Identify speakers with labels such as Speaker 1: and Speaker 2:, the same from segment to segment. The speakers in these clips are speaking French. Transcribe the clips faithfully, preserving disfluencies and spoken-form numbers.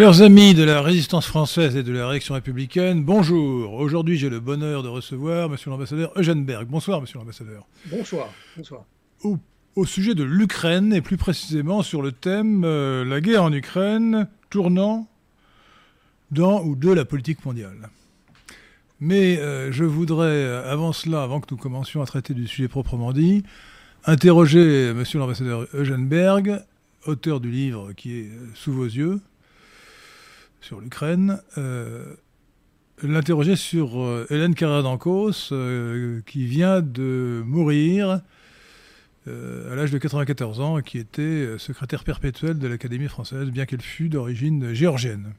Speaker 1: Chers amis de la résistance française et de la réaction républicaine, bonjour. Aujourd'hui, j'ai le bonheur de recevoir monsieur l'ambassadeur Eugène Berg. Bonsoir, monsieur l'ambassadeur.
Speaker 2: Bonsoir. Bonsoir.
Speaker 1: Au, au sujet de l'Ukraine, et plus précisément sur le thème euh, la guerre en Ukraine tournant dans ou de la politique mondiale. Mais euh, je voudrais, avant cela, avant que nous commencions à traiter du sujet proprement dit, interroger monsieur l'ambassadeur Eugène Berg, auteur du livre qui est sous vos yeux, sur l'Ukraine, euh, l'interroger sur euh, Hélène Carrère d'Ancos, euh, qui vient de mourir euh, à l'âge de quatre-vingt-quatorze ans, et qui était secrétaire perpétuelle de l'Académie française, bien qu'elle fût d'origine géorgienne.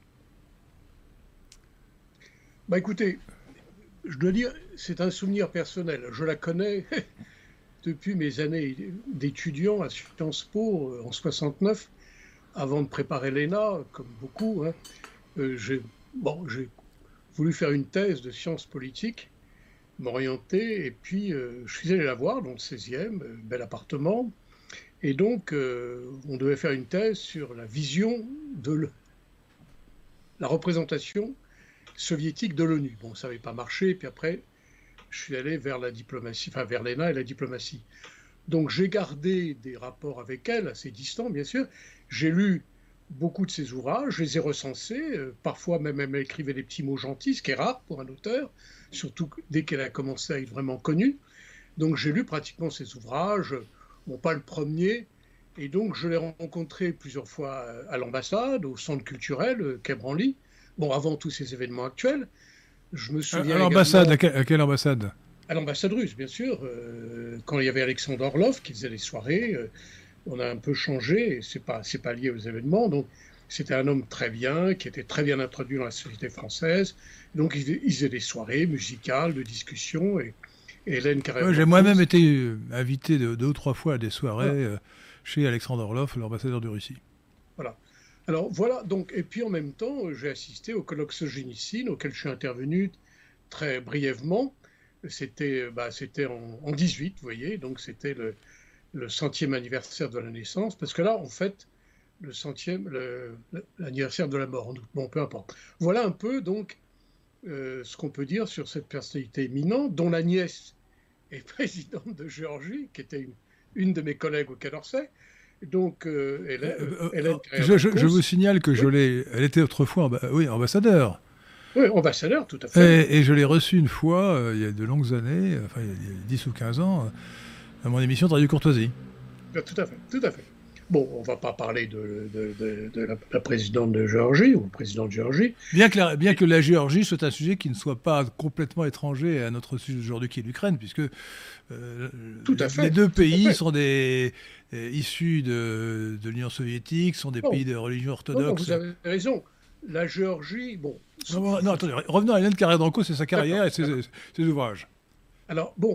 Speaker 2: Bah écoutez, je dois dire, c'est un souvenir personnel. Je la connais depuis mes années d'étudiant à Sciences Po en soixante-neuf, avant de préparer l'E N A, comme beaucoup. Hein. Euh, j'ai, bon, j'ai voulu faire une thèse de sciences politiques, m'orienter, et puis euh, je suis allé la voir dans le seizième, euh, bel appartement, et donc euh, on devait faire une thèse sur la vision de le, la représentation soviétique de l'ONU. Bon, ça n'avait pas marché, puis après, je suis allé vers la diplomatie, enfin vers l'E N A et la diplomatie. Donc j'ai gardé des rapports avec elle, assez distants bien sûr. J'ai lu beaucoup de ses ouvrages, je les ai recensés, euh, parfois même elle écrivait des petits mots gentils, ce qui est rare pour un auteur, surtout dès qu'elle a commencé à être vraiment connue. Donc j'ai lu pratiquement ses ouvrages, bon pas le premier, et donc je l'ai rencontrée plusieurs fois à l'ambassade, au centre culturel, euh, Quai Branly, bon avant tous ces événements actuels. Je me souviens
Speaker 1: à l'ambassade,
Speaker 2: également...
Speaker 1: à, quelle, à quelle ambassade?
Speaker 2: À l'ambassade russe, bien sûr. Euh, quand il y avait Alexandre Orlov qui faisait les soirées, euh, on a un peu changé, et c'est pas, c'est pas lié aux événements. Donc, c'était un homme très bien, qui était très bien introduit dans la société française. Donc, il, il faisait des soirées musicales, de discussions. Et, et Hélène Carrère.
Speaker 1: Ouais, j'ai moi-même été invité de, deux ou trois fois à des soirées voilà. euh, chez Alexandre Orlov, l'ambassadeur de Russie.
Speaker 2: Voilà. Alors, voilà. Donc, et puis, en même temps, j'ai assisté au colloque Solzhenitsyn, auquel je suis intervenu très brièvement. C'était, bah, c'était en, en dix-huit, vous voyez, donc c'était le, le centième anniversaire de la naissance, parce que là, en fait, le centième, le, l'anniversaire de la mort, bon, peu importe. Voilà un peu, donc, euh, ce qu'on peut dire sur cette personnalité éminente, dont la nièce est présidente de Géorgie, qui était une, une de mes collègues au Quai d'Orsay. Donc, euh, Hélène,
Speaker 1: euh,
Speaker 2: Hélène
Speaker 1: je, je, je vous signale que oui. je l'ai, elle était autrefois amb- oui, ambassadeur.
Speaker 2: Oui, ambassadeur, tout à fait.
Speaker 1: Et, et je l'ai reçu une fois, euh, il y a de longues années, enfin il y a dix ou quinze ans, euh, à mon émission de Radio Courtoisie.
Speaker 2: Tout à fait, tout à fait. Bon, on ne va pas parler de, de, de, de la, la présidente de Géorgie, ou le président de Géorgie.
Speaker 1: Bien que, la, bien que la Géorgie soit un sujet qui ne soit pas complètement étranger à notre sujet aujourd'hui qui est l'Ukraine, puisque euh,
Speaker 2: tout à fait,
Speaker 1: les deux pays sont des, euh, issus de, de l'Union soviétique, sont des bon. pays de religion orthodoxe.
Speaker 2: Non, non, vous avez raison. La Géorgie, bon...
Speaker 1: Non, non attendez, revenons à Hélène Carrère d'Ancos, c'est sa carrière et ses, ses ouvrages.
Speaker 2: Alors, bon,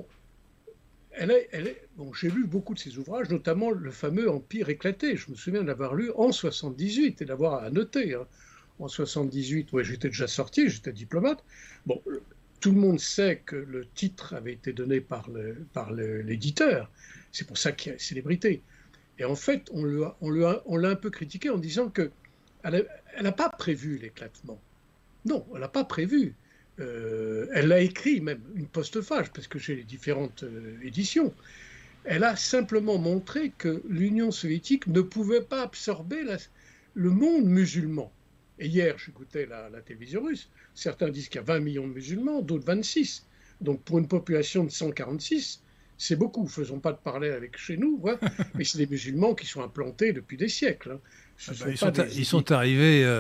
Speaker 2: elle est, elle est, bon, j'ai lu beaucoup de ses ouvrages, notamment le fameux Empire éclaté. Je me souviens de l'avoir lu en soixante-dix-huit et d'avoir à noter. Hein. En soixante-dix-huit, ouais, j'étais déjà sorti, j'étais diplomate. Bon, tout le monde sait que le titre avait été donné par, le, par le, l'éditeur. C'est pour ça qu'il y a célébrité. Et en fait, on, le, on, le, on l'a un peu critiqué en disant que elle n'a pas prévu l'éclatement. Non, elle n'a pas prévu. Euh, elle l'a écrit même, une postface, parce que j'ai les différentes euh, éditions. Elle a simplement montré que l'Union soviétique ne pouvait pas absorber la, le monde musulman. Et hier, j'écoutais la, la télévision russe. Certains disent qu'il y a vingt millions de musulmans, d'autres vingt-six. Donc pour une population de cent quarante-six, c'est beaucoup. Faisons pas de parler avec chez nous, ouais. Mais c'est des musulmans qui sont implantés depuis des siècles. Hein.
Speaker 1: Ah bah, ils, sont des... ils sont arrivés... Euh...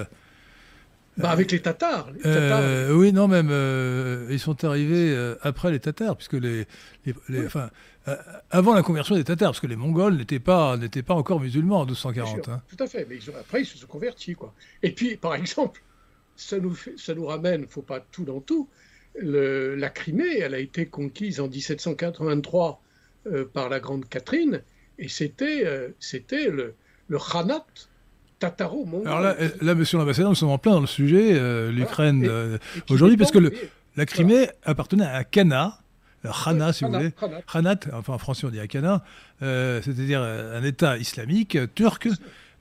Speaker 2: Bah avec les Tatars. Les
Speaker 1: Tatars euh, oui, non, même, euh, ils sont arrivés euh, après les Tatars, puisque les, les, les, oui. enfin, euh, avant la conversion des Tatars, parce que les Mongols n'étaient pas, n'étaient pas encore musulmans en douze cent quarante. Hein.
Speaker 2: Tout à fait, mais ils ont, après, ils se sont convertis, quoi. Et puis, par exemple, ça nous, fait, ça nous ramène, il ne faut pas tout dans tout, le, la Crimée, elle a été conquise en dix-sept cent quatre-vingt-trois euh, par la Grande Catherine, et c'était, euh, c'était le, le Khanat tataro-mongol.
Speaker 1: Alors là, là, monsieur l'ambassadeur, nous sommes en plein dans le sujet, euh, l'Ukraine voilà. euh, aujourd'hui, parce que le, la Crimée voilà. appartenait à Khana, Khana, ouais, si Khana, vous voulez, Khanat. Khanat, enfin en français on dit Khana, euh, c'est-à-dire un État islamique turc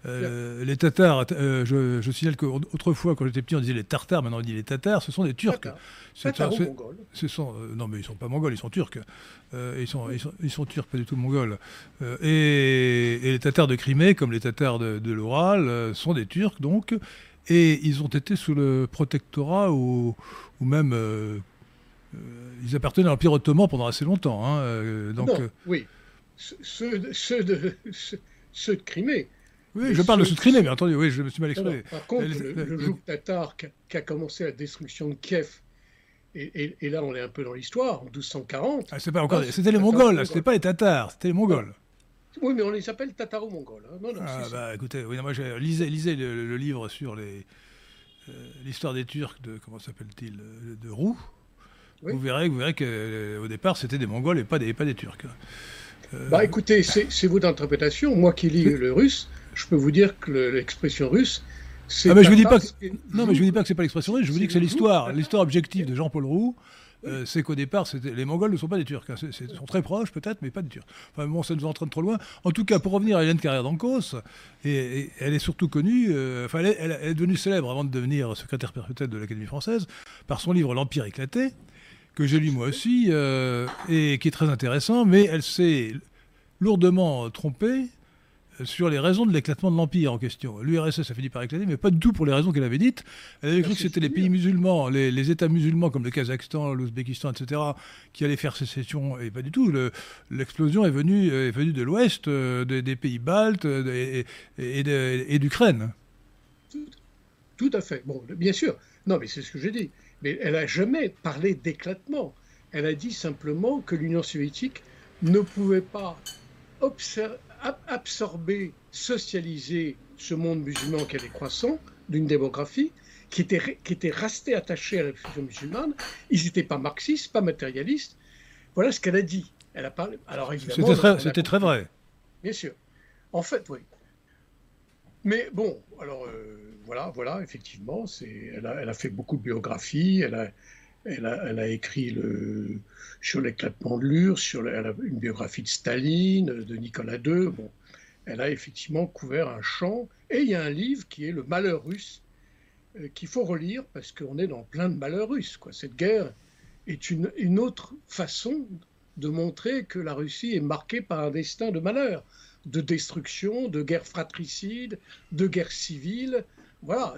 Speaker 1: Euh, les Tatars, euh, je, je signale qu'autrefois, quand j'étais petit, on disait les Tartares, maintenant on dit les Tatars, ce sont des Turcs.
Speaker 2: Tataro-mongols.
Speaker 1: Ce sont, euh, non, mais ils ne sont pas mongols, ils sont turcs. Euh, ils, sont, ils, sont, ils sont turcs, pas du tout mongols. Euh, et, et les Tatars de Crimée, comme les Tatars de, de l'Oural, euh, sont des Turcs, donc. Et ils ont été sous le protectorat ou, ou même... Euh, euh, ils appartenaient à l'Empire ottoman pendant assez longtemps. Hein, euh, donc,
Speaker 2: non, oui. Ceux de, ceux de, ceux, ceux de Crimée.
Speaker 1: Oui, je parle ceux, de ceux de Crimée, mais attendez, oui, je me suis mal exprimé.
Speaker 2: Par contre, le, le, le joug tatar qui a, qui a commencé la destruction de Kiev, et, et, et là on est un peu dans l'histoire, en douze cent quarante...
Speaker 1: Ah, c'est pas encore, c'était les Mongols, c'était pas les Tatars, c'était les Mongols.
Speaker 2: Non. Oui, mais on les appelle tataro-mongols. Hein. Non, non,
Speaker 1: ah,
Speaker 2: c'est,
Speaker 1: bah
Speaker 2: c'est...
Speaker 1: écoutez, oui, non, moi, je lisais, lisais le, le livre sur les, euh, l'histoire des Turcs de, comment s'appelle-t-il, de Roux. Oui. Vous verrez, vous verrez qu'au euh, départ, c'était des Mongols et pas des, pas des Turcs.
Speaker 2: Euh... Bah écoutez, c'est, c'est votre interprétation. Moi qui lis le russe, je peux vous dire que le, l'expression russe, c'est...
Speaker 1: Ah, mais je vous dis pas que... Non, mais je vous dis pas que c'est pas l'expression russe, je vous dis que c'est l'histoire, l'histoire objective de Jean-Paul Roux. Euh, c'est qu'au départ, c'était... les Mongols ne sont pas des Turcs. Hein. C'est, c'est... Ils sont très proches, peut-être, mais pas des Turcs. Enfin, bon, ça nous entraîne trop loin. En tout cas, pour revenir à Hélène Carrère d'Ancos, et, et elle est surtout connue, euh, enfin, elle est, elle est devenue célèbre avant de devenir secrétaire perpétuelle de l'Académie française, par son livre L'Empire éclaté, que j'ai lu moi aussi, euh, et qui est très intéressant, mais elle s'est lourdement trompée sur les raisons de l'éclatement de l'Empire en question. L'U R S S a fini par éclater, mais pas du tout pour les raisons qu'elle avait dites. Elle avait cru que c'était les pays musulmans, les, les États musulmans comme le Kazakhstan, l'Ouzbékistan, et cetera, qui allaient faire sécession, et pas du tout. Le, l'explosion est venue, est venue de l'Ouest, euh, des, des pays baltes de, et, et, et, et d'Ukraine.
Speaker 2: Tout, tout à fait. Bon, bien sûr. Non, mais c'est ce que j'ai dit. Mais elle n'a jamais parlé d'éclatement. Elle a dit simplement que l'Union soviétique ne pouvait pas observer, absorber, socialiser ce monde musulman qui allait croissant, d'une démographie qui était, qui était restée attachée à la religion musulmane. Ils n'étaient pas marxistes, pas matérialistes. Voilà ce qu'elle a dit. Elle a parlé. Alors évidemment,
Speaker 1: c'était très, c'était très vrai.
Speaker 2: Bien sûr. En fait, oui. Mais bon, alors euh, voilà, voilà, effectivement, c'est, elle, a, elle a fait beaucoup de biographies. Elle a, elle a, elle a écrit le, sur l'éclatement de l'U R S S, sur la, elle a une biographie de Staline, de Nicolas deux. Bon, elle a effectivement couvert un champ. Et il y a un livre qui est Le Malheur russe, euh, qu'il faut relire parce qu'on est dans plein de malheurs russes, quoi. Cette guerre est une, une autre façon de montrer que la Russie est marquée par un destin de malheur, de destruction, de guerre fratricide, de guerre civile. Voilà.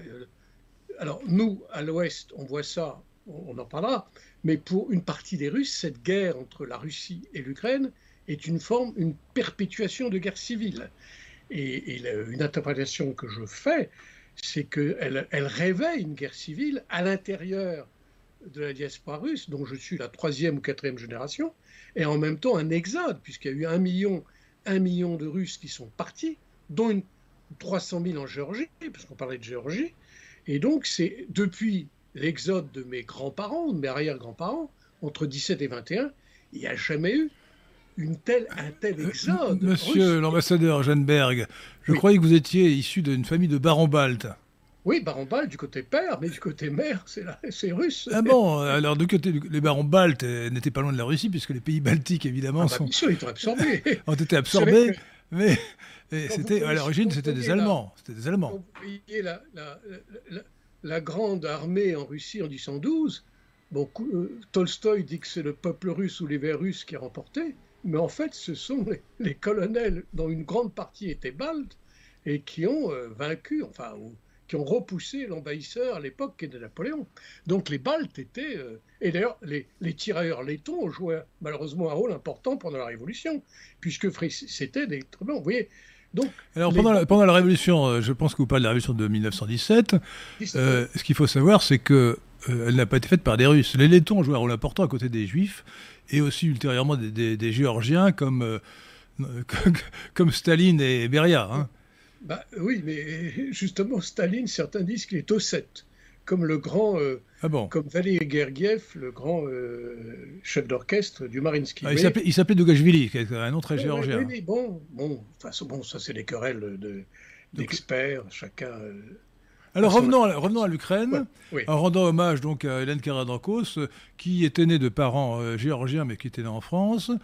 Speaker 2: Alors nous, à l'Ouest, on voit ça, on en parlera, mais pour une partie des Russes, cette guerre entre la Russie et l'Ukraine est une forme, une perpétuation de guerre civile. Et, et la, une interprétation que je fais, c'est qu'elle elle rêvait une guerre civile à l'intérieur de la diaspora russe, dont je suis la troisième ou quatrième génération, et en même temps un exode, puisqu'il y a eu un million, un million de Russes qui sont partis, dont une, trois cent mille en Géorgie, parce qu'on parlait de Géorgie. Et donc, c'est depuis l'exode de mes grands-parents, de mes arrière-grands-parents, entre dix-sept et vingt et un, il n'y a jamais eu une telle, un tel exode.
Speaker 1: Monsieur
Speaker 2: russe.
Speaker 1: L'ambassadeur Genberg, je
Speaker 2: oui.
Speaker 1: croyais que vous étiez issu d'une famille de barons baltes.
Speaker 2: Oui, baron balte du côté père, mais du côté mère, c'est, la, c'est russe.
Speaker 1: Ah bon, alors du côté les barons baltes euh, n'étaient pas loin de la Russie, puisque les pays baltiques, évidemment,
Speaker 2: ah bah,
Speaker 1: sont...
Speaker 2: bien sûr, ils ont absorbé.
Speaker 1: ont été absorbés,
Speaker 2: que...
Speaker 1: mais et c'était, à l'origine, c'était des Allemands. La... C'était des Allemands.
Speaker 2: Quand vous voyez la, la, la, la grande armée en Russie en dix cent douze, bon, euh, Tolstoï dit que c'est le peuple russe ou les Verts russes qui a remporté, mais en fait, ce sont les, les colonels, dont une grande partie étaient baltes, et qui ont euh, vaincu, enfin, ou, qui ont repoussé l'envahisseur à l'époque qui était Napoléon. Donc les Baltes étaient... Euh, et d'ailleurs, les, les tirailleurs lettons ont joué malheureusement un rôle important pendant la Révolution, puisque c'était des... Bon, vous voyez, donc...
Speaker 1: Alors
Speaker 2: les...
Speaker 1: pendant, la, pendant la Révolution, je pense que vous parlez de la Révolution de mille neuf cent dix-sept, euh, ce qu'il faut savoir, c'est qu'elle euh, n'a pas été faite par des Russes. Les Lettons ont joué un rôle important à côté des Juifs, et aussi ultérieurement des, des, des Géorgiens comme, euh, comme, comme Staline et Beria, hein.
Speaker 2: Bah, oui, mais justement, Staline, certains disent qu'il est ossète, comme le grand, euh,
Speaker 1: ah bon.
Speaker 2: comme Valéry Gergiev, le grand euh, chef d'orchestre du Mariinsky.
Speaker 1: Ah, il, s'appelait, il s'appelait Dougashvili, qui est un nom très oui, géorgien.
Speaker 2: Oui, mais bon, bon, façon, bon, ça c'est des querelles de, d'experts, donc, chacun... Euh,
Speaker 1: alors revenons à, revenons à l'Ukraine,
Speaker 2: ouais, oui.
Speaker 1: en rendant hommage donc à Hélène Carrère d'Ancos, qui était née de parents euh, géorgiens, mais qui était née en France,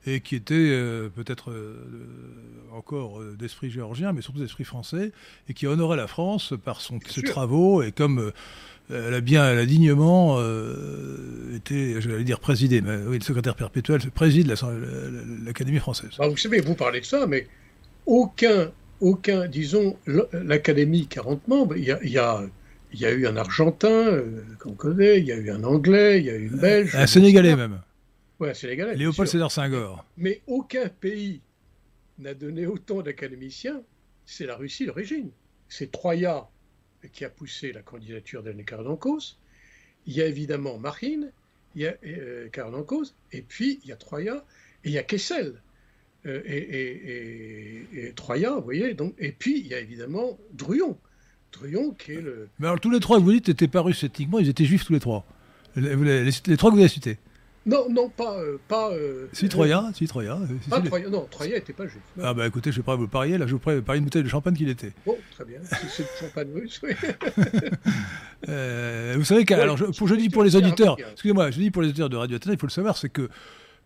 Speaker 1: et qui était euh, peut-être euh, encore euh, d'esprit géorgien, mais surtout d'esprit français, et qui honorait la France par son, ses
Speaker 2: sûr.
Speaker 1: travaux, et comme euh, elle a bien, elle a dignement euh, été, j'allais dire présidé, mais oui, le secrétaire perpétuel préside la- la- l'Académie française.
Speaker 2: Bah, vous savez, vous parlez de ça, mais aucun, aucun, disons, l- l'Académie, quarante membres, il y a, il y a, il y a eu un Argentin, euh, qu'on connaît, il y a eu un Anglais, il y a eu une Belge.
Speaker 1: Un Sénégalais même,
Speaker 2: Ouais, un Sénégalais, bien
Speaker 1: Léopold
Speaker 2: sûr.
Speaker 1: Sédar Senghor.
Speaker 2: Mais aucun pays n'a donné autant d'académiciens, c'est la Russie d'origine. C'est Troya qui a poussé la candidature d'Anne Karadankos. Il y a évidemment Marine, il y a euh, Karadankos, et puis il y a Troya, et il y a Kessel. Euh, et, et- et- et Troya, vous voyez, donc, et puis il y a évidemment Druon. Druon qui est le...
Speaker 1: Mais alors tous les trois que vous dites n'étaient pas russes ethniquement, ils étaient juifs tous les trois. Les, les- les trois que vous avez cités.
Speaker 2: Non, non, pas... euh, pas euh,
Speaker 1: Si Troya, si Troya. euh, si,
Speaker 2: Pas
Speaker 1: si, les-
Speaker 2: Troya, non, Troya n'était pas juif. Non.
Speaker 1: Ah bah écoutez, je vais pas vous le parier, là je vous prie- parie une bouteille de champagne qu'il était.
Speaker 2: Bon, très bien, si c'est du champagne russe, oui.
Speaker 1: Euh, vous savez que,
Speaker 2: Ouais,
Speaker 1: alors je, pour, je dis
Speaker 2: c'est-
Speaker 1: pour les
Speaker 2: c'est
Speaker 1: auditeurs,
Speaker 2: rapide, hein.
Speaker 1: excusez-moi, je dis pour les auditeurs de Radio Athéna, il faut le savoir, c'est que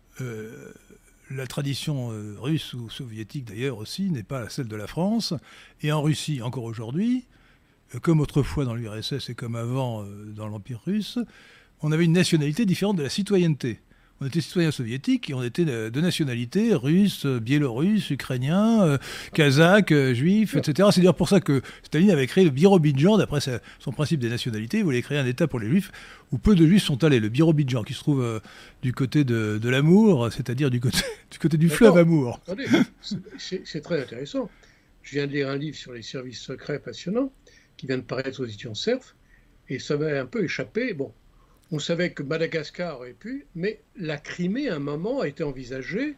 Speaker 1: euh, la tradition euh, russe ou soviétique d'ailleurs aussi n'est pas celle de la France, et en Russie encore aujourd'hui, euh, comme autrefois dans l'U R S S et comme avant euh, dans l'Empire russe, on avait une nationalité différente de la citoyenneté. On était citoyen soviétique et on était de de nationalité russe, euh, biélorusse, ukrainien, euh, kazakh, euh, juif, et cetera. C'est d'ailleurs pour ça que Staline avait créé le Birobidjan, d'après sa- son principe des nationalités. Il voulait créer un État pour les juifs où peu de juifs sont allés. Le Birobidjan, qui se trouve euh, du côté de, de l'Amour, c'est-à-dire du côté, du côté du
Speaker 2: D'accord.
Speaker 1: fleuve Amour.
Speaker 2: Attendez, c'est- c'est c'est très intéressant. Je viens de lire un livre sur les services secrets passionnant qui vient de paraître aux éditions Cerf, et ça m'a un peu échappé. Bon, on savait que Madagascar aurait pu, mais la Crimée, à un moment, a été envisagée.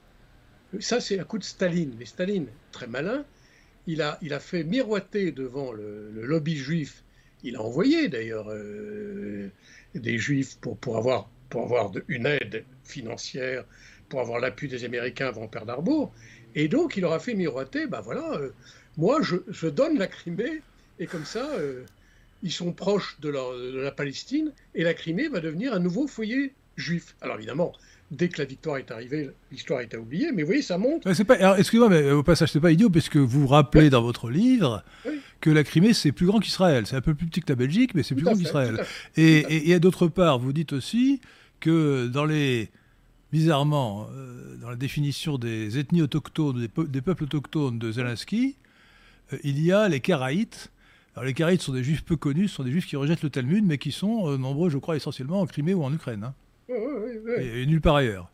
Speaker 2: Ça, c'est un coup de Staline. Mais Staline, très malin, il a, il a fait miroiter devant le, le lobby juif. Il a envoyé d'ailleurs euh, des juifs pour, pour avoir, pour avoir de- une aide financière, pour avoir l'appui des Américains avant Pearl Harbor. Et donc, il leur a fait miroiter, ben voilà, euh, moi, je, je donne la Crimée, et comme ça, euh, ils sont proches de, leur- de la Palestine, et la Crimée va devenir un nouveau foyer juif. Alors évidemment, dès que la victoire est arrivée, l'histoire est à oublier, mais vous voyez, ça montre.
Speaker 1: Ouais, c'est pas, alors, excusez-moi, mais euh, au passage, c'est pas idiot, parce que vous rappelez
Speaker 2: Oui.
Speaker 1: dans votre livre
Speaker 2: Oui.
Speaker 1: que la Crimée, c'est plus grand qu'Israël. C'est un peu plus petit que la Belgique, mais c'est plus
Speaker 2: Tout à
Speaker 1: grand
Speaker 2: fait,
Speaker 1: qu'Israël.
Speaker 2: tout à fait,
Speaker 1: Et,
Speaker 2: tout à fait.
Speaker 1: et, et d'autre part, vous dites aussi que dans les, bizarrement, euh, dans la définition des ethnies autochtones, des, peu- des peuples autochtones de Zelensky, euh, il y a les Karaïtes. Alors les Karaïtes sont des juifs peu connus, ce sont des juifs qui rejettent le Talmud, mais qui sont euh, nombreux, je crois, essentiellement en Crimée ou en Ukraine, hein,
Speaker 2: Oui, oui, oui, oui.
Speaker 1: et, et nulle part ailleurs.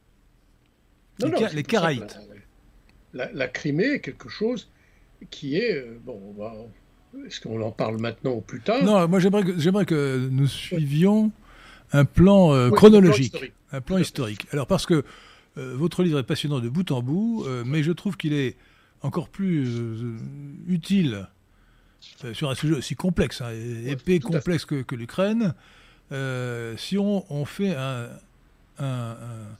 Speaker 2: Non,
Speaker 1: les
Speaker 2: non,
Speaker 1: Ka-
Speaker 2: c'est
Speaker 1: les
Speaker 2: pour ça que
Speaker 1: Karaïtes.
Speaker 2: La, la- la Crimée est quelque chose qui est. euh, bon, on va- est-ce qu'on en parle maintenant ou plus tard?
Speaker 1: Non, moi j'aimerais que, j'aimerais que nous suivions un plan euh,
Speaker 2: Oui,
Speaker 1: chronologique,
Speaker 2: plan historique.
Speaker 1: un
Speaker 2: Tout
Speaker 1: plan
Speaker 2: à fait.
Speaker 1: historique. Alors parce que euh, votre livre est passionnant de bout en bout, euh, mais je trouve qu'il est encore plus euh, utile euh, sur un sujet aussi complexe, hein, et- épais,
Speaker 2: tout à fait.
Speaker 1: complexe que, que l'Ukraine, euh, si on, on fait un, un- un-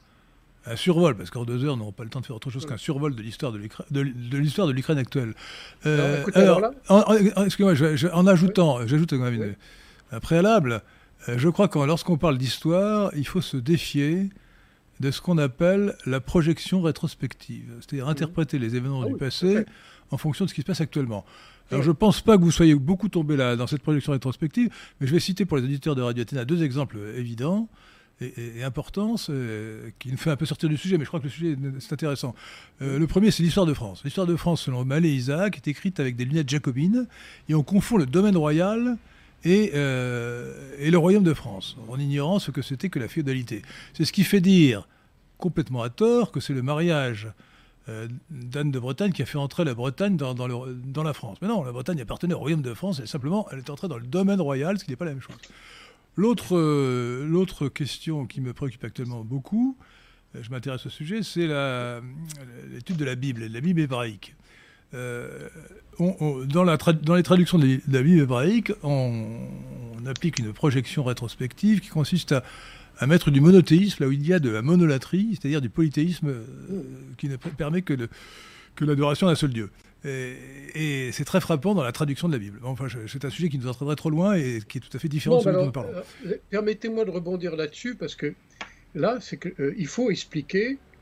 Speaker 1: un survol, parce qu'en deux heures, nous n'aurons pas le temps de faire autre chose
Speaker 2: Oui.
Speaker 1: qu'un survol de l'histoire de l'Ukraine, de, de l'histoire de l'Ukraine actuelle.
Speaker 2: Alors, écoutez, alors là-
Speaker 1: en, en- excusez-moi, je- je- en ajoutant, j'ajoute quand même une-
Speaker 2: Oui.
Speaker 1: un préalable, euh, je crois que lorsqu'on parle d'histoire, il faut se défier de ce qu'on appelle la projection rétrospective, c'est-à-dire interpréter les événements
Speaker 2: Ah
Speaker 1: du
Speaker 2: oui, tout à
Speaker 1: passé
Speaker 2: fait.
Speaker 1: en fonction de ce qui se passe actuellement. Alors
Speaker 2: Oui.
Speaker 1: je ne pense pas que vous soyez beaucoup tombé là, dans cette projection rétrospective, mais je vais citer pour les auditeurs de Radio Athéna deux exemples évidents et, et- et importants, euh, qui nous fait un peu sortir du sujet, mais je crois que le sujet c'est intéressant. Euh, le premier, c'est l'histoire de France. L'histoire de France, selon Mallet et Isaac, est écrite avec des lunettes jacobines, et on confond le domaine royal et, euh, et le royaume de France, en ignorant ce que c'était que la féodalité. C'est ce qui fait dire, complètement à tort, que c'est le mariage euh, d'Anne de Bretagne qui a fait entrer la Bretagne dans, dans, le- dans la France. Mais non, la Bretagne appartenait au royaume de France, et simplement, elle est entrée dans le domaine royal, ce qui n'est pas la même chose. L'autre euh, l'autre question qui me préoccupe actuellement beaucoup, euh, je m'intéresse au sujet, c'est la- l'étude de la Bible, et de la Bible hébraïque. Euh, on- on- dans, la tra- dans les traductions de la Bible hébraïque, on, on applique une projection rétrospective qui consiste à, à mettre du monothéisme là où il y a de la monolatrie, c'est-à-dire du polythéisme euh, qui ne pr- permet que, de- que l'adoration d'un seul Dieu. Et, et c'est très frappant dans la traduction de la Bible. Enfin, je- c'est un sujet qui nous entraînerait trop loin et qui est tout à fait différent
Speaker 2: Non,
Speaker 1: de celui
Speaker 2: mais
Speaker 1: dont nous
Speaker 2: alors,
Speaker 1: parlons.
Speaker 2: euh, permettez-moi de rebondir là-dessus, parce que là, c'est que, euh, il faut expliquer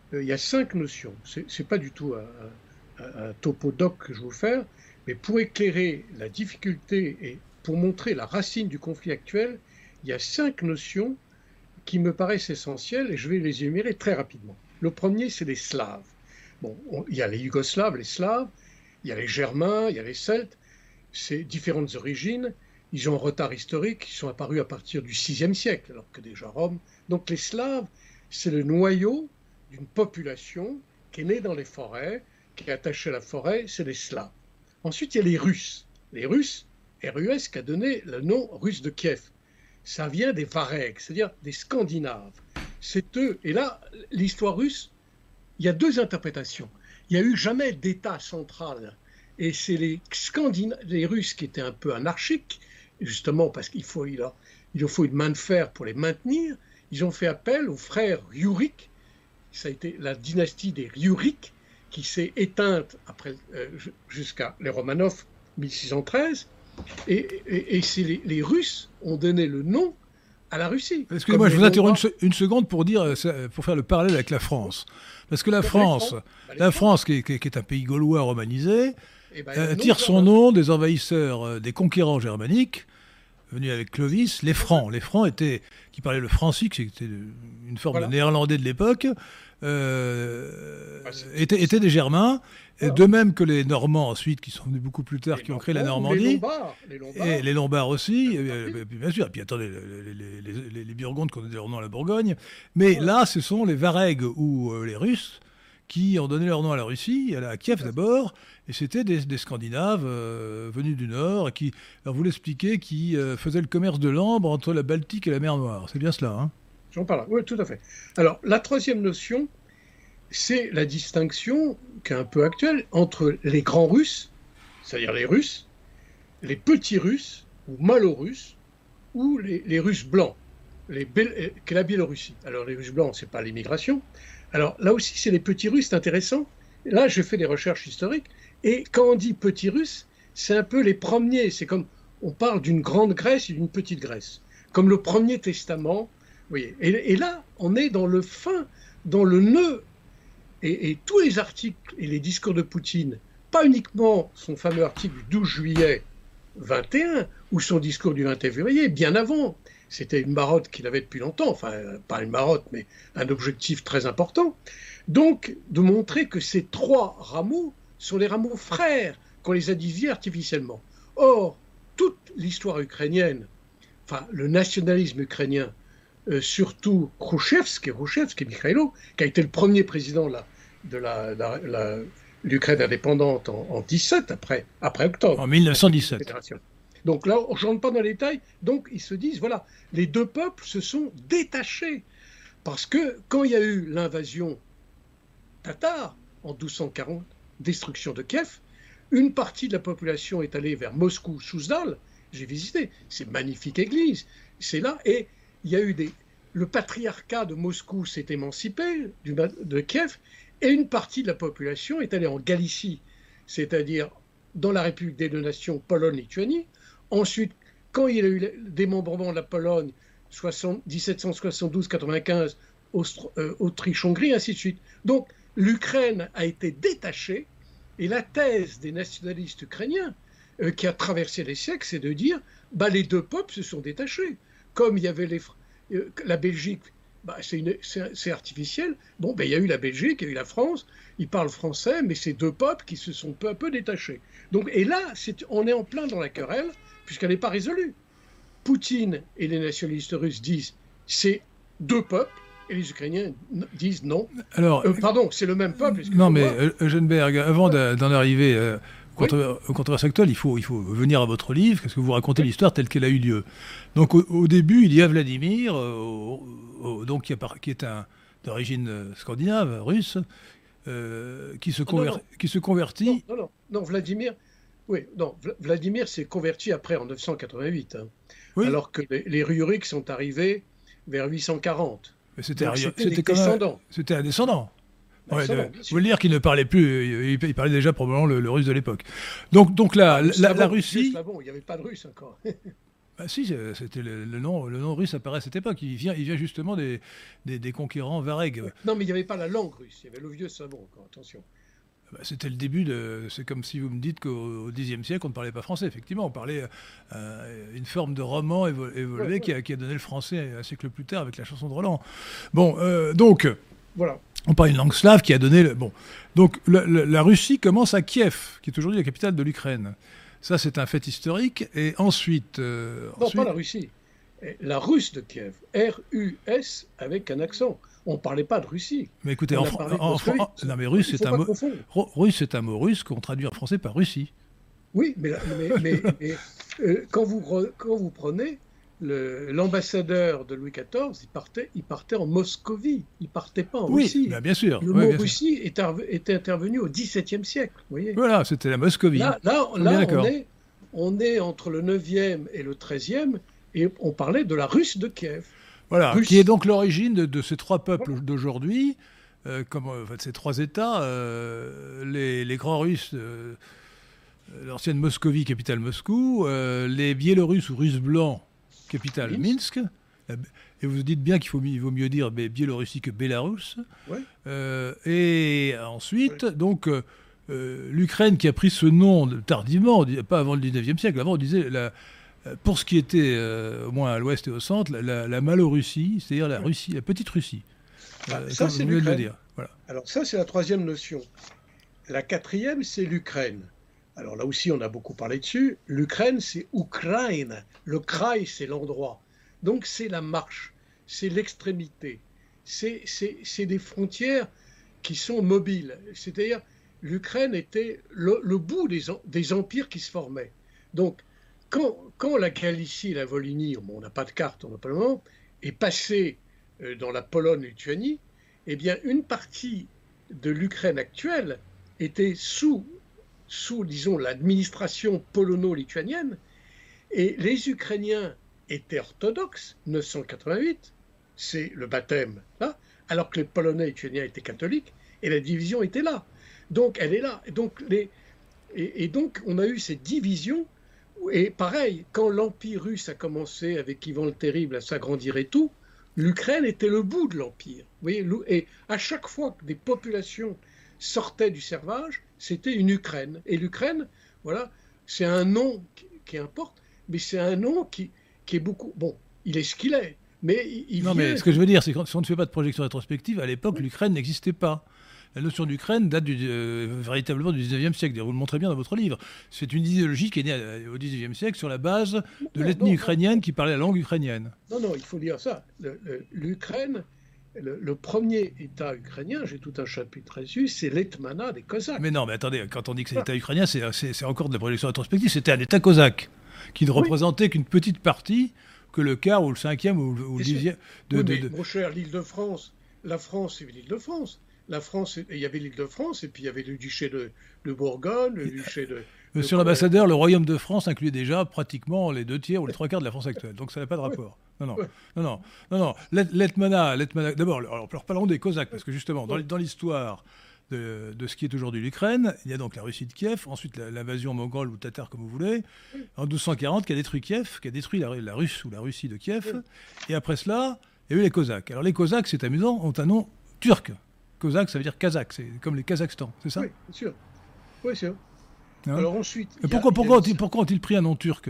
Speaker 2: euh, il y a cinq notions. Ce n'est pas du tout un, un, un topo-doc que je vais vous faire, mais pour éclairer la difficulté et pour montrer la racine du conflit actuel, il y a cinq notions qui me paraissent essentielles et je vais les énumérer très rapidement. Le premier, c'est les Slaves. Bon, on, il y a les Yougoslaves, les Slaves, il y a les Germains, il y a les Celtes, c'est différentes origines, ils ont un retard historique, ils sont apparus à partir du sixième siècle, alors que déjà Rome. Donc les Slaves, c'est le noyau d'une population qui est née dans les forêts, qui est attachée à la forêt, c'est les Slaves. Ensuite, il y a les Russes. Les Russes, R U S, qui a donné le nom russe de Kiev. Ça vient des Varegs, c'est-à-dire des Scandinaves. C'est eux. Et là, l'histoire russe, il y a deux interprétations. Il n'y a eu jamais d'État central. Et c'est les Scandinaves, les Russes qui étaient un peu anarchiques, justement parce qu'il faut, il, a, il faut une main de fer pour les maintenir. Ils ont fait appel aux frères Rurik. Ça a été la dynastie des Rurik qui s'est éteinte après, euh, jusqu'à les Romanov, mille six cent treize. Et, et, et c'est les, les Russes ont donné le nom à la Russie.
Speaker 1: Excusez-moi, je vous interromps une, une seconde pour dire, pour faire le parallèle avec la France. Parce que la France, la France, qui est, qui est un pays gaulois romanisé, eh ben, euh, tire son nom des envahisseurs, euh, des conquérants germaniques, venus avec Clovis, les Francs. Les Francs étaient, qui parlaient le francique, c'était une forme voilà. de néerlandais de l'époque, euh, ah, étaient, étaient des Germains. Voilà. De même que les Normands ensuite, qui sont venus beaucoup plus tard, les qui ont créé la Normandie.
Speaker 2: Les Lombards, les Lombards.
Speaker 1: Et les Lombards aussi, euh, bien sûr. Et puis attendez, les, les, les, les Burgondes qui ont donné leur nom à la Bourgogne. Mais voilà. Là, ce sont les Varegs ou euh, les Russes qui ont donné leur nom à la Russie, à Kiev d'abord. Et c'était des, des Scandinaves euh, venus du Nord, qui, alors vous l'expliquez, qui euh, faisaient le commerce de l'ambre entre la Baltique et la mer Noire. C'est bien cela, hein?
Speaker 2: J'en parle, oui, tout à fait. Alors, la troisième notion, c'est la distinction, qui est un peu actuelle, entre les grands Russes, c'est-à-dire les Russes, les petits Russes, ou malo-Russes, ou les, les Russes blancs, les Bél- qui est la Biélorussie. Alors, les Russes blancs, c'est pas l'immigration. Alors, là aussi, c'est les petits Russes, c'est intéressant. Là, j'ai fait des recherches historiques, et quand on dit petits Russes, c'est un peu les premiers, c'est comme, on parle d'une grande Grèce et d'une petite Grèce, comme le Premier Testament, vous voyez. Et, et là, on est dans le fin, dans le nœud. Et, et tous les articles et les discours de Poutine, pas uniquement son fameux article du douze juillet vingt et un, ou son discours du vingt et un février, bien avant. C'était une marotte qu'il avait depuis longtemps, enfin, pas une marotte, mais un objectif très important. Donc, de montrer que ces trois rameaux sont les rameaux frères, qu'on les a divisés artificiellement. Or, toute l'histoire ukrainienne, enfin, le nationalisme ukrainien, Euh, surtout Khrouchtchevski, Khrouchtchevski, Mikhaïlo, qui a été le premier président là, de la, la, la, l'Ukraine indépendante en, en dix-sept, après, après octobre.
Speaker 1: En mille neuf cent dix-sept.
Speaker 2: Donc là, je ne rentre pas dans les détails. Donc ils se disent, voilà, les deux peuples se sont détachés. Parce que quand il y a eu l'invasion tatare en douze cent quarante, destruction de Kiev, une partie de la population est allée vers Moscou, Souzdal. J'ai visité, c'est une magnifique église. C'est là, et il y a eu des... Le patriarcat de Moscou s'est émancipé du, de Kiev, et une partie de la population est allée en Galicie, c'est-à-dire dans la République des deux Nations, Pologne-Lituanie. Ensuite, quand il y a eu le démembrement de la Pologne, dix-sept cent soixante-douze quatre-vingt-quinze, euh, Autriche-Hongrie, ainsi de suite. Donc, l'Ukraine a été détachée, et la thèse des nationalistes ukrainiens, euh, qui a traversé les siècles, c'est de dire, bah, les deux peuples se sont détachés. Comme il y avait les, euh, la Belgique, bah, c'est, une, c'est, c'est artificiel. Bon, ben, il y a eu la Belgique, il y a eu la France, ils parlent français, mais c'est deux peuples qui se sont peu à peu détachés. Donc, et là, c'est, on est en plein dans la querelle, puisqu'elle n'est pas résolue. Poutine et les nationalistes russes disent c'est deux peuples, et les Ukrainiens disent non.
Speaker 1: Alors,
Speaker 2: euh, pardon, c'est le même peuple.
Speaker 1: Non, mais Eugène-Berg, avant d'en arriver euh, oui. aux controverses actuelles, il faut, il faut venir à votre livre, parce que vous racontez oui. l'histoire telle qu'elle a eu lieu. Donc, au, au début, il y a Vladimir, euh, au, au, donc, qui, a, qui est un, d'origine scandinave, russe, euh, qui, se conver, non, non. qui se convertit.
Speaker 2: Non, non, non, non Vladimir. Oui, non, Vladimir s'est converti après en neuf cent quatre-vingt-huit, hein, oui. alors que les, les Rurik sont arrivés vers huit cent quarante.
Speaker 1: Mais c'était, Donc, c'était, c'était, un, c'était un descendant. Ouais,
Speaker 2: descendant
Speaker 1: de, vous voulez dire qu'il ne parlait plus, il, il parlait déjà probablement le, le russe de l'époque. Donc, donc là, la, la, la Russie.
Speaker 2: Là, bon, il n'y avait pas de russe encore.
Speaker 1: Bah si, c'était le, le nom, le nom russe apparaît à cette époque. Il vient, il vient justement des, des, des conquérants varegs.
Speaker 2: Ouais. Non, mais il n'y avait pas la langue russe. Il y avait le vieux savon encore. Attention.
Speaker 1: Bah, c'était le début de. C'est comme si vous me dites qu'au Xe siècle, on ne parlait pas français. Effectivement, on parlait euh, une forme de roman évo évolué ouais, ouais. Qui, a, qui a donné le français un siècle plus tard avec la chanson de Roland. Bon, euh, donc.
Speaker 2: Voilà.
Speaker 1: On parle d'une langue slave qui a donné. Le, bon, donc le, le, la Russie commence à Kiev, qui est aujourd'hui la capitale de l'Ukraine. Ça, c'est un fait historique. Et ensuite. Euh,
Speaker 2: non,
Speaker 1: ensuite...
Speaker 2: pas la Russie. La Russe de Kiev. R U S avec un accent. On ne parlait pas de Russie.
Speaker 1: Mais écoutez, en, en, en, en, non, mais russe, c'est un, mot, russe, c'est un mot russe qu'on traduit en français par Russie.
Speaker 2: Oui, mais, mais, mais, mais euh, quand, vous, quand vous prenez l'ambassadeur de Louis quatorze, il partait, il partait en Moscovie. Il ne partait pas en
Speaker 1: oui,
Speaker 2: Russie.
Speaker 1: Oui, bien sûr.
Speaker 2: Le
Speaker 1: oui,
Speaker 2: mot Russie était, était intervenu au dix-septième siècle. Vous voyez.
Speaker 1: Voilà, c'était la Moscovie.
Speaker 2: Là, là, là on, est, on est entre le neuvième et le treizième, et on parlait de la Russe de Kiev.
Speaker 1: Voilà,
Speaker 2: Russe.
Speaker 1: Qui est donc l'origine de, de ces trois peuples voilà. d'aujourd'hui, euh, comme euh, enfin, ces trois États, euh, les, les grands Russes, euh, l'ancienne Moscovie, capitale Moscou, euh, les Biélorusses ou Russes blancs, capitale Minsk. Minsk. Et vous dites bien qu'il faut, il vaut mieux dire Biélorussie que Bélarus.
Speaker 2: Ouais.
Speaker 1: Euh, et ensuite, ouais. donc, euh, l'Ukraine qui a pris ce nom tardivement, pas avant le dix-neuvième siècle, avant on disait... La, pour ce qui était, euh, au moins à l'ouest et au centre, la, la, la Malorussie, c'est-à-dire la Russie, la petite Russie.
Speaker 2: Ah, euh, ça, c'est l'Ukraine. Voilà. Alors ça, c'est la troisième notion. La quatrième, c'est l'Ukraine. Alors là aussi, on a beaucoup parlé dessus. L'Ukraine, c'est Ukraine. Le Krai, c'est l'endroit. Donc c'est la marche, c'est l'extrémité. C'est des frontières qui sont mobiles. C'est-à-dire, l'Ukraine était le, le bout des, des empires qui se formaient. Donc, Quand, quand la Galicie et la Volhynie, bon, on n'a pas de carte, on n'a pas le moment, est passée euh, dans la Pologne-Lituanie, eh bien, une partie de l'Ukraine actuelle était sous, sous disons, l'administration polono-lituanienne, et les Ukrainiens étaient orthodoxes, neuf cent quatre-vingt-huit, c'est le baptême, là, alors que les Polonais et Lituaniens étaient catholiques, et la division était là. Donc, elle est là. Et donc, les, et, et donc on a eu cette division. Et pareil, quand l'Empire russe a commencé avec Ivan le Terrible à s'agrandir et tout, l'Ukraine était le bout de l'Empire. Et à chaque fois que des populations sortaient du servage, c'était une Ukraine. Et l'Ukraine, voilà, c'est un nom qui, qui importe, mais c'est un nom qui, qui est beaucoup... Bon, il est ce qu'il est, mais il
Speaker 1: Non,
Speaker 2: vient...
Speaker 1: mais ce que je veux dire, c'est que si on ne fait pas de projection rétrospective, à l'époque, l'Ukraine n'existait pas. La notion d'Ukraine date du, euh, véritablement du dix-neuvième siècle. Vous le montrez bien dans votre livre. C'est une idéologie qui est née à, au dix-neuvième siècle sur la base de l'ethnie ukrainienne qui parlait la langue ukrainienne.
Speaker 2: Non, non, il faut dire ça. L'Ukraine, le, le, le premier État ukrainien, j'ai tout un chapitre là-dessus, c'est l'Etmana des Cosaques.
Speaker 1: Mais non, mais attendez, quand on dit que c'est l'État ukrainien, c'est encore de la projection rétrospective. C'était un État cosaque qui ne oui. représentait qu'une petite partie, que le quart ou le cinquième ou, ou le dixième. De,
Speaker 2: oui,
Speaker 1: de,
Speaker 2: mais,
Speaker 1: de...
Speaker 2: Mon cher, l'Île-de-France, la France, c'est l'Île-de-France. La France, il y avait l'Île-de-France, et puis il y avait le duché de, de Bourgogne, le duché de...
Speaker 1: Monsieur l'ambassadeur, le Royaume de France incluait déjà pratiquement les deux tiers ou les trois quarts de la France actuelle, donc ça n'a pas de rapport. Non, non, non, non, non, non. L'Etmana, d'abord, alors parlons des Cosaques, parce que justement, dans, dans l'histoire de, de ce qui est aujourd'hui l'Ukraine, il y a donc la Russie de Kiev, ensuite l'invasion mongole ou tatar, comme vous voulez, en douze cent quarante, qui a détruit Kiev, qui a détruit la, la Russe ou la Russie de Kiev, et après cela, il y a eu les Cosaques. Alors les Cosaques, c'est amusant, ont un nom turc. Cosaque, ça veut dire Kazakh, c'est comme les Kazakhstan, c'est ça?
Speaker 2: Oui, bien sûr. Oui, sûr.
Speaker 1: Hein?
Speaker 2: Alors ensuite...
Speaker 1: Pourquoi, pourquoi, ont-ils, pourquoi ont-ils pris un nom turc,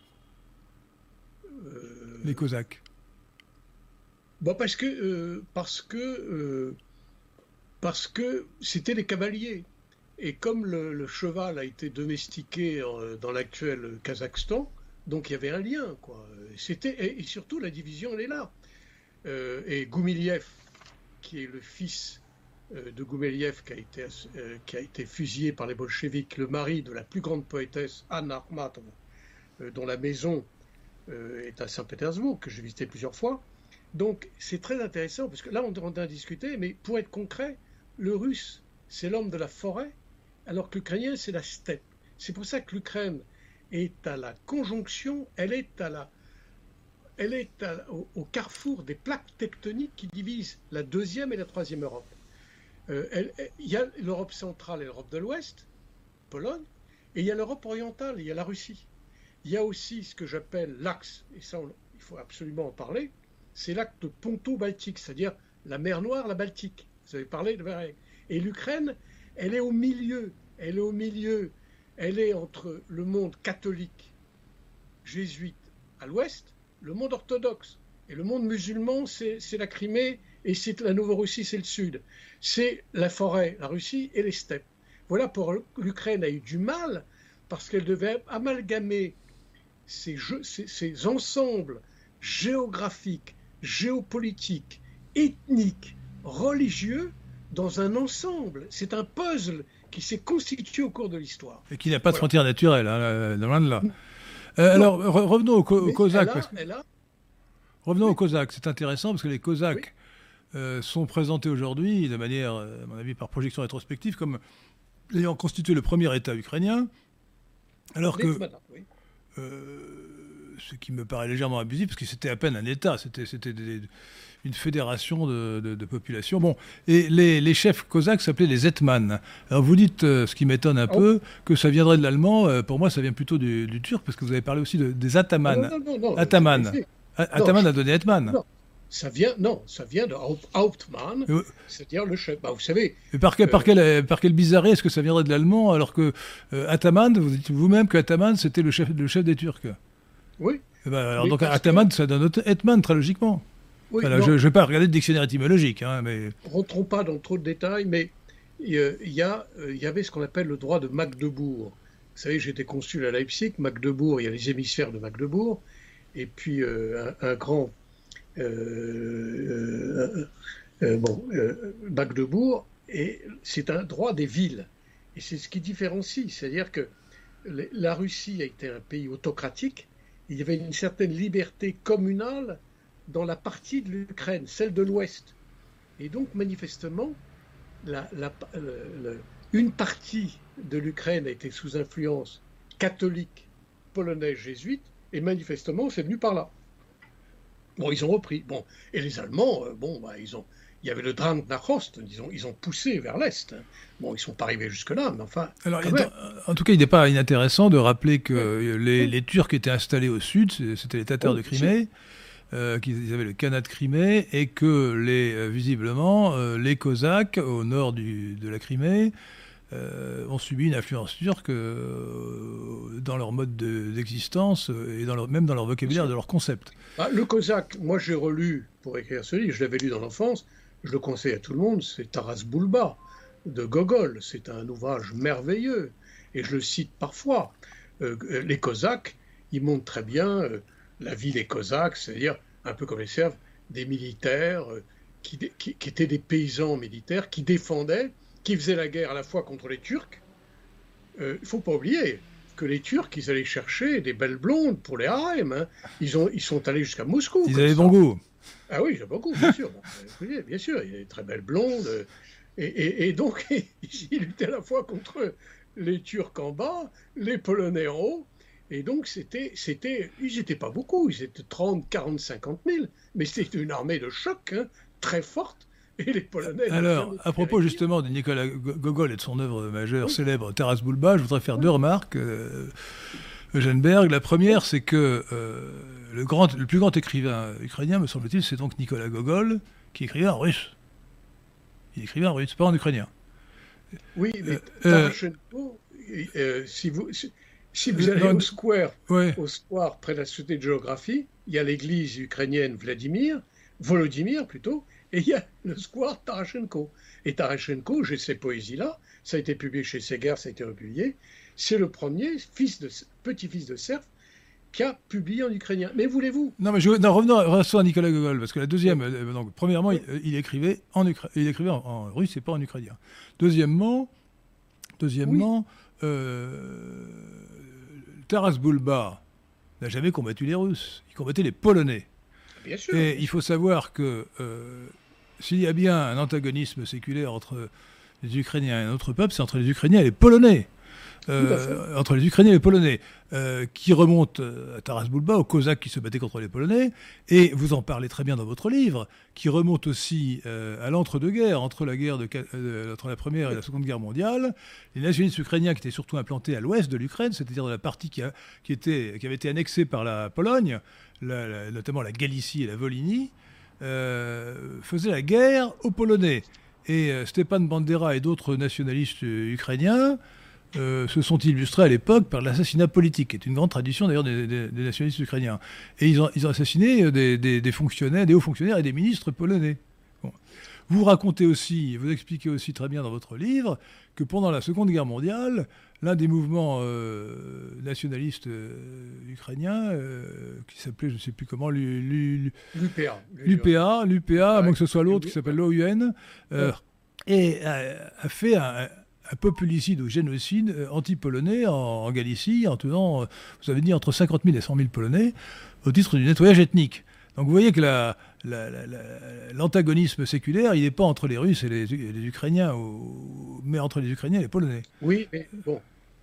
Speaker 1: euh... les Cosaques?
Speaker 2: Bon, parce que euh, parce que euh, parce que c'était les cavaliers. Et comme le, le cheval a été domestiqué en, dans l'actuel Kazakhstan, donc il y avait un lien, quoi. C'était, et, et surtout, la division, elle est là. Euh, et Goumiliev, qui est le fils de Goumeliev, qui a, été, euh, qui a été fusillé par les bolcheviks, le mari de la plus grande poétesse Anna Akhmatova, euh, dont la maison euh, est à Saint-Pétersbourg, que j'ai visité plusieurs fois. Donc c'est très intéressant, parce que là on est en train de discuter, mais pour être concret, le russe, c'est l'homme de la forêt, alors que l'ukrainien, c'est la steppe. C'est pour ça que l'Ukraine est à la conjonction, elle est à la... Elle est à, au, au carrefour des plaques tectoniques qui divisent la deuxième et la troisième Europe. Euh, elle, elle, il y a l'Europe centrale et l'Europe de l'Ouest, Pologne, et il y a l'Europe orientale, il y a la Russie. Il y a aussi ce que j'appelle l'axe, et ça on, il faut absolument en parler, c'est l'axe ponto-baltique, c'est-à-dire la mer Noire, la Baltique. Vous avez parlé de mer. Et l'Ukraine, elle est au milieu, elle est au milieu, elle est entre le monde catholique, jésuite à l'ouest, le monde orthodoxe. Et le monde musulman, c'est la Crimée, et c'est la Novorussie, c'est le sud. C'est la forêt, la Russie et les steppes. Voilà, pour l'Ukraine a eu du mal, parce qu'elle devait amalgamer ces, jeux, ces, ces ensembles géographiques, géopolitiques, ethniques, religieux, dans un ensemble. C'est un puzzle qui s'est constitué au cours de l'histoire.
Speaker 1: Et qui n'a pas de voilà. frontières naturelles, hein, loin de là. Euh, alors, re revenons aux, co aux Cosaques.
Speaker 2: Elle a, elle a...
Speaker 1: Revenons
Speaker 2: oui.
Speaker 1: aux Cosaques. C'est intéressant parce que les Cosaques oui. euh, sont présentés aujourd'hui, de manière, à mon avis, par projection rétrospective, comme ayant constitué le premier État ukrainien, alors que... Oui. Euh, ce qui me paraît légèrement abusif, parce que c'était à peine un État, c'était une fédération de, de, de population. Bon, et les, les chefs cosaques s'appelaient les hetmans. Alors vous dites, euh, ce qui m'étonne un oh. peu, que ça viendrait de l'allemand. Euh, pour moi, ça vient plutôt du, du turc, parce que vous avez parlé aussi de, des atamans.
Speaker 2: Non, non, non, non,
Speaker 1: Ataman. Ataman a donné hetman.
Speaker 2: Non. Ça vient, non, ça vient de Hauptmann, euh, c'est-à-dire le chef. Bah, vous savez.
Speaker 1: Et par, que, euh, par, quel, par quel bizarrerie est-ce que ça viendrait de l'allemand, alors que euh, Ataman, vous dites vous-même que Ataman, c'était le chef, le chef des Turcs.
Speaker 2: Oui.
Speaker 1: Et ben, alors donc Ataman, que... ça donne hetman, très logiquement. Oui, enfin, là, je ne vais pas regarder le dictionnaire étymologique. Hein, mais...
Speaker 2: Ne rentrons pas dans trop de détails, mais il y, a, il y avait ce qu'on appelle le droit de Magdebourg. Vous savez, j'étais consul à Leipzig. Magdebourg, il y a les hémisphères de Magdebourg. Et puis euh, un, un grand... Euh, euh, euh, bon, euh, Magdebourg, et c'est un droit des villes. Et c'est ce qui différencie. C'est-à-dire que les, la Russie a été un pays autocratique. Il y avait une certaine liberté communale dans la partie de l'Ukraine, celle de l'Ouest. Et donc, manifestement, la, la, le, le, une partie de l'Ukraine a été sous influence catholique, polonaise, jésuite, et manifestement, c'est venu par là. Bon, ils ont repris. Bon, et les Allemands, euh, bon, bah, ils ont... Il y avait le Drang nach Ost, ils ont, ils ont poussé vers l'Est. Bon, ils ne sont pas arrivés jusque-là, mais enfin...
Speaker 1: Alors, en tout cas, il n'est pas inintéressant de rappeler que oui. les, les Turcs étaient installés au sud, c'était les Tatars oui, de Crimée, euh, qu'ils avaient le Khanat de Crimée, et que, les, euh, visiblement, euh, les Cosaques, au nord du, de la Crimée, euh, ont subi une influence turque euh, dans leur mode d'existence de, et dans leur, même dans leur vocabulaire, de leur concept.
Speaker 2: Ah, le Cosaque, moi j'ai relu, pour écrire ce livre, je l'avais lu dans l'enfance, je le conseille à tout le monde, c'est Taras Bulba de Gogol. C'est un ouvrage merveilleux, et je le cite parfois. Euh, les Cosaques, ils montrent très bien euh, la vie des Cosaques, c'est-à-dire, un peu comme les Serves, des militaires euh, qui, qui, qui étaient des paysans militaires, qui défendaient, qui faisaient la guerre à la fois contre les Turcs. Il euh, ne faut pas oublier que les Turcs, ils allaient chercher des belles blondes pour les harems. Hein. Ils, ont, ils sont allés jusqu'à Moscou.
Speaker 1: Ils avaient bon goût.
Speaker 2: Ah oui, j'ai beaucoup, bien sûr. Bien sûr, il y a des très belles blondes. Et, et, et donc, ils luttaient à la fois contre les Turcs en bas, les Polonais en haut. Et donc, c'était, c'était, ils n'étaient pas beaucoup, ils étaient trente, quarante, cinquante mille. Mais c'était une armée de choc, hein, très forte. Et les Polonais...
Speaker 1: Alors, à propos justement de Nicolas Gogol et de son œuvre majeure oui. célèbre, Taras Bulba, je voudrais faire oui. deux remarques. Euh, Eugène Berg, la première, c'est que euh, le, grand, le plus grand écrivain ukrainien, me semble-t-il, c'est donc Nicolas Gogol, qui écrivait en russe. Il écrivait en russe, pas en ukrainien.
Speaker 2: Oui, mais euh, Tarashenko, euh, si vous, si, si vous allez au square, ouais. au square près de la Société de géographie, il y a l'église ukrainienne Vladimir, Volodymyr plutôt, et il y a le square Tarashenko. Et Tarashenko, j'ai ces poésies-là, ça a été publié chez Seger, ça a été republié, c'est le premier fils de, petit-fils de Cerf qui a publié en ukrainien. Mais voulez-vous...
Speaker 1: Non, mais je, non, revenons, revenons à Nicolas Gogol, parce que la deuxième, oui. euh, donc, premièrement, oui. il, il écrivait, en, Ukra il écrivait en, en russe et pas en ukrainien. Deuxièmement, deuxièmement oui. euh, Taras Bulba n'a jamais combattu les Russes, il combattait les Polonais.
Speaker 2: Bien sûr.
Speaker 1: Et il faut savoir que euh, s'il y a bien un antagonisme séculaire entre les Ukrainiens et un autre peuple, c'est entre les Ukrainiens et les Polonais. euh, entre les Ukrainiens et les Polonais, euh, qui remonte à Taras Bulba, aux Cosaques qui se battaient contre les Polonais, et vous en parlez très bien dans votre livre, qui remonte aussi euh, à l'entre-deux-guerres, entre la guerre de, euh, entre la Première et la Seconde Guerre mondiale. Les nationalistes ukrainiens qui étaient surtout implantés à l'ouest de l'Ukraine, c'est-à-dire de la partie qui, a, qui, était, qui avait été annexée par la Pologne, la, la, notamment la Galicie et la Volhynie, euh, faisaient la guerre aux Polonais. Et euh, Stepan Bandera et d'autres nationalistes euh, ukrainiens euh, se sont illustrés à l'époque par l'assassinat politique, qui est une grande tradition d'ailleurs des, des, des nationalistes ukrainiens. Et ils ont, ils ont assassiné des, des, des fonctionnaires, des hauts fonctionnaires et des ministres polonais. Bon. Vous racontez aussi, vous expliquez aussi très bien dans votre livre que pendant la Seconde Guerre mondiale, l'un des mouvements euh, nationalistes euh, ukrainiens, euh, qui s'appelait, je ne sais plus comment, l'U P A, l'U P A, l'U P A, à moins que ce soit l'autre qui s'appelle l'O U N, euh, et a, a fait un, un populicide ou génocide anti-polonais en, en Galicie, en tenant, vous avez dit, entre cinquante mille et cent mille Polonais, au titre du nettoyage ethnique. Donc vous voyez que la, la, la, la, l'antagonisme séculaire, il n'est pas entre les Russes et les, les Ukrainiens, ou, mais entre les Ukrainiens et les Polonais.
Speaker 2: Oui, mais bon.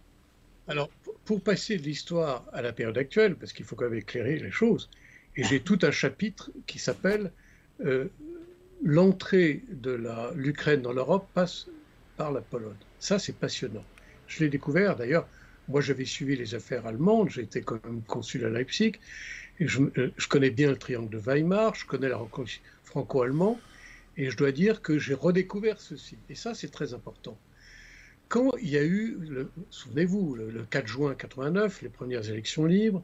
Speaker 2: Alors, pour passer de l'histoire à la période actuelle, parce qu'il faut quand même éclairer les choses, et j'ai tout un chapitre qui s'appelle euh, « L'entrée de l'Ukraine dans l'Europe passe par la Pologne ». Ça, c'est passionnant. Je l'ai découvert, d'ailleurs, moi j'avais suivi les affaires allemandes, j'ai été quand même consul à Leipzig, et je, euh, je connais bien le triangle de Weimar, je connais la rencontre franco-allemande, et je dois dire que j'ai redécouvert ceci. Et ça, c'est très important. Quand il y a eu, le, souvenez-vous, le, le quatre juin quatre-vingt-neuf, les premières élections libres,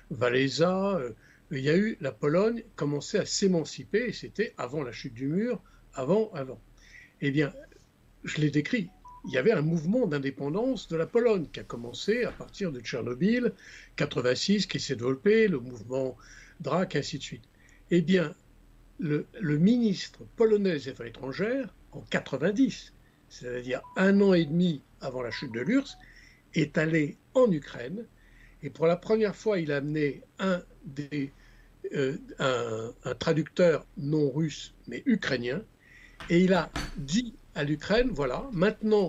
Speaker 2: Wałęsa, euh, il y a eu, la Pologne commençait à s'émanciper, et c'était avant la chute du mur, avant, avant. Eh bien, je l'ai décrit, il y avait un mouvement d'indépendance de la Pologne qui a commencé à partir de Tchernobyl, quatre-vingt-six, qui s'est développé, le mouvement Drak, ainsi de suite. Eh bien, le, le ministre polonais des Affaires étrangères, en quatre-vingt-dix, c'est-à-dire un an et demi avant la chute de l'U R S S, est allé en Ukraine, et pour la première fois, il a amené un, des, euh, un, un traducteur non russe, mais ukrainien, et il a dit à l'Ukraine, voilà, maintenant,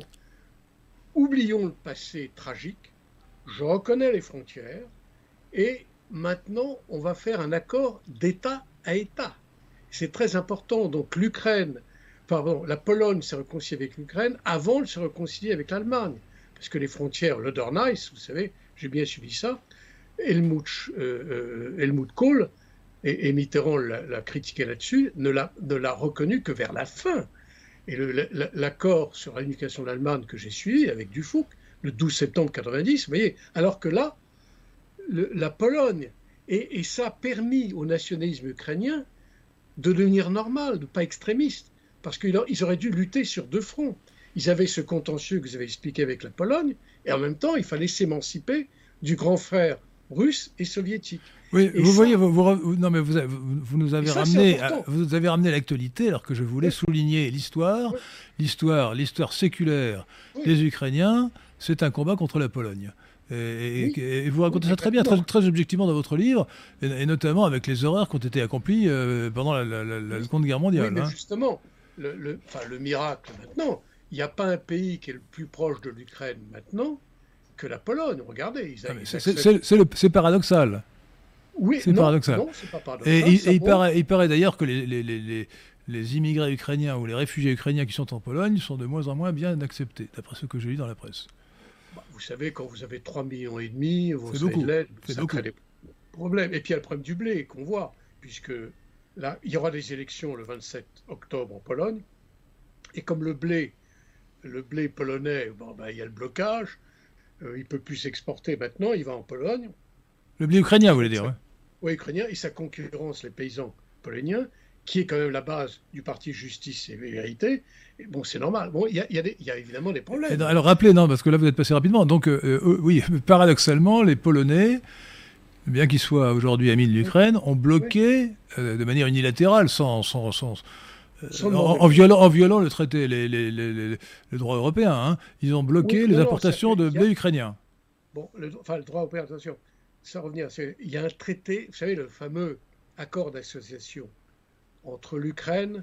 Speaker 2: oublions le passé tragique, je reconnais les frontières, et maintenant, on va faire un accord d'État à État. C'est très important, donc l'Ukraine, pardon, la Pologne s'est réconciliée avec l'Ukraine avant de se réconcilier avec l'Allemagne, parce que les frontières, l'Oder-Neisse, vous savez, j'ai bien suivi ça, Helmut, euh, Helmut Kohl, et, et Mitterrand l'a critiqué là-dessus, ne l'a reconnu que vers la fin. Et l'accord sur la réunification de l'Allemagne que j'ai suivi avec Dufour, le douze septembre quatre-vingt-dix, vous voyez, alors que là, le, la Pologne, et, et ça a permis au nationalisme ukrainien de devenir normal, de pas extrémiste, parce qu'ils auraient dû lutter sur deux fronts. Ils avaient ce contentieux que vous avez expliqué avec la Pologne, et en même temps, il fallait s'émanciper du grand frère russe et soviétique.
Speaker 1: Oui,
Speaker 2: et
Speaker 1: vous
Speaker 2: ça,
Speaker 1: voyez, vous, vous, non, mais vous, vous, vous nous avez
Speaker 2: ça,
Speaker 1: ramené, à, vous avez ramené l'actualité, alors que je voulais oui. souligner l'histoire, oui. l'histoire, l'histoire séculaire oui. des Ukrainiens. C'est un combat contre la Pologne. Et, oui. et, et vous racontez oui, ça très bien, très, très objectivement dans votre livre, et, et notamment avec les horreurs qui ont été accomplies euh, pendant la, la, la, la Seconde Guerre mondiale.
Speaker 2: Oui, mais
Speaker 1: hein.
Speaker 2: justement, le, le, enfin, le miracle maintenant, il n'y a pas un pays qui est le plus proche de l'Ukraine maintenant que la Pologne. Regardez, ils, ils
Speaker 1: c'est paradoxal.
Speaker 2: Oui,
Speaker 1: c'est paradoxal.
Speaker 2: Non, c'est pas paradoxal.
Speaker 1: Et, il, et il, paraît, il paraît d'ailleurs que les, les, les, les, les immigrés ukrainiens ou les réfugiés ukrainiens qui sont en Pologne sont de moins en moins bien acceptés, d'après ce que j'ai lu dans la presse.
Speaker 2: Bah, vous savez, quand vous avez trois millions et demi, vous savez de l'aide, ça crée des problèmes. Et puis il y a le problème du blé qu'on voit, puisque là, il y aura des élections le vingt-sept octobre en Pologne, et comme le blé, le blé polonais, bon, bah, il y a le blocage, euh, il ne peut plus s'exporter maintenant, il va en Pologne.
Speaker 1: Le blé ukrainien, vous voulez dire, oui.
Speaker 2: Oui, ukrainien, et ça concurrence les paysans poloniens, qui est quand même la base du parti Justice et Vérité. Et bon, c'est normal. Bon, il y, y, y a évidemment des problèmes.
Speaker 1: Et alors, rappelez, non, parce que là, vous êtes passé rapidement. Donc, euh, euh, oui, paradoxalement, les Polonais, bien qu'ils soient aujourd'hui amis de l'Ukraine, ont bloqué oui. euh, de manière unilatérale, sans... sans, sans euh, en, en, violant, en violant le traité, les, les, les, les, le droit européen, hein, ils ont bloqué oui, les non, importations de blé ukrainien.
Speaker 2: Bon, le, enfin, le droit européen, attention, sans revenir, il y a un traité, vous savez, le fameux accord d'association entre l'Ukraine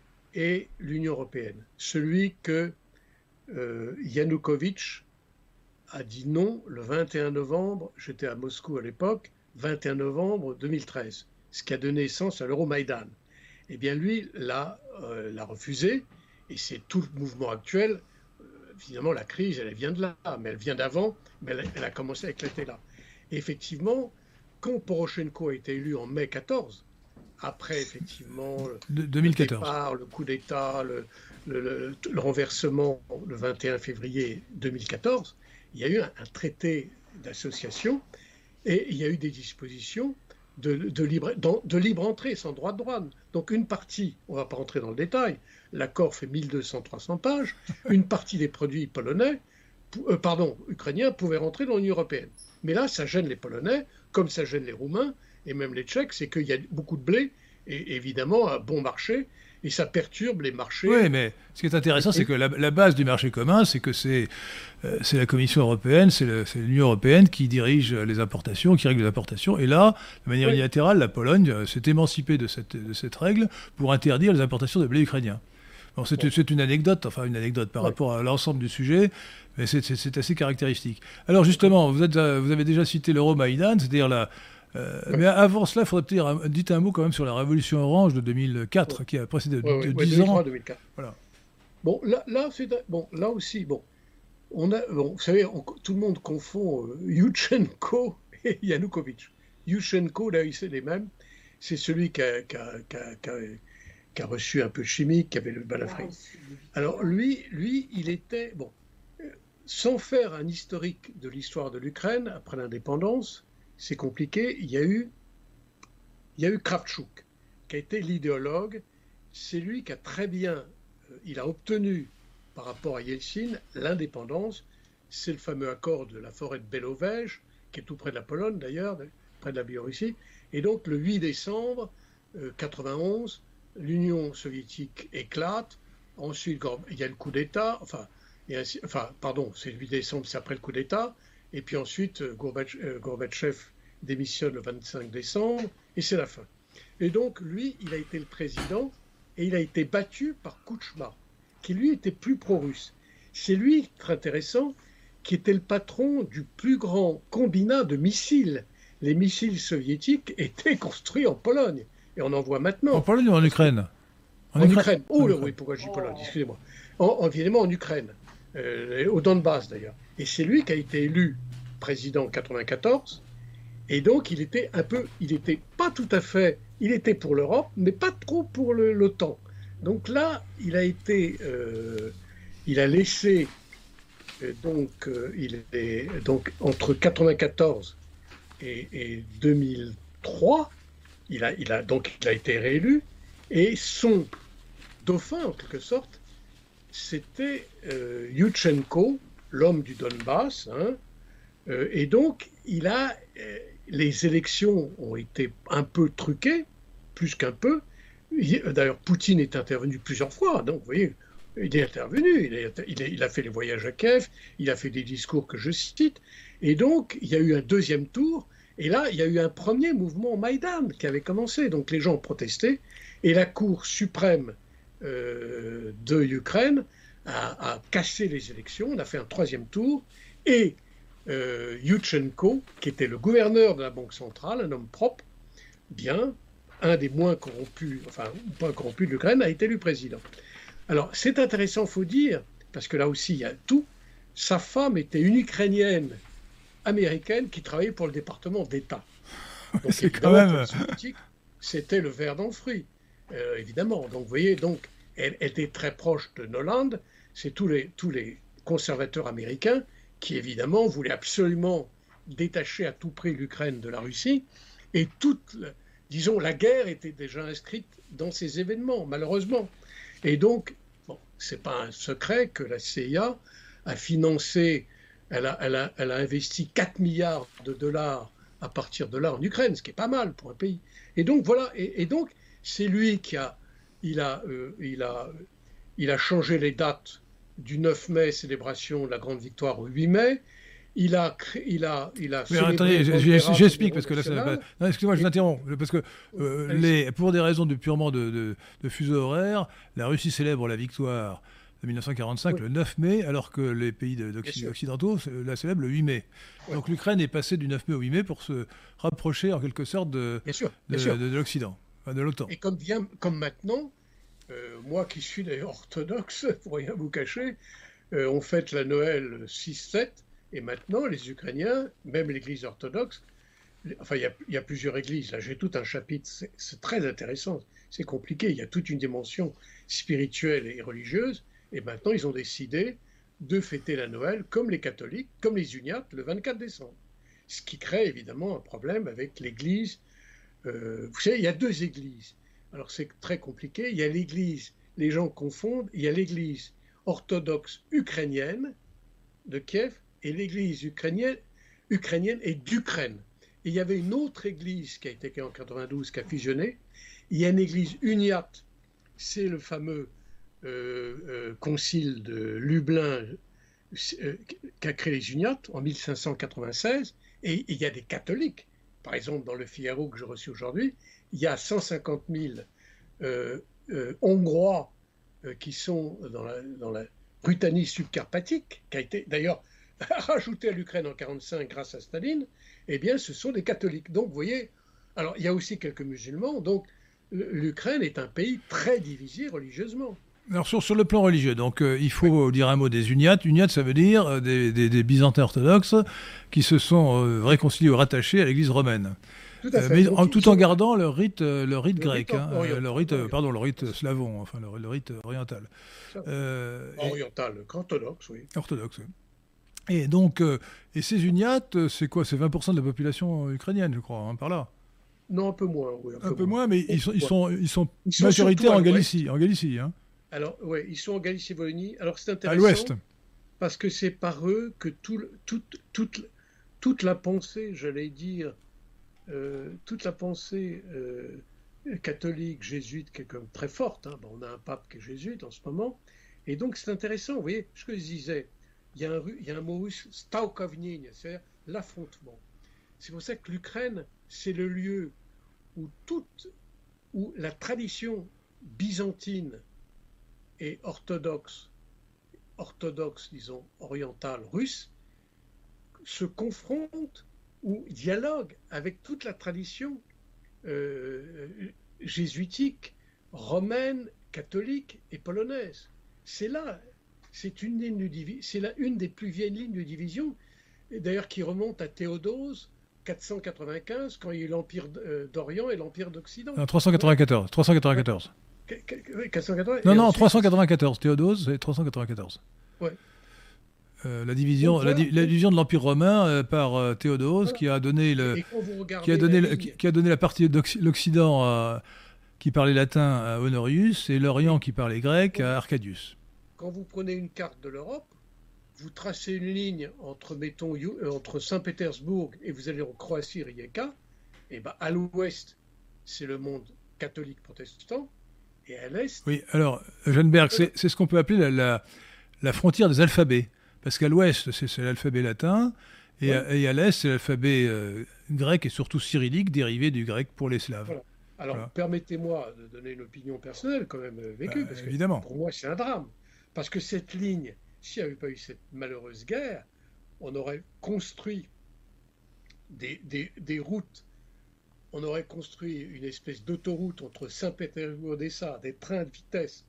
Speaker 2: et l'Union européenne, celui que euh, Yanukovych a dit non le vingt et un novembre, j'étais à Moscou à l'époque, vingt et un novembre deux mille treize, ce qui a donné naissance à l'Euromaïdan. Eh bien lui l'a euh, l'a refusé, et c'est tout le mouvement actuel. Euh, finalement, la crise, elle vient de là, mais elle vient d'avant, mais elle, elle a commencé à éclater là. Et effectivement, quand Porochenko a été élu en mai quatorze, après effectivement
Speaker 1: de, deux mille quatorze.
Speaker 2: le départ, le coup d'État, le, le, le, le renversement le vingt et un février deux mille quatorze, il y a eu un, un traité d'association et il y a eu des dispositions de, de, libre, de libre entrée sans droit de douane. Donc une partie, on ne va pas rentrer dans le détail, l'accord fait mille deux cents à trois cents pages, une partie des produits polonais, euh, pardon, ukrainiens pouvaient rentrer dans l'Union européenne. Mais là, ça gêne les Polonais, comme ça gêne les Roumains, et même les Tchèques, c'est qu'il y a beaucoup de blé, et évidemment un bon marché, et ça perturbe les marchés.
Speaker 1: Oui, mais ce qui est intéressant, c'est que la, la base du marché commun, c'est que c'est euh, la Commission européenne, c'est l'Union européenne qui dirige les importations, qui règle les importations. Et là, de manière oui. unilatérale, la Pologne s'est émancipée de cette, de cette règle pour interdire les importations de blé ukrainien. Bon, c'est bon. une anecdote, enfin une anecdote par oui. rapport à l'ensemble du sujet, mais c'est assez caractéristique. Alors justement, vous, êtes, vous avez déjà cité l'Euromaïdan, c'est-à-dire la... Euh, oui. Mais avant cela, il faudrait peut-être dire un mot quand même sur la Révolution orange de deux mille quatre, oui. qui a précédé de,
Speaker 2: oui,
Speaker 1: de
Speaker 2: oui,
Speaker 1: dix ans.
Speaker 2: deux mille quatre. Voilà. Bon, là, là, bon, là aussi, bon, on a, bon, vous savez, on, tout le monde confond euh, Yushchenko et Yanukovych. Yushchenko, là, c'est les mêmes. C'est celui qui a, qui, a, qui, a, qui, a, qui a reçu un peu de chimique, qui avait le balafré. Alors lui, lui, il était, bon, sans faire un historique de l'histoire de l'Ukraine après l'indépendance, c'est compliqué. Il y a eu, il y a eu Kravchuk, qui a été l'idéologue. C'est lui qui a très bien, euh, il a obtenu, par rapport à Yeltsin, l'indépendance. C'est le fameux accord de la forêt de Belovège, qui est tout près de la Pologne d'ailleurs, près de la Biélorussie. Et donc le huit décembre euh, quatre-vingt-onze, l'Union soviétique éclate. Ensuite, il y a le coup d'État. Enfin, et ainsi, enfin, pardon, c'est le huit décembre, c'est après le coup d'État. Et puis ensuite, Gorbatchev démissionne le vingt-cinq décembre, et c'est la fin. Et donc, lui, il a été le président, et il a été battu par Kouchma, qui lui était plus pro-russe. C'est lui, très intéressant, qui était le patron du plus grand combinat de missiles. Les missiles soviétiques étaient construits en Pologne, et on en voit maintenant.
Speaker 1: En Pologne ou en Ukraine?
Speaker 2: En, en Ukraine. Ukraine. Oh, en là, Ukraine. Oui, pourquoi je dis Pologne, excusez-moi. En, évidemment en Ukraine, euh, au Donbass d'ailleurs. Et c'est lui qui a été élu président en quatre-vingt-quatorze, et donc il était un peu, il n'était pas tout à fait, il était pour l'Europe, mais pas trop pour l'OTAN. Donc là, il a été, euh, il a laissé, euh, donc, euh, il est, donc entre quatre-vingt-quatorze et, et deux mille trois, il a, il a, donc il a été réélu, et son dauphin, en quelque sorte, c'était euh, Yushchenko, l'homme du Donbass, hein, euh, et donc il a, euh, les élections ont été un peu truquées, plus qu'un peu. D'ailleurs, Poutine est intervenu plusieurs fois, donc vous voyez, il est intervenu, il, est, il, est, il a fait les voyages à Kiev, il a fait des discours que je cite, et donc il y a eu un deuxième tour, et là il y a eu un premier mouvement Maïdan qui avait commencé, donc les gens ont protesté, et la Cour suprême euh, de l'Ukraine a, a cassé les élections, on a fait un troisième tour, et euh, Yushchenko, qui était le gouverneur de la Banque centrale, un homme propre, bien, un des moins corrompus, enfin, pas corrompus de l'Ukraine, a été élu président. Alors, c'est intéressant, il faut dire, parce que là aussi, il y a tout, sa femme était une Ukrainienne américaine qui travaillait pour le département d'État. Donc,
Speaker 1: c'est quand même...
Speaker 2: C'était le ver dans le fruit, euh, évidemment. Donc, vous voyez, donc, elle, elle était très proche de Noland. C'est tous les, tous les conservateurs américains qui, évidemment, voulaient absolument détacher à tout prix l'Ukraine de la Russie. Et toute, disons, la guerre était déjà inscrite dans ces événements, malheureusement. Et donc, bon, c'est pas un secret que la C I A a financé, elle a, elle a, elle a investi quatre milliards de dollars à partir de là en Ukraine, ce qui est pas mal pour un pays. Et donc, voilà, et, et donc, c'est lui qui a, il a, euh, il a, il a changé les dates du neuf mai, célébration de la grande victoire, au huit mai. Il a, il a, il a.
Speaker 1: Mais attendez, j'explique parce que là, ça pas... non, excusez-moi, je vous interromps parce que euh, les, pour des raisons de purement de, de, de fuseau horaire, la Russie célèbre la victoire de mille neuf cent quarante-cinq, oui. le neuf mai, alors que les pays occidentaux la célèbrent le huit mai. Oui. Donc l'Ukraine est passée du neuf mai au huit mai pour se rapprocher en quelque sorte de, bien sûr, bien de, sûr. de, de l'Occident, de l'OTAN.
Speaker 2: Et comme, vient, comme maintenant, euh, moi qui suis d'ailleurs orthodoxe, pour rien vous cacher, euh, on fête la Noël six sept, et maintenant les Ukrainiens, même l'Église orthodoxe, enfin il y, y a plusieurs églises, là j'ai tout un chapitre, c'est très intéressant, c'est compliqué, il y a toute une dimension spirituelle et religieuse, et maintenant ils ont décidé de fêter la Noël comme les catholiques, comme les uniates, le vingt-quatre décembre. Ce qui crée évidemment un problème avec l'église. Euh, vous savez, il y a deux églises. Alors c'est très compliqué. Il y a l'église, les gens confondent, il y a l'église orthodoxe ukrainienne de Kiev et l'église ukrainienne, ukrainienne et d'Ukraine. Et il y avait une autre église qui a été créée en quatre-vingt-douze, qui a fusionné. Il y a une église uniate, c'est le fameux euh, euh, concile de Lublin euh, qui a créé les uniates en mille cinq cent quatre-vingt-seize. Et, et il y a des catholiques. Par exemple, dans le Figaro que j'ai reçu aujourd'hui, il y a cent cinquante mille euh, euh, Hongrois euh, qui sont dans la, dans la Rutanie subcarpatique, qui a été d'ailleurs rajoutée à l'Ukraine en mille neuf cent quarante-cinq grâce à Staline. Eh bien, ce sont des catholiques. Donc, vous voyez, alors il y a aussi quelques musulmans. Donc, l'Ukraine est un pays très divisé religieusement.
Speaker 1: Alors sur, sur le plan religieux, donc euh, il faut oui. dire un mot des uniates. Uniates, ça veut dire euh, des, des, des byzantins orthodoxes qui se sont euh, réconciliés ou rattachés à l'Église romaine,
Speaker 2: tout, à fait.
Speaker 1: Euh, mais
Speaker 2: donc,
Speaker 1: en, tout
Speaker 2: sont...
Speaker 1: en gardant le rite, euh, le rite le grec, rite hein,
Speaker 2: euh,
Speaker 1: le rite, euh, pardon, le rite slavon, enfin le, le rite oriental.
Speaker 2: Euh, oriental, et... orthodoxe, oui.
Speaker 1: Orthodoxe. Oui. Et donc, euh, et ces uniates, c'est quoi? C'est vingt pour cent de la population ukrainienne, je crois, hein, par là.
Speaker 2: Non, un peu moins. Oui,
Speaker 1: un, un peu, peu
Speaker 2: moins,
Speaker 1: moins mais ils sont, ils sont, ils sont, ils sont majoritaires en Galicie, en Galicie, hein.
Speaker 2: Alors, oui, ils sont en Galicie-Volhynie. Alors, c'est intéressant.
Speaker 1: À l'ouest.
Speaker 2: Parce que c'est par eux que tout, toute, toute, toute la pensée, j'allais dire, euh, toute la pensée euh, catholique, jésuite, qui est comme très forte. Hein. Bon, on a un pape qui est jésuite en ce moment. Et donc, c'est intéressant. Vous voyez, ce que je disais, il y a un, il y a un mot russe, staukovnine, c'est-à-dire l'affrontement. C'est pour ça que l'Ukraine, c'est le lieu où, toute, où la tradition byzantine et orthodoxe, orthodoxe, disons, orientale, russe, se confrontent ou dialoguent avec toute la tradition euh, jésuitique, romaine, catholique et polonaise. C'est là, c'est une ligne de division, c'est là une des plus vieilles lignes de division, d'ailleurs qui remonte à Théodose, quatre cent quatre-vingt-quinze, quand il y a eu l'Empire d'Orient et l'Empire d'Occident.
Speaker 1: Ah, trois cent quatre-vingt-quatorze. trois cent quatre-vingt-quatorze.
Speaker 2: quatre cent quatre-vingts,
Speaker 1: non, non, ensuite... trois cent quatre-vingt-quatorze. Théodose, c'est trois cent quatre-vingt-quatorze.
Speaker 2: Ouais.
Speaker 1: Euh, la, division, Donc, voilà, la, di la division de l'Empire romain euh, par euh, Théodose, voilà. qui a donné le, qui a donné, la, qui, qui a donné la partie de l'Occident à, qui parlait latin à Honorius et l'Orient qui parlait grec à Arcadius.
Speaker 2: Quand vous prenez une carte de l'Europe, vous tracez une ligne entre, mettons, euh, entre Saint-Pétersbourg et vous allez en Croatie, Rijeka, et ben à l'ouest, c'est le monde catholique protestant, et à l'est...
Speaker 1: Oui, alors, Jeanneberg, c'est ce qu'on peut appeler la, la, la frontière des alphabets, parce qu'à l'ouest, c'est l'alphabet latin, et, ouais. à, et à l'est, c'est l'alphabet euh, grec et surtout cyrillique, dérivé du grec pour les Slaves.
Speaker 2: Voilà. Alors, voilà. Permettez-moi de donner une opinion personnelle, quand même vécue, bah, parce que
Speaker 1: évidemment.
Speaker 2: Pour moi, c'est un drame, parce que cette ligne... S'il n'y avait pas eu cette malheureuse guerre, on aurait construit des, des, des routes, on aurait construit une espèce d'autoroute entre Saint-Pétersbourg et Odessa, des trains de vitesse,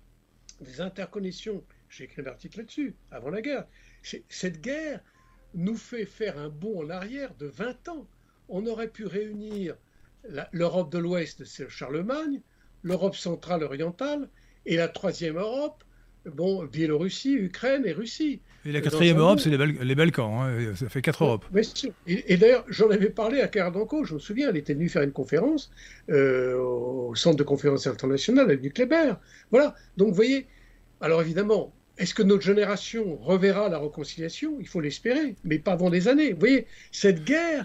Speaker 2: des interconnexions. J'ai écrit un article là-dessus, avant la guerre. Cette guerre nous fait faire un bond en arrière de vingt ans. On aurait pu réunir l'Europe de l'Ouest, c'est Charlemagne, l'Europe centrale orientale, et la troisième Europe, bon, Biélorussie, Ukraine et Russie.
Speaker 1: Et la quatrième Europe, c'est les, Bal les Balkans, hein, ça fait quatre Europes.
Speaker 2: Ouais, et, et d'ailleurs, j'en avais parlé à Karadenko, je me souviens, elle était venue faire une conférence euh, au Centre de conférence internationale avec du Kléber. Voilà, donc vous voyez, alors évidemment, est-ce que notre génération reverra la réconciliation? Il faut l'espérer, mais pas avant des années. Vous voyez, cette guerre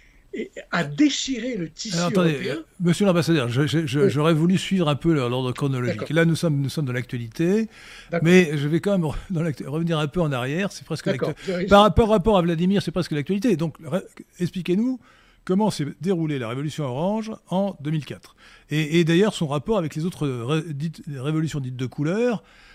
Speaker 2: a déchiré le tissu
Speaker 1: Alors, attendez,
Speaker 2: européen.
Speaker 1: Euh, monsieur l'ambassadeur, j'aurais je, je, oui. voulu suivre un peu l'ordre chronologique. Là, nous sommes, nous sommes dans l'actualité, mais je vais quand même dans revenir un peu en arrière. C'est presque par, par rapport à Vladimir, c'est presque l'actualité. Donc, expliquez-nous comment s'est déroulée la révolution orange en deux mille quatre. Et, et d'ailleurs, son rapport avec les autres ré, dites, révolutions dites de couleur,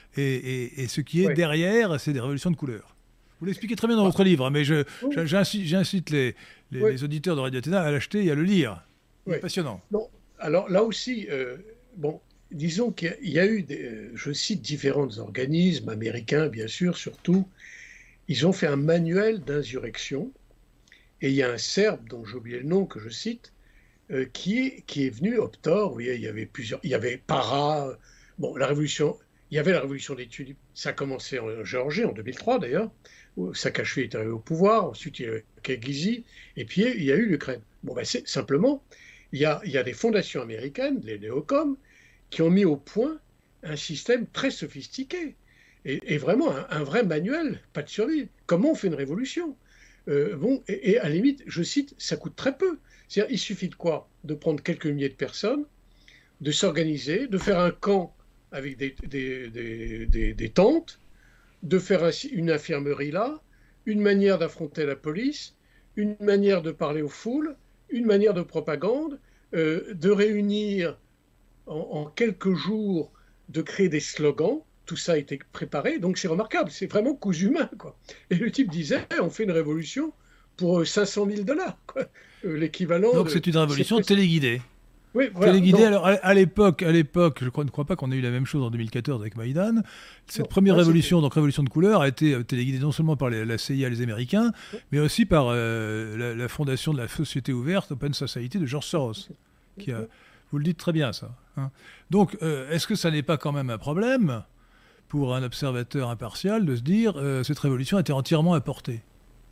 Speaker 1: et, et, et ce qui est
Speaker 2: ouais.
Speaker 1: derrière, c'est des révolutions de couleur. Vous l'expliquez très bien dans votre livre, mais je, je, j'incite, j'incite les, les, ouais. les auditeurs de Radio Athéna à l'acheter et à le lire. C'est ouais. passionnant.
Speaker 2: Non, alors là aussi, euh, bon, disons qu'il y a eu, des, euh, je cite différents organismes, américains bien sûr, surtout, ils ont fait un manuel d'insurrection, et il y a un Serbe, dont j'ai oublié le nom, que je cite, euh, qui, est, qui est venu, Optor, vous voyez, il y avait plusieurs, il y avait Para, bon, la révolution, il y avait la révolution des tulipes, ça a commencé en Géorgie en deux mille trois d'ailleurs, où Saakashvili est arrivé au pouvoir, ensuite il y a eu Kirghizie, et puis il y a eu l'Ukraine. Bon, ben c'est simplement, il y a, il y a des fondations américaines, les néocom, qui ont mis au point un système très sophistiqué, et, et vraiment un, un vrai manuel, pas de survie. Comment on fait une révolution ? euh, bon, et, et à la limite, je cite, ça coûte très peu. C'est-à-dire, il suffit de quoi ? De prendre quelques milliers de personnes, de s'organiser, de faire un camp avec des, des, des, des, des tentes, de faire un, une infirmerie là, une manière d'affronter la police, une manière de parler aux foules, une manière de propagande, euh, de réunir en, en quelques jours, de créer des slogans. Tout ça a été préparé, donc c'est remarquable, c'est vraiment cousu humain, quoi. Et le type disait, on fait une révolution pour cinq cent mille dollars, quoi. Euh, l'équivalent.
Speaker 1: Donc
Speaker 2: de,
Speaker 1: c'est une révolution
Speaker 2: c'est...
Speaker 1: téléguidée.
Speaker 2: Oui, voilà.
Speaker 1: Téléguidée, alors à l'époque, à l'époque, je crois, ne crois pas qu'on ait eu la même chose en deux mille quatorze avec Maïdan. Cette non, première ouais, révolution, c'était... donc révolution de couleur, a été téléguidée non seulement par les, la C I A, les Américains, ouais. mais aussi par euh, la, la fondation de la société ouverte, Open Society, de George Soros, qui a, vous le dites très bien ça. Hein. Donc, euh, est-ce que ça n'est pas quand même un problème pour un observateur impartial de se dire euh, cette révolution était entièrement importée ?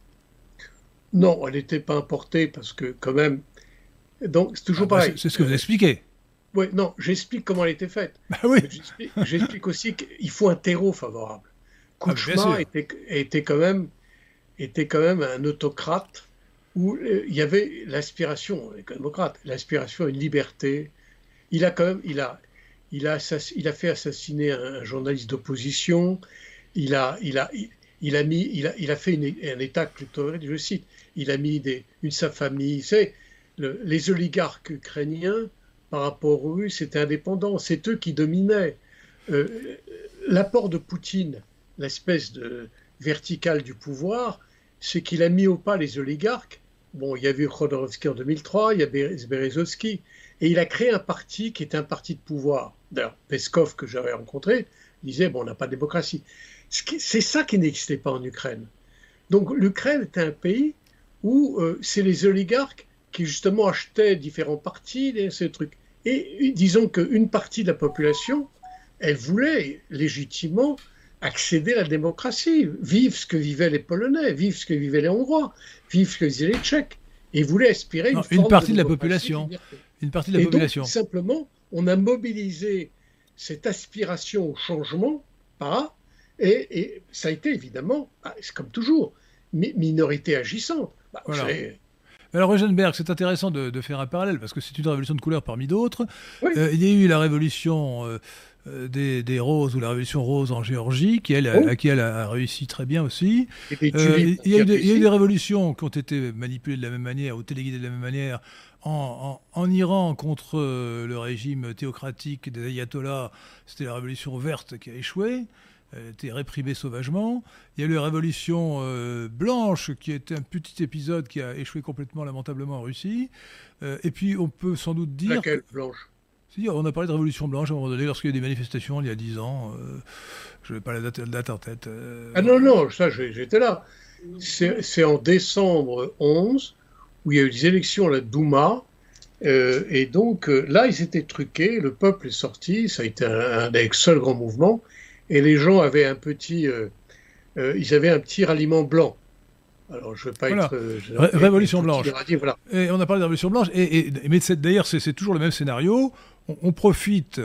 Speaker 2: Non, elle n'était pas importée parce que quand même. Donc c'est toujours ah, pareil.
Speaker 1: C'est, c'est ce que vous expliquez.
Speaker 2: Oui, non, j'explique comment elle était faite.
Speaker 1: Bah oui.
Speaker 2: J'explique, j'explique aussi qu'il faut un terreau favorable. Kouchma ah, était, était, quand même, était quand même un autocrate où euh, il y avait l'aspiration, les démocrates, l'aspiration à une liberté. Il a quand même, il a, il a, assass, il a fait assassiner un, un journaliste d'opposition. Il a, il a, il, il a mis, il a, il a fait une, un État clitoride, je cite. Il a mis des, une sa famille, c'est le, les oligarques ukrainiens. Par rapport aux Russes, c'était indépendant. C'est eux qui dominaient. Euh, l'apport de Poutine, l'espèce de verticale du pouvoir, c'est qu'il a mis au pas les oligarques. Bon, il y avait Khodorkovsky en deux mille trois, il y a Berezovsky, et il a créé un parti qui était un parti de pouvoir. D'ailleurs, Peskov, que j'avais rencontré, disait, bon, on n'a pas de démocratie. C'est ça qui n'existait pas en Ukraine. Donc l'Ukraine était un pays où euh, c'est les oligarques qui justement achetaient différents partis, ces trucs. Et disons qu'une partie de la population, elle voulait légitimement accéder à la démocratie, vivre ce que vivaient les Polonais, vivre ce que vivaient les Hongrois, vivre ce que vivaient les Tchèques, et voulaient aspirer
Speaker 1: non,
Speaker 2: une,
Speaker 1: une
Speaker 2: forme
Speaker 1: partie
Speaker 2: de,
Speaker 1: de la population. Une partie de la
Speaker 2: et
Speaker 1: population.
Speaker 2: Donc, simplement, on a mobilisé cette aspiration au changement par et, et ça a été évidemment, c'est comme toujours, minorité agissante. Bah,
Speaker 1: voilà. Alors, Eugenberg, c'est intéressant de, de faire un parallèle, parce que c'est une révolution de couleur parmi d'autres. Oui. Euh, il y a eu la révolution euh, des, des roses, ou la révolution rose en Géorgie, qui, elle, oh. à laquelle a, a réussi très bien aussi.
Speaker 2: Et euh,
Speaker 1: il, y a eu des, il y a eu des révolutions qui ont été manipulées de la même manière, ou téléguidées de la même manière, en, en, en Iran contre le régime théocratique des ayatollahs. C'était la révolution verte qui a échoué. Elle a été réprimée sauvagement. Il y a eu la révolution euh, blanche, qui était un petit épisode qui a échoué complètement lamentablement en Russie. Euh, et puis, on peut sans doute dire...
Speaker 2: Laquelle blanche ?
Speaker 1: Si, on a parlé de révolution blanche à un moment donné, lorsqu'il y a eu des manifestations il y a dix ans. Euh, je n'ai pas la date, la date en tête. Euh...
Speaker 2: Ah non, non, ça, j'étais là. C'est, c'est en décembre onze, où il y a eu des élections à la Douma. Euh, et donc, euh, là, ils étaient truqués. Le peuple est sorti. Ça a été un, un des seuls grands mouvements. Et les gens avaient un petit, euh, euh, ils avaient un petit ralliement blanc. Alors je ne veux pas
Speaker 1: voilà.
Speaker 2: être euh,
Speaker 1: Ré- révolution blanche.
Speaker 2: Radio, voilà.
Speaker 1: Et on a parlé de révolution blanche. Et, et mais c'est, d'ailleurs, c'est, c'est toujours le même scénario. On, on profite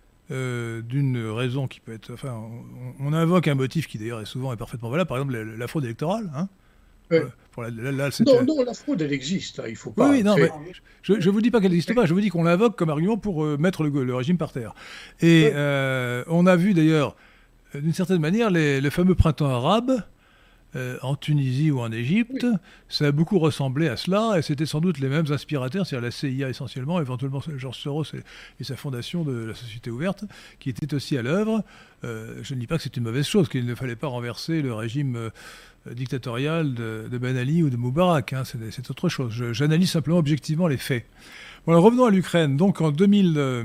Speaker 1: euh, d'une raison qui peut être, enfin, on, on invoque un motif qui d'ailleurs est souvent et parfaitement valable. Par exemple, la, la fraude électorale. Hein.
Speaker 2: Ouais.
Speaker 1: Pour la, la, la,
Speaker 2: non, non, la fraude, elle existe. Hein, il faut pas.
Speaker 1: Oui, non, mais je ne vous dis pas qu'elle n'existe pas. Je vous dis qu'on l'invoque comme argument pour euh, mettre le, le régime par terre. Et ouais. euh, on a vu d'ailleurs. D'une certaine manière, les, le fameux printemps arabe euh, en Tunisie ou en Égypte, oui. Ça a beaucoup ressemblé à cela, et c'était sans doute les mêmes inspirateurs, c'est-à-dire la C I A essentiellement, éventuellement George Soros et, et sa fondation de la Société ouverte, qui étaient aussi à l'œuvre. Euh, je ne dis pas que c'est une mauvaise chose, qu'il ne fallait pas renverser le régime euh, dictatorial de, de Ben Ali ou de Moubarak, hein, c'est, c'est autre chose. Je, j'analyse simplement objectivement les faits. Bon, alors revenons à l'Ukraine. Donc en deux mille... Euh,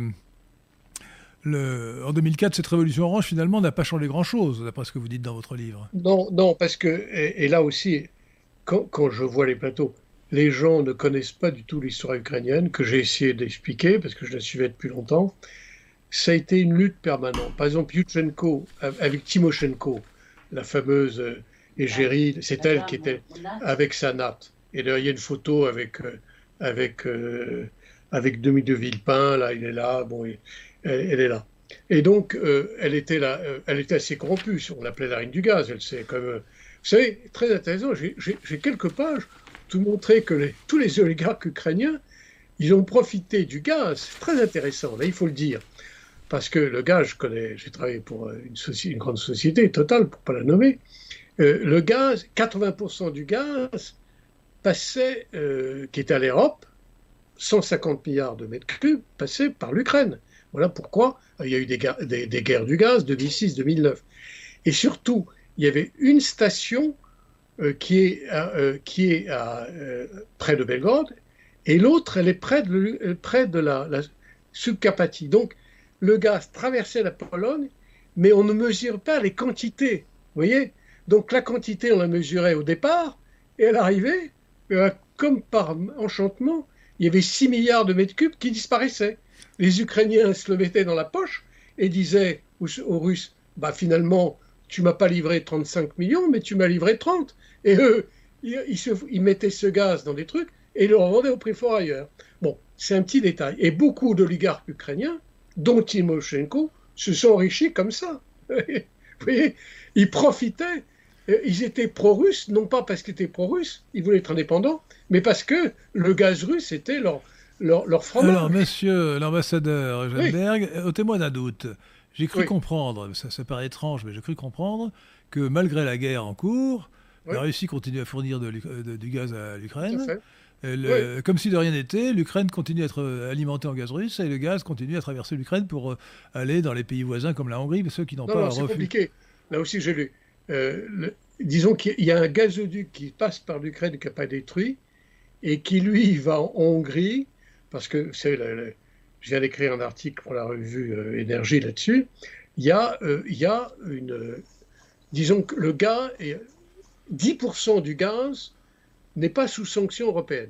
Speaker 1: Le, en deux mille quatre, cette révolution orange, finalement, n'a pas changé grand-chose, d'après ce que vous dites dans votre livre.
Speaker 2: Non, non, parce que, et, et là aussi, quand, quand je vois les plateaux, les gens ne connaissent pas du tout l'histoire ukrainienne, que j'ai essayé d'expliquer, parce que je la suivais depuis longtemps. Ça a été une lutte permanente. Par exemple, Yushchenko, avec Timoshenko, la fameuse euh, égérie, c'est elle qui était avec sa natte. Et d'ailleurs, il y a une photo avec, euh, avec, euh, avec Demi de Villepin, là, il est là, bon... Il, Elle, elle est là. Et donc, euh, elle, était là, euh, elle était assez corrompue. On l'appelait la reine du gaz. Elle, c'est comme, euh, vous savez, très intéressant, j'ai, j'ai, j'ai quelques pages pour montrer que les, tous les oligarques ukrainiens, ils ont profité du gaz. C'est très intéressant, là, il faut le dire. Parce que le gaz, je connais, j'ai travaillé pour une, soci, une grande société, Total, pour ne pas la nommer. Euh, le gaz, quatre-vingts pour cent du gaz passait, euh, qui était à l'Europe, cent cinquante milliards de mètres cubes, passait par l'Ukraine. Voilà pourquoi il y a eu des, ga- des, des guerres du gaz deux mille six deux mille neuf. Et surtout, il y avait une station euh, qui est, euh, qui est à, euh, près de Belgrade, et l'autre, elle est près de, près de la, la Subcarpathie. Donc, le gaz traversait la Pologne, mais on ne mesure pas les quantités. Vous voyez ? Donc, la quantité, on la mesurait au départ, et à l'arrivée, euh, comme par enchantement, il y avait six milliards de mètres cubes qui disparaissaient. Les Ukrainiens se le mettaient dans la poche et disaient aux, aux Russes, bah finalement, tu m'as pas livré trente-cinq millions, mais tu m'as livré trente. Et eux, ils, ils, se, ils mettaient ce gaz dans des trucs et ils le revendaient au prix fort ailleurs. Bon, c'est un petit détail. Et beaucoup d'oligarques ukrainiens, dont Timoshenko, se sont enrichis comme ça. Vous voyez, ils profitaient. Ils étaient pro-russes, non pas parce qu'ils étaient pro-russes, ils voulaient être indépendants, mais parce que le gaz russe était leur... Leur, leur
Speaker 1: Alors, monsieur l'ambassadeur Eugène-Berg,
Speaker 2: oui.
Speaker 1: ôtez-moi d'un doute. J'ai cru
Speaker 2: oui.
Speaker 1: comprendre, ça, ça paraît étrange, mais j'ai cru comprendre que malgré la guerre en cours, oui. la Russie continue à fournir de, de, du gaz à l'Ukraine. Le, oui. Comme si de rien n'était, l'Ukraine continue à être alimentée en gaz russe et le gaz continue à traverser l'Ukraine pour aller dans les pays voisins comme la Hongrie, ceux qui n'ont
Speaker 2: non,
Speaker 1: pas
Speaker 2: non,
Speaker 1: refus.
Speaker 2: C'est compliqué. Là aussi, j'ai lu. Euh, le, disons qu'il y a un gazoduc qui passe par l'Ukraine qui n'a pas détruit et qui, lui, va en Hongrie. Parce que c'est le, le, je viens d'écrire un article pour la revue euh, Énergie là-dessus. Il y a, euh, il y a une, euh, disons que le gaz, est, dix pour cent du gaz n'est pas sous sanction européenne.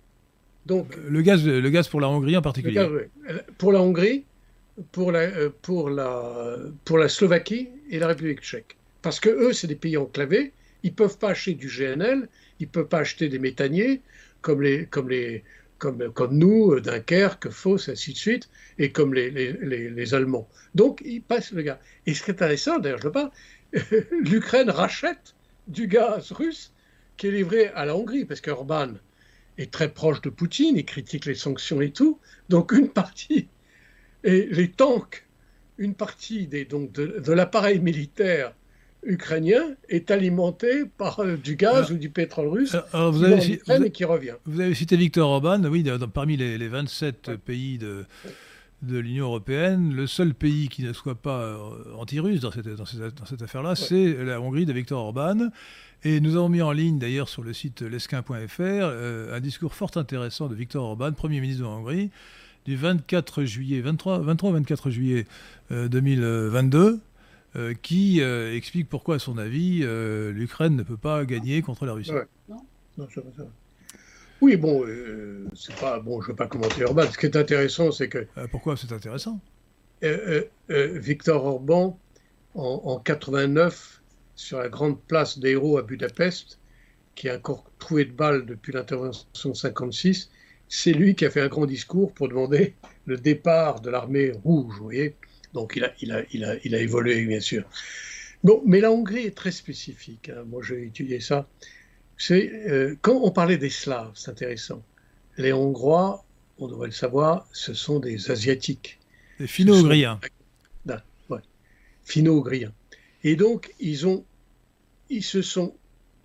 Speaker 1: Donc le gaz, le gaz pour la Hongrie en particulier.
Speaker 2: Le gaz, pour la Hongrie, pour la, euh, pour la, pour la Slovaquie et la République tchèque. Parce que eux, c'est des pays enclavés. Ils peuvent pas acheter du G N L, ils peuvent pas acheter des méthaniers comme les, comme les Comme, comme nous, Dunkerque, Fos, ainsi de suite, et comme les, les, les, les Allemands. Donc, ils passent le gaz. Et ce qui est intéressant, d'ailleurs, je le parle, l'Ukraine rachète du gaz russe qui est livré à la Hongrie, parce qu'Orban est très proche de Poutine, il critique les sanctions et tout. Donc, une partie, et les tanks, une partie des, donc de, de l'appareil militaire ukrainien est alimenté par euh, du gaz alors, ou du pétrole russe
Speaker 1: alors vous
Speaker 2: qui
Speaker 1: avez,
Speaker 2: va en Ukraine et qui revient.
Speaker 1: Vous avez cité Viktor Orban, oui, dans, parmi les, les vingt-sept ouais. pays de, de l'Union européenne, le seul pays qui ne soit pas euh, anti-russe dans cette, dans cette, dans cette affaire-là, ouais. c'est la Hongrie de Viktor Orban. Et nous avons mis en ligne d'ailleurs sur le site lesquin point f r euh, un discours fort intéressant de Viktor Orban, Premier ministre de Hongrie, du vingt-quatre juillet, vingt-trois, vingt-trois vingt-quatre juillet euh, deux mille vingt-deux. Euh, qui euh, explique pourquoi, à son avis, euh, l'Ukraine ne peut pas gagner contre la Russie.
Speaker 2: Ouais. Non, non, c'est pas ça. Oui, bon, euh, c'est pas bon. Je ne veux pas commenter Orban. Ce qui est intéressant, c'est que.
Speaker 1: Euh, pourquoi c'est intéressant
Speaker 2: euh, euh, Viktor Orban, en, en quatre-vingt-neuf, sur la grande place des héros à Budapest, qui est encore trouvé de balles depuis l'intervention de cinquante-six, c'est lui qui a fait un grand discours pour demander le départ de l'armée rouge. Vous voyez. Donc il a, il, a, il, a, il a évolué, bien sûr. Bon, mais la Hongrie est très spécifique. Hein. Moi, j'ai étudié ça. C'est, euh, quand on parlait des Slaves, c'est intéressant. Les Hongrois, on devrait le savoir, ce sont des Asiatiques.
Speaker 1: Des Finno-Ougriens.
Speaker 2: Ouais, Finno-Ougriens. Et donc, ils, ont, ils se sont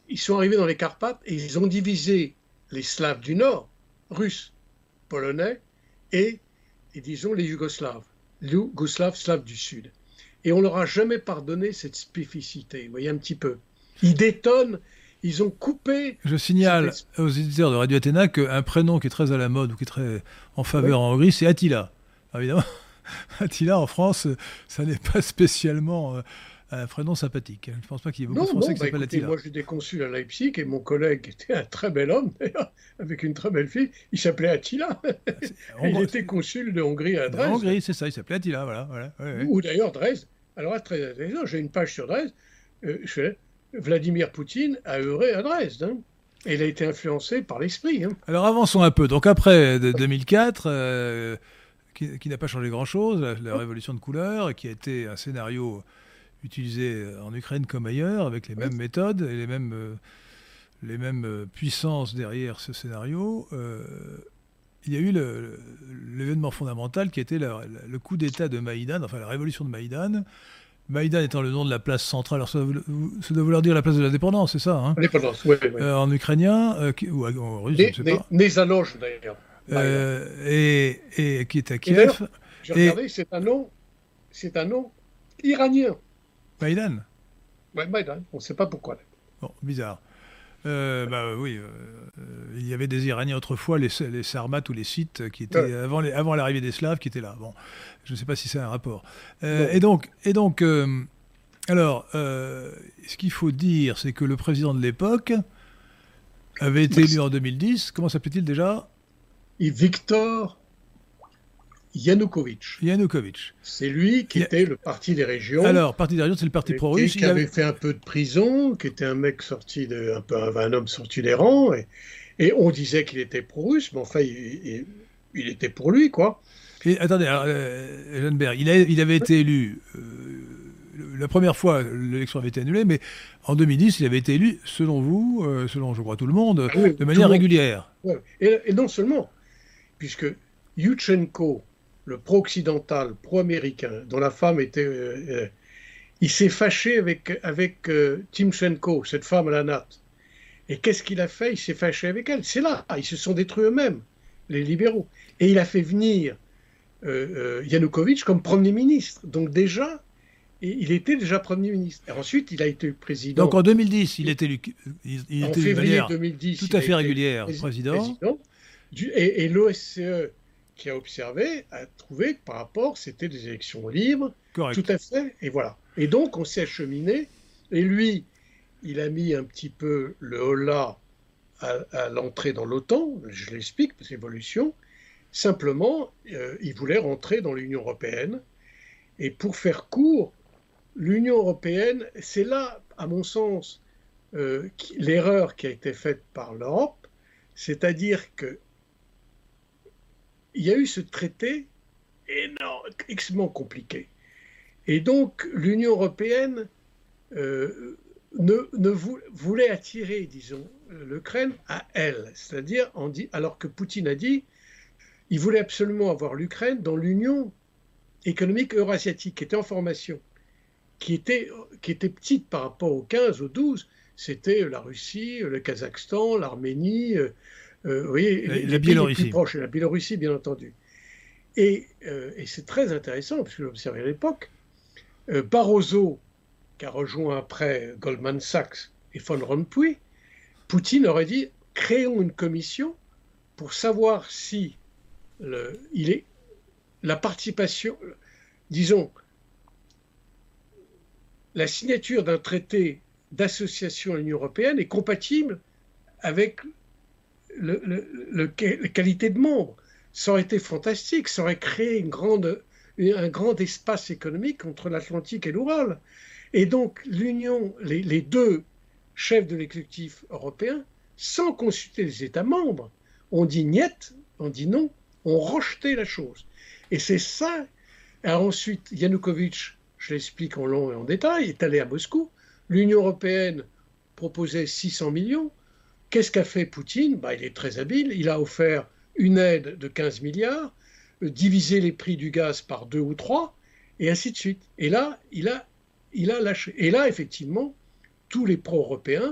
Speaker 2: ils sont arrivés dans les Carpates et ils ont divisé les Slaves du Nord, Russes, Polonais, et, et disons les Yougoslaves, Yougoslaves, Slaves du Sud. Et on leur a jamais pardonné cette spécificité, vous voyez un petit peu. Ils détonnent, ils ont coupé...
Speaker 1: Je signale aux éditeurs de Radio Athéna qu'un prénom qui est très à la mode ou qui est très en faveur oui. en Hongrie, c'est Attila. Alors, évidemment, Attila en France, ça n'est pas spécialement euh, un prénom sympathique. Je ne pense pas qu'il y ait beaucoup
Speaker 2: non,
Speaker 1: de Français
Speaker 2: non,
Speaker 1: qui
Speaker 2: bah,
Speaker 1: s'appellent
Speaker 2: écoutez,
Speaker 1: Attila.
Speaker 2: Moi, j'étais consul à Leipzig et mon collègue était un très bel homme, d'ailleurs, avec une très belle fille. Il s'appelait Attila. Il était consul de Hongrie à Dresde.
Speaker 1: En Hongrie, c'est ça, il s'appelait Attila, voilà. voilà ouais, ouais.
Speaker 2: Ou d'ailleurs Dresde. Alors, très intéressant, j'ai une page sur Dresde. Euh, je fais, Vladimir Poutine a œuvré à Dresde. Hein. Et il a été influencé par l'esprit. Hein.
Speaker 1: Alors, avançons un peu. Donc, après de deux mille quatre, euh, qui, qui n'a pas changé grand-chose, la, la révolution de couleur, qui a été un scénario utilisé en Ukraine comme ailleurs, avec les mêmes méthodes et les mêmes, euh, les mêmes puissances derrière ce scénario. Euh, il y a eu le, le, l'événement fondamental qui était le, le coup d'État de Maïdan, enfin la révolution de Maïdan. Maïdan étant le nom de la place centrale, alors ça, ça doit vouloir dire la place de l'indépendance, c'est ça hein
Speaker 2: L'indépendance, oui. oui.
Speaker 1: Euh, en ukrainien, euh, qui, ou en russe,
Speaker 2: né,
Speaker 1: je ne sais
Speaker 2: né,
Speaker 1: pas.
Speaker 2: Nezaloge, d'ailleurs.
Speaker 1: Euh, et, et qui est à Kiev.
Speaker 2: J'ai regardé, c'est un nom, c'est un nom iranien.
Speaker 1: Maïdan
Speaker 2: Oui, Maïdan, on ne sait pas pourquoi.
Speaker 1: Bon, bizarre. Euh, bah oui, euh, il y avait des Iraniens autrefois, les, les Sarmates ou les Scythes, qui étaient ouais. avant, les, avant l'arrivée des Slaves, qui étaient là. Bon, je ne sais pas si c'est un rapport. Euh, et donc, et donc euh, alors, euh, ce qu'il faut dire, c'est que le président de l'époque avait été élu en deux mille dix. Comment s'appelait-il déjà?
Speaker 2: Et Viktor Yanukovych.
Speaker 1: Yanukovych.
Speaker 2: C'est lui qui Il... était le parti des régions.
Speaker 1: Alors, parti des régions, c'est le parti pro-russe.
Speaker 2: Qui avait... avait fait un peu de prison, qui était un mec sorti de, un peu un homme sorti des rangs, et, et on disait qu'il était pro-russe, mais enfin, il, il, il était pour lui, quoi.
Speaker 1: Et attendez, alors, euh, Jeanneberg, il, a, il avait été élu. Euh, la première fois, l'élection avait été annulée, mais en deux mille dix, il avait été élu, selon vous, euh, selon, je crois, tout le monde, ah oui, de manière régulière.
Speaker 2: Ouais. Et, et non seulement, puisque Yushchenko, le pro-occidental, pro-américain, dont la femme était... Euh, euh, il s'est fâché avec, avec euh, Timchenko, cette femme à la natte. Et qu'est-ce qu'il a fait? Il s'est fâché avec elle. C'est là, ils se sont détruits eux-mêmes, les libéraux. Et il a fait venir euh, euh, Yanukovych comme Premier ministre. Donc déjà, il était déjà Premier ministre. Et ensuite, il a été président...
Speaker 1: Donc en deux mille dix, il était élu, il, il
Speaker 2: en
Speaker 1: était
Speaker 2: février deux mille dix,
Speaker 1: tout à fait régulière, président.
Speaker 2: président du, et et l'O S C E, qui a observé, a trouvé que par rapport, c'était des élections libres,
Speaker 1: Correct.
Speaker 2: Tout à fait, et voilà. Et donc, on s'est acheminé, et lui, il a mis un petit peu le holà à, à l'entrée dans l'OTAN, je l'explique, parce l'évolution, simplement, euh, il voulait rentrer dans l'Union européenne, et pour faire court, l'Union européenne, c'est là, à mon sens, euh, qui, l'erreur qui a été faite par l'Europe, c'est-à-dire que il y a eu ce traité énorme, extrêmement compliqué. Et donc, l'Union européenne euh, ne, ne vou, voulait attirer, disons, l'Ukraine à elle. C'est-à-dire, en dit, alors que Poutine a dit, il voulait absolument avoir l'Ukraine dans l'Union économique eurasiatique, qui était en formation, qui était, qui était petite par rapport aux quinze, aux douze. C'était la Russie, le Kazakhstan, l'Arménie... Euh, Euh, vous voyez,
Speaker 1: la,
Speaker 2: les,
Speaker 1: la
Speaker 2: les
Speaker 1: Biélorussie.
Speaker 2: Pays les plus proches, la Biélorussie, bien entendu. Et, euh, et c'est très intéressant, parce que j'ai observé à l'époque, euh, Barroso, qui a rejoint après Goldman Sachs et Von Rompuy, Poutine aurait dit, créons une commission pour savoir si le, il est, la participation, disons, la signature d'un traité d'association à l'Union européenne est compatible avec Le, le, le, la qualité de membre. Ça aurait été fantastique, ça aurait créé une grande, un grand espace économique entre l'Atlantique et l'Oural. Et donc l'Union, les, les deux chefs de l'exécutif européen, sans consulter les États membres, ont dit niet, ont dit non, ont rejeté la chose. Et c'est ça. Alors ensuite, Yanukovych, je l'explique en long et en détail, est allé à Moscou. L'Union européenne proposait six cents millions. Qu'est-ce qu'a fait Poutine? Bah, il est très habile. Il a offert une aide de quinze milliards, euh, divisé les prix du gaz par deux ou trois, et ainsi de suite. Et là, il a, il a lâché. Et là, effectivement, tous les pro-européens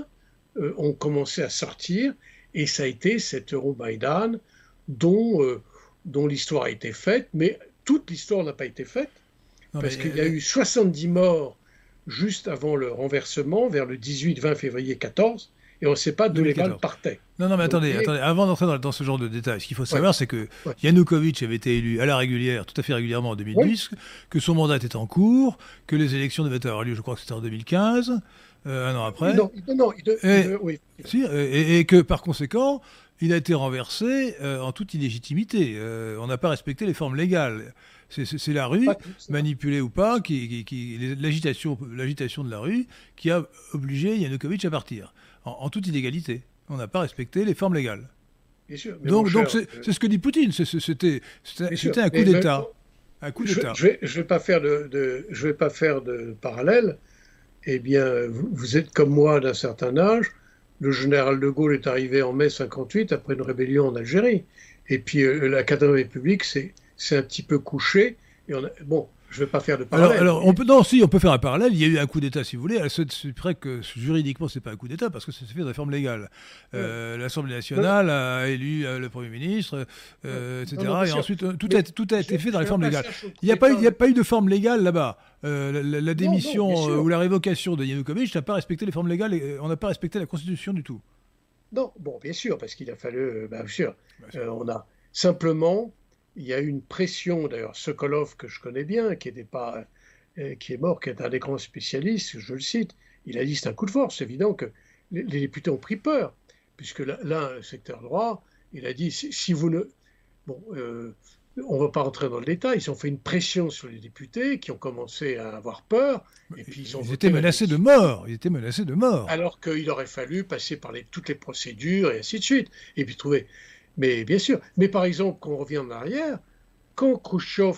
Speaker 2: euh, ont commencé à sortir, et ça a été cet Euromaïdan dont, euh, dont l'histoire a été faite, mais toute l'histoire n'a pas été faite, non, parce qu'il y a eu soixante-dix morts juste avant le renversement, vers le dix-huit vingt février quatorze, et on ne sait pas d'où les balles partaient.
Speaker 1: Non, non, mais attendez,
Speaker 2: Donc,
Speaker 1: attendez, avant d'entrer dans, dans ce genre de détails, ce qu'il faut savoir, ouais. c'est que ouais. Yanukovych avait été élu à la régulière, tout à fait régulièrement en deux mille dix, ouais. que son mandat était en cours, que les élections devaient avoir lieu, je crois que c'était en deux mille quinze, euh, un an après.
Speaker 2: Non, non, il de,
Speaker 1: et,
Speaker 2: il de, oui.
Speaker 1: Si, et, et que par conséquent, il a été renversé euh, en toute illégitimité. Euh, on n'a pas respecté les formes légales. C'est, c'est, c'est la rue, manipulée ou pas, qui, qui, qui, l'agitation, l'agitation de la rue, qui a obligé Yanukovych à partir, en, en toute illégalité. On n'a pas respecté les formes légales.
Speaker 2: Bien sûr,
Speaker 1: donc,
Speaker 2: cher,
Speaker 1: donc c'est,
Speaker 2: euh...
Speaker 1: c'est ce que dit Poutine. C'est, c'était, c'était, c'était un coup
Speaker 2: mais,
Speaker 1: d'État.
Speaker 2: Mais,
Speaker 1: un coup
Speaker 2: je,
Speaker 1: d'État.
Speaker 2: Je ne vais, je vais pas faire de, de, je vais pas faire de parallèle. Eh bien, vous, vous êtes comme moi d'un certain âge. Le général de Gaulle est arrivé en mai cinquante-huit après une rébellion en Algérie. Et puis euh, la quatrième République s'est c'est un petit peu couché. Et on a, bon, je ne vais pas faire de parallèle.
Speaker 1: Alors, alors on peut, non, si, on peut faire un parallèle. Il y a eu un coup d'État, si vous voulez. C'est, c'est vrai que juridiquement, ce n'est pas un coup d'État parce que ça s'est fait de réforme légale. Euh, ouais. L'Assemblée nationale non. a élu euh, le Premier ministre, euh, ouais. et cetera. Non, non, et ensuite, euh, tout, a, tout a été fait dans la réforme légale. Il n'y a, a pas eu de forme légale là-bas. Euh, la, la, la démission non, non, euh, ou la révocation de Yanukovych n'a pas respecté les formes légales. Et, euh, on n'a pas respecté la Constitution du tout.
Speaker 2: Non, bon, bien sûr, parce qu'il a fallu, bien sûr, bien sûr. Euh, on a simplement, il y a eu une pression, d'ailleurs, Sokolov, que je connais bien, qui était pas, euh, qui est mort, qui est un des grands spécialistes, je le cite, il a dit c'est un coup de force, c'est évident que les, les députés ont pris peur, puisque là, un secteur droit, il a dit, si, si vous ne, bon, euh, on ne va pas rentrer dans le détail, ils ont fait une pression sur les députés qui ont commencé à avoir peur. Et puis ils ont
Speaker 1: ils étaient menacés de mort. Ils étaient menacés de mort.
Speaker 2: Alors qu'il aurait fallu passer par les, toutes les procédures et ainsi de suite. Et puis trouver. Mais bien sûr. Mais par exemple, quand on revient en arrière, quand Khrouchtchev,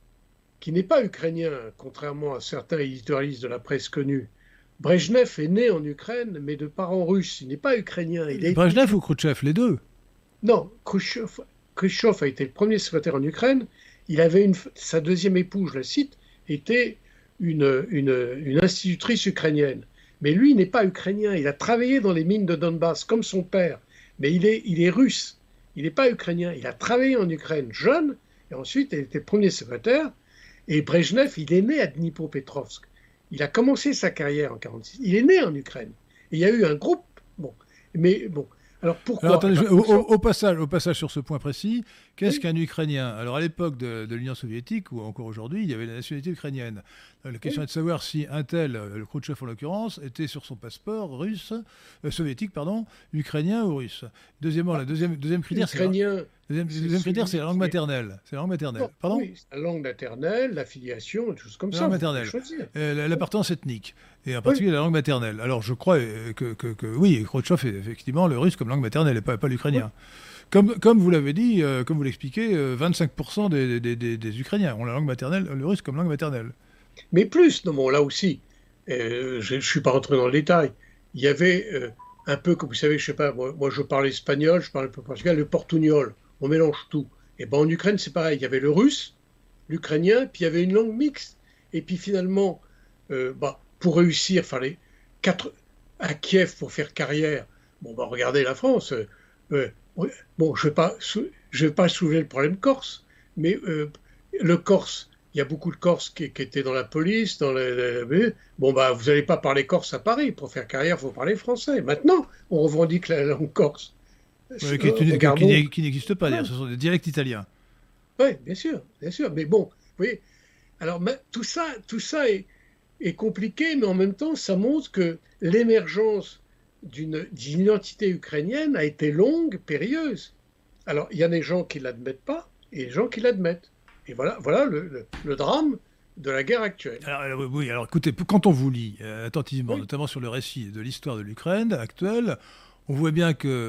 Speaker 2: qui n'est pas ukrainien, contrairement à certains éditorialistes de la presse connus, Brejnev est né en Ukraine, mais de parents russes. Il n'est pas ukrainien. Il est...
Speaker 1: Brejnev ou Khrouchtchev, les deux?
Speaker 2: Non, Khrouchtchev. Khrouchtchev a été le premier secrétaire en Ukraine. Il avait une, sa deuxième épouse, je la cite, était une, une, une institutrice ukrainienne. Mais lui, il n'est pas ukrainien. Il a travaillé dans les mines de Donbass, comme son père. Mais il est, il est russe. Il n'est pas ukrainien. Il a travaillé en Ukraine jeune, et ensuite, il était premier secrétaire. Et Brejnev, il est né à Dnipropetrovsk. Il a commencé sa carrière en mille neuf cent quarante-six. Il est né en Ukraine. Et il y a eu un groupe. Bon, mais bon. Alors pourquoi
Speaker 1: Alors, attendez, je, au, au, au, passage, au passage sur ce point précis, qu'est-ce oui. qu'un Ukrainien? Alors à l'époque de, de l'Union soviétique, ou encore aujourd'hui, il y avait la nationalité ukrainienne. La question oui. est de savoir si un tel, le Khrouchtchev en l'occurrence, était sur son passeport russe, euh, soviétique, pardon, ukrainien ou russe. Deuxièmement, ah, la deuxième, deuxième critère,
Speaker 2: ukrainien,
Speaker 1: c'est la, deuxième, deuxième critère, c'est la langue maternelle. C'est la langue maternelle. Non,
Speaker 2: pardon oui, la langue maternelle, l'affiliation, des choses comme
Speaker 1: la
Speaker 2: ça.
Speaker 1: Langue maternelle. Euh, l'appartenance ethnique. Et en particulier oui. la langue maternelle. Alors je crois que, que, que oui, Khrouchtchev est effectivement le russe comme langue maternelle et pas, pas l'ukrainien. Oui. Comme, comme vous l'avez dit, euh, comme vous l'expliquez, euh, vingt-cinq pour cent des, des, des, des Ukrainiens ont la langue maternelle, le russe comme langue maternelle.
Speaker 2: Mais plus, non, bon, là aussi, euh, je ne suis pas rentré dans le détail. Il y avait euh, un peu, comme vous savez, je sais pas, moi, moi je parle espagnol, je parle un peu portugais, le portugnol, on mélange tout. Et ben en Ukraine, c'est pareil, il y avait le russe, l'ukrainien, puis il y avait une langue mixte. Et puis finalement, euh, bah, pour réussir, fallait quatre à Kiev pour faire carrière. Bon, bah regardez la France. Euh, euh, bon, je ne vais pas, je vais pas soulever le problème corse, mais euh, le Corse, il y a beaucoup de Corses qui, qui étaient dans la police, dans les, les, bon bah vous n'allez pas parler corse à Paris. Pour faire carrière, il faut parler français. Maintenant, on revendique la langue corse.
Speaker 1: Oui, qui, euh, regardons... qui, qui n'existe pas, d'ailleurs. Ce sont des dialectes italiens.
Speaker 2: Oui, bien sûr, bien sûr. Mais bon, vous voyez, alors tout ça, tout ça est, est compliqué, mais en même temps, ça montre que l'émergence d'une, d'une identité ukrainienne a été longue, périlleuse. Alors, il y a des gens qui ne l'admettent pas et des gens qui l'admettent. Et voilà, voilà le, le, le drame de la guerre actuelle.
Speaker 1: Alors, oui, alors écoutez, quand on vous lit euh, attentivement, oui. notamment sur le récit de l'histoire de l'Ukraine actuelle, on voit bien que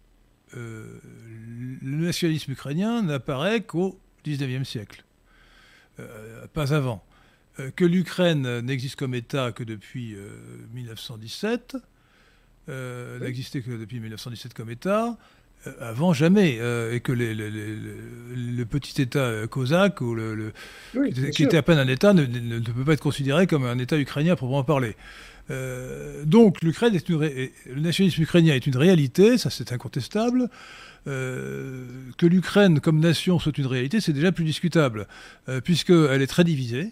Speaker 1: euh, le nationalisme ukrainien n'apparaît qu'au dix-neuvième siècle, euh, pas avant. Euh, que l'Ukraine n'existe comme État que depuis euh, mille neuf cent dix-sept, euh, oui. n'existait que depuis mille neuf cent dix-sept comme État, euh, avant jamais, euh, et que les, les, les, le petit État cosaque, ou le, le, oui, qui, qui était à peine un État, ne, ne, ne peut pas être considéré comme un État ukrainien à proprement parler. Euh, donc l'Ukraine est une ré... le nationalisme ukrainien est une réalité, ça c'est incontestable. Euh, que l'Ukraine comme nation soit une réalité, c'est déjà plus discutable, euh, puisqu'elle est très divisée.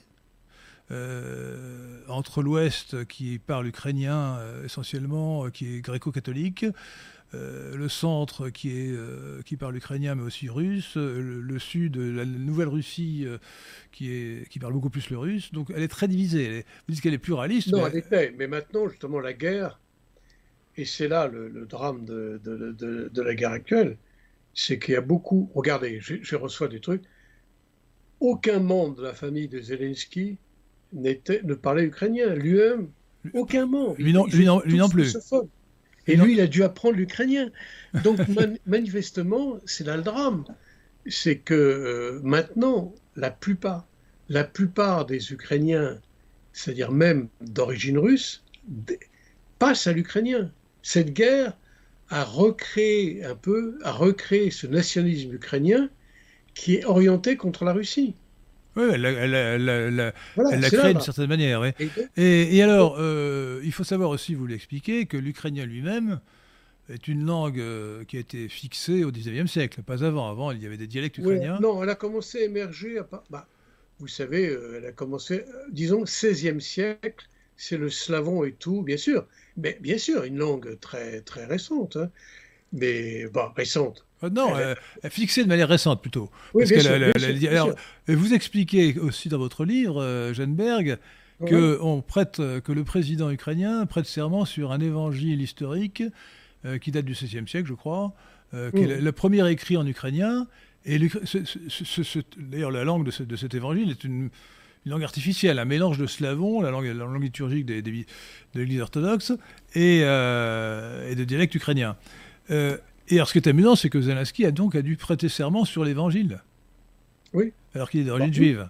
Speaker 1: Euh, entre l'Ouest qui parle ukrainien euh, essentiellement, euh, qui est gréco-catholique, euh, le centre qui, est, euh, qui parle ukrainien mais aussi russe, euh, le, le sud, la Nouvelle-Russie euh, qui, est, qui parle beaucoup plus le russe. Donc elle est très divisée. Elle est, vous dites qu'elle est pluraliste.
Speaker 2: Non,
Speaker 1: mais...
Speaker 2: elle était. Mais maintenant, justement, la guerre, et c'est là le, le drame de, de, de, de la guerre actuelle, c'est qu'il y a beaucoup... Regardez, je, je reçois des trucs. Aucun membre de la famille de Zelensky n'était, ne parlait ukrainien. Lui-même, aucun membre.
Speaker 1: Lui non, lui non, lui non plus.
Speaker 2: Et lui, il a dû apprendre l'ukrainien. Donc, man, manifestement, c'est là le drame. C'est que euh, maintenant, la plupart, la plupart des Ukrainiens, c'est-à-dire même d'origine russe, passent à l'ukrainien. Cette guerre a recréé un peu, a recréé ce nationalisme ukrainien qui est orienté contre la Russie.
Speaker 1: Oui, elle l'a elle, elle, elle, voilà, créé d'une certaine manière. Oui. Et, et, et alors, euh, il faut savoir aussi, vous l'expliquez, que l'ukrainien lui-même est une langue euh, qui a été fixée au dix-neuvième siècle, pas avant. Avant, il y avait des dialectes ukrainiens.
Speaker 2: Oui, non, elle a commencé à émerger, à, bah, vous savez, euh, elle a commencé, euh, disons, seizième siècle, c'est le slavon et tout, bien sûr. Mais bien sûr, une langue très, très récente, hein, mais bon, récente.
Speaker 1: Euh, non, euh, fixée de manière récente plutôt.
Speaker 2: Oui,
Speaker 1: Parce
Speaker 2: bien,
Speaker 1: que
Speaker 2: sûr,
Speaker 1: la, la,
Speaker 2: bien,
Speaker 1: la,
Speaker 2: sûr,
Speaker 1: alors,
Speaker 2: bien sûr.
Speaker 1: Vous expliquez aussi dans votre livre, euh, Genberg,
Speaker 2: Ouais.
Speaker 1: que, on prête, que le président ukrainien prête serment sur un évangile historique euh, qui date du seizième siècle, je crois, euh, qui mmh. est le, le premier écrit en ukrainien. Et ce, ce, ce, ce, d'ailleurs, la langue de, ce, de cet évangile est une, une langue artificielle, un mélange de slavon, la langue, la langue liturgique des, des, de l'Église orthodoxe, et, euh, et de dialecte ukrainien. Euh, Et alors, ce qui est amusant, c'est que Zelensky a donc a dû prêter serment sur l'Évangile.
Speaker 2: Oui.
Speaker 1: Alors qu'il est d'origine bah, juive.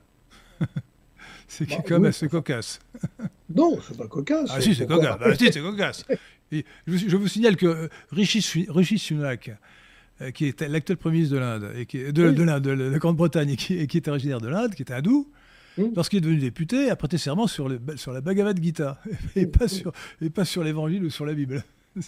Speaker 1: C'est bah, quand même oui. assez cocasse.
Speaker 2: Non, c'est pas cocasse.
Speaker 1: Ah si, c'est cocasse. Bah, si, c'est cocasse. Et je, je vous signale que Rishi, Rishi Sunak, euh, qui est l'actuel Premier ministre de l'Inde, et qui est, de, oui. de l'Inde, de la Grande-Bretagne, et qui, et qui est originaire de l'Inde, qui est hindou, oui. lorsqu'il est devenu député, a prêté serment sur, le, sur la Bhagavad Gita, et, oui. pas, sur, et pas sur l'Évangile ou sur la Bible.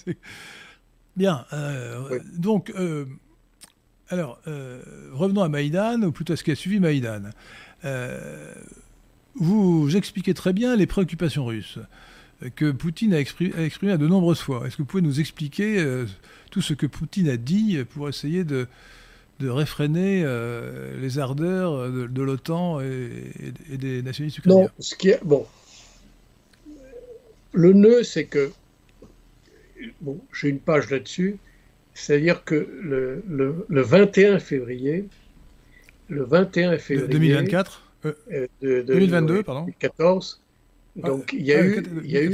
Speaker 1: Bien, euh, oui. donc, euh, alors, euh, revenons à Maïdan, ou plutôt à ce qui a suivi Maïdan. Euh, vous expliquez très bien les préoccupations russes que Poutine a exprimées exprimé à de nombreuses fois. Est-ce que vous pouvez nous expliquer euh, tout ce que Poutine a dit pour essayer de, de réfréner euh, les ardeurs de, de l'OTAN et, et des nationalistes ukrainiens?
Speaker 2: Non, ce qui est, bon, le nœud, c'est que bon, j'ai une page là-dessus, c'est-à-dire que le, le, le vingt et un février, le vingt et un février
Speaker 1: deux mille vingt-quatre, euh,
Speaker 2: de, de,
Speaker 1: deux mille vingt-deux,
Speaker 2: de,
Speaker 1: pardon,
Speaker 2: deux mille quatorze, donc ah, il y a ah, eu, il y a eu,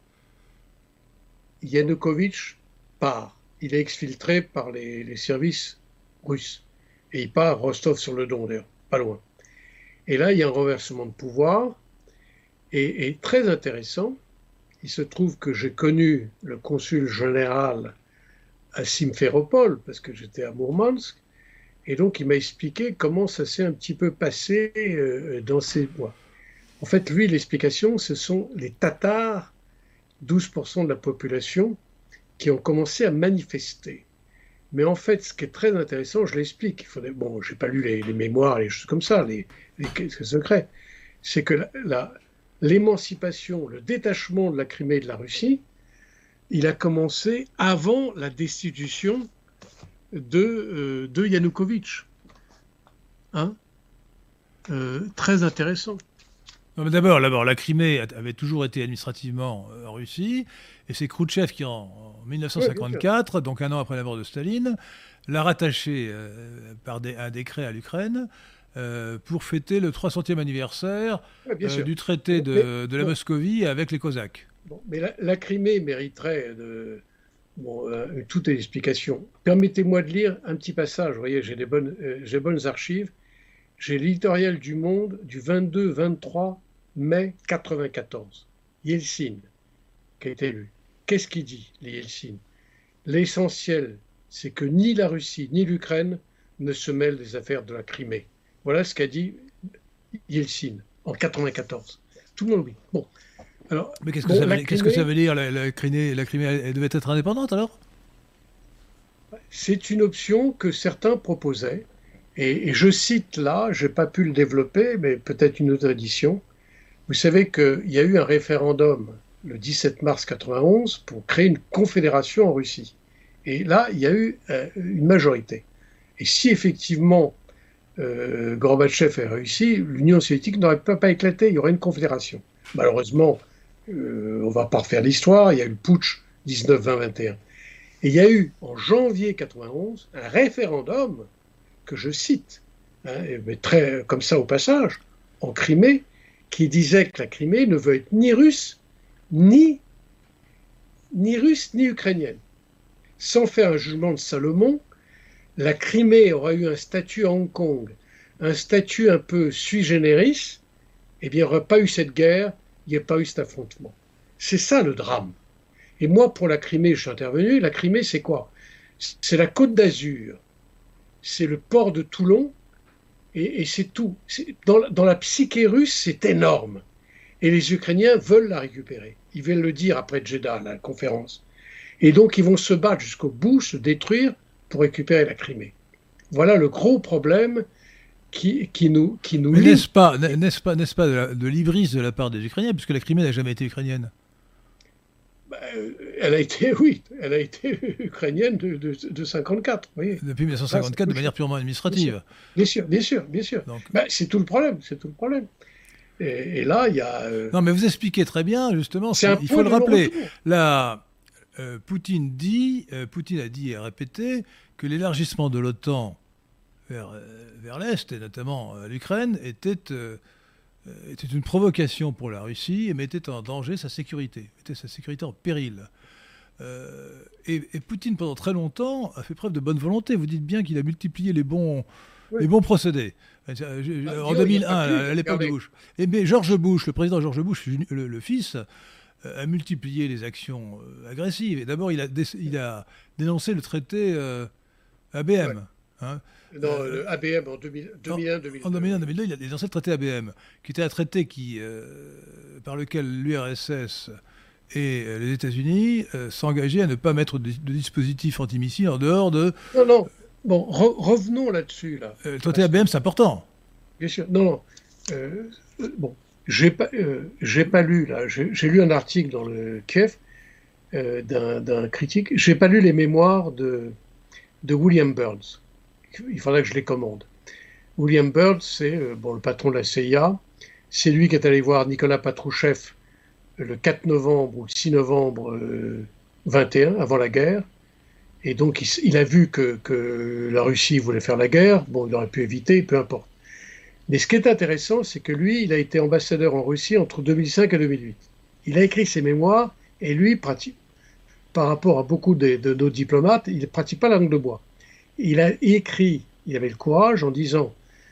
Speaker 2: Yanukovych part, il est exfiltré par les, les services russes et il part à Rostov-sur-le-Don, d'ailleurs, pas loin. Et là, il y a un renversement de pouvoir et, et très intéressant. Il se trouve que j'ai connu le consul général à Simferopol, parce que j'étais à Mourmansk, et donc il m'a expliqué comment ça s'est un petit peu passé euh, dans ces mois. En fait, lui, l'explication, ce sont les Tatars, douze pour cent de la population, qui ont commencé à manifester. Mais en fait, ce qui est très intéressant, je l'explique, il faudrait, bon, je n'ai pas lu les, les mémoires, les choses comme ça, les, les, les secrets, c'est que la, la l'émancipation, le détachement de la Crimée et de la Russie, il a commencé avant la destitution de, euh, de Yanukovych. Hein euh, très intéressant.
Speaker 1: D'abord, d'abord, la Crimée avait toujours été administrativement en Russie, et c'est Khrouchtchev qui, en, en mille neuf cent cinquante-quatre, oui, donc un an après la mort de Staline, l'a rattaché euh, par des, un décret à l'Ukraine, Euh, pour fêter le trois centième anniversaire ouais, euh, du traité de, mais, de la bon, Moscovie avec les Cosaques.
Speaker 2: Bon, mais la, la Crimée mériterait de, bon, euh, toutes les explications. Permettez-moi de lire un petit passage. Vous voyez, j'ai des bonnes, euh, j'ai bonnes archives. J'ai l'éditorial du Monde du vingt-deux vingt-trois mai quatre-vingt-quatorze. Yeltsin, qui a été élu. Qu'est-ce qu'il dit, les Yeltsin? L'essentiel, c'est que ni la Russie ni l'Ukraine ne se mêlent des affaires de la Crimée. Voilà ce qu'a dit Yeltsin en quatre-vingt-quatorze. Tout le monde oublie. Bon, Alors,
Speaker 1: Mais qu'est-ce que,
Speaker 2: bon,
Speaker 1: ça,
Speaker 2: la
Speaker 1: veut, qu'est-ce
Speaker 2: Crimée,
Speaker 1: que ça veut dire, la, la Crimée, la Crimée, elle devait être indépendante alors?
Speaker 2: c'est une option que certains proposaient. Et, et je cite là, je n'ai pas pu le développer, mais peut-être une autre édition. Vous savez qu'il y a eu un référendum le dix-sept mars quatre-vingt-onze pour créer une confédération en Russie. Et là, il y a eu euh, une majorité. Et si effectivement euh, Gorbatchev a réussi, l'Union soviétique n'aurait pas, pas éclaté, il y aurait une confédération. Malheureusement, euh, on ne va pas refaire l'histoire, il y a eu le putsch dix-neuf vingt vingt et un. Et il y a eu, en janvier quatre-vingt-onze, un référendum que je cite, hein, mais très comme ça au passage, en Crimée, qui disait que la Crimée ne veut être ni russe, ni, ni russe, ni ukrainienne. Sans faire un jugement de Salomon, la Crimée aurait eu un statut à Hong Kong, un statut un peu sui generis, eh bien, il n'y aurait pas eu cette guerre, il n'y aurait pas eu cet affrontement. C'est ça le drame. Et moi, pour la Crimée, je suis intervenu. La Crimée, c'est quoi? C'est la Côte d'Azur, c'est le port de Toulon, et, et c'est tout. C'est, dans, la, dans la psyché russe, c'est énorme. Et les Ukrainiens veulent la récupérer. Ils veulent le dire après Jeddah, la conférence. Et donc, ils vont se battre jusqu'au bout, se détruire pour récupérer la Crimée. Voilà le gros problème qui, qui nous, qui nous
Speaker 1: Mais
Speaker 2: lie.
Speaker 1: n'est-ce pas, n'est-ce pas, n'est-ce pas de, la, de l'hybris de la part des Ukrainiens, puisque la Crimée n'a jamais été ukrainienne?
Speaker 2: Ben, elle a été, oui, elle a été ukrainienne de, de, de cinquante-quatre. Vous voyez.
Speaker 1: Depuis mille neuf cent cinquante-quatre, de manière purement administrative.
Speaker 2: Bien sûr, bien sûr, bien sûr.
Speaker 1: Donc...
Speaker 2: Ben, c'est tout le problème, c'est tout le problème. Et, et là, il y a... Euh...
Speaker 1: Non, mais vous expliquez très bien, justement,
Speaker 2: c'est un
Speaker 1: il faut le
Speaker 2: point de
Speaker 1: rappeler.
Speaker 2: non-retour.
Speaker 1: La, euh, Poutine, dit, euh, Poutine a dit et répété que l'élargissement de l'OTAN vers, euh, vers l'Est, et notamment euh, l'Ukraine, était, euh, était une provocation pour la Russie et mettait en danger sa sécurité, mettait sa sécurité en péril. Euh, et, et Poutine, pendant très longtemps, a fait preuve de bonne volonté. Vous dites bien qu'il a multiplié les bons, oui. les bons procédés. En ah, deux mille un, à l'époque de Bush. Et mais George Bush, le président George Bush, le, le fils, euh, a multiplié les actions euh, agressives. Et d'abord, il a, dé, il a dénoncé le traité euh, A B M. Ouais.
Speaker 2: Hein. Non, euh, le A B M en deux mille un deux mille deux.
Speaker 1: En deux mille un deux mille deux, il a dénoncé le traité A B M, qui était un traité qui, euh, par lequel l'U R S S et les États-Unis euh, s'engageaient à ne pas mettre de, de dispositifs antimissiles en dehors de...
Speaker 2: Non, non. Bon, re revenons là-dessus. Là.
Speaker 1: Euh, le traité A B M, c'est important.
Speaker 2: Bien sûr. Non, non. Euh, bon, j'ai pas, euh, j'ai pas lu, là. J'ai lu un article dans le Kiev euh, d'un critique. J'ai pas lu les mémoires de, de William Burns. Il faudrait que je les commande. William Burns, c'est euh, bon, le patron de la C I A. C'est lui qui est allé voir Nicolas Patrouchev le quatre novembre ou le six novembre euh, vingt et un, avant la guerre. Et donc, il, il a vu que, que la Russie voulait faire la guerre. Bon, il aurait pu éviter, peu importe. Mais ce qui est intéressant, c'est que lui, il a été ambassadeur en Russie entre deux mille cinq et deux mille huit. Il a écrit ses mémoires, et lui, pratique, par rapport à beaucoup de, de nos diplomates, il ne pratique pas la langue de bois. Il a écrit, il avait le courage en disant,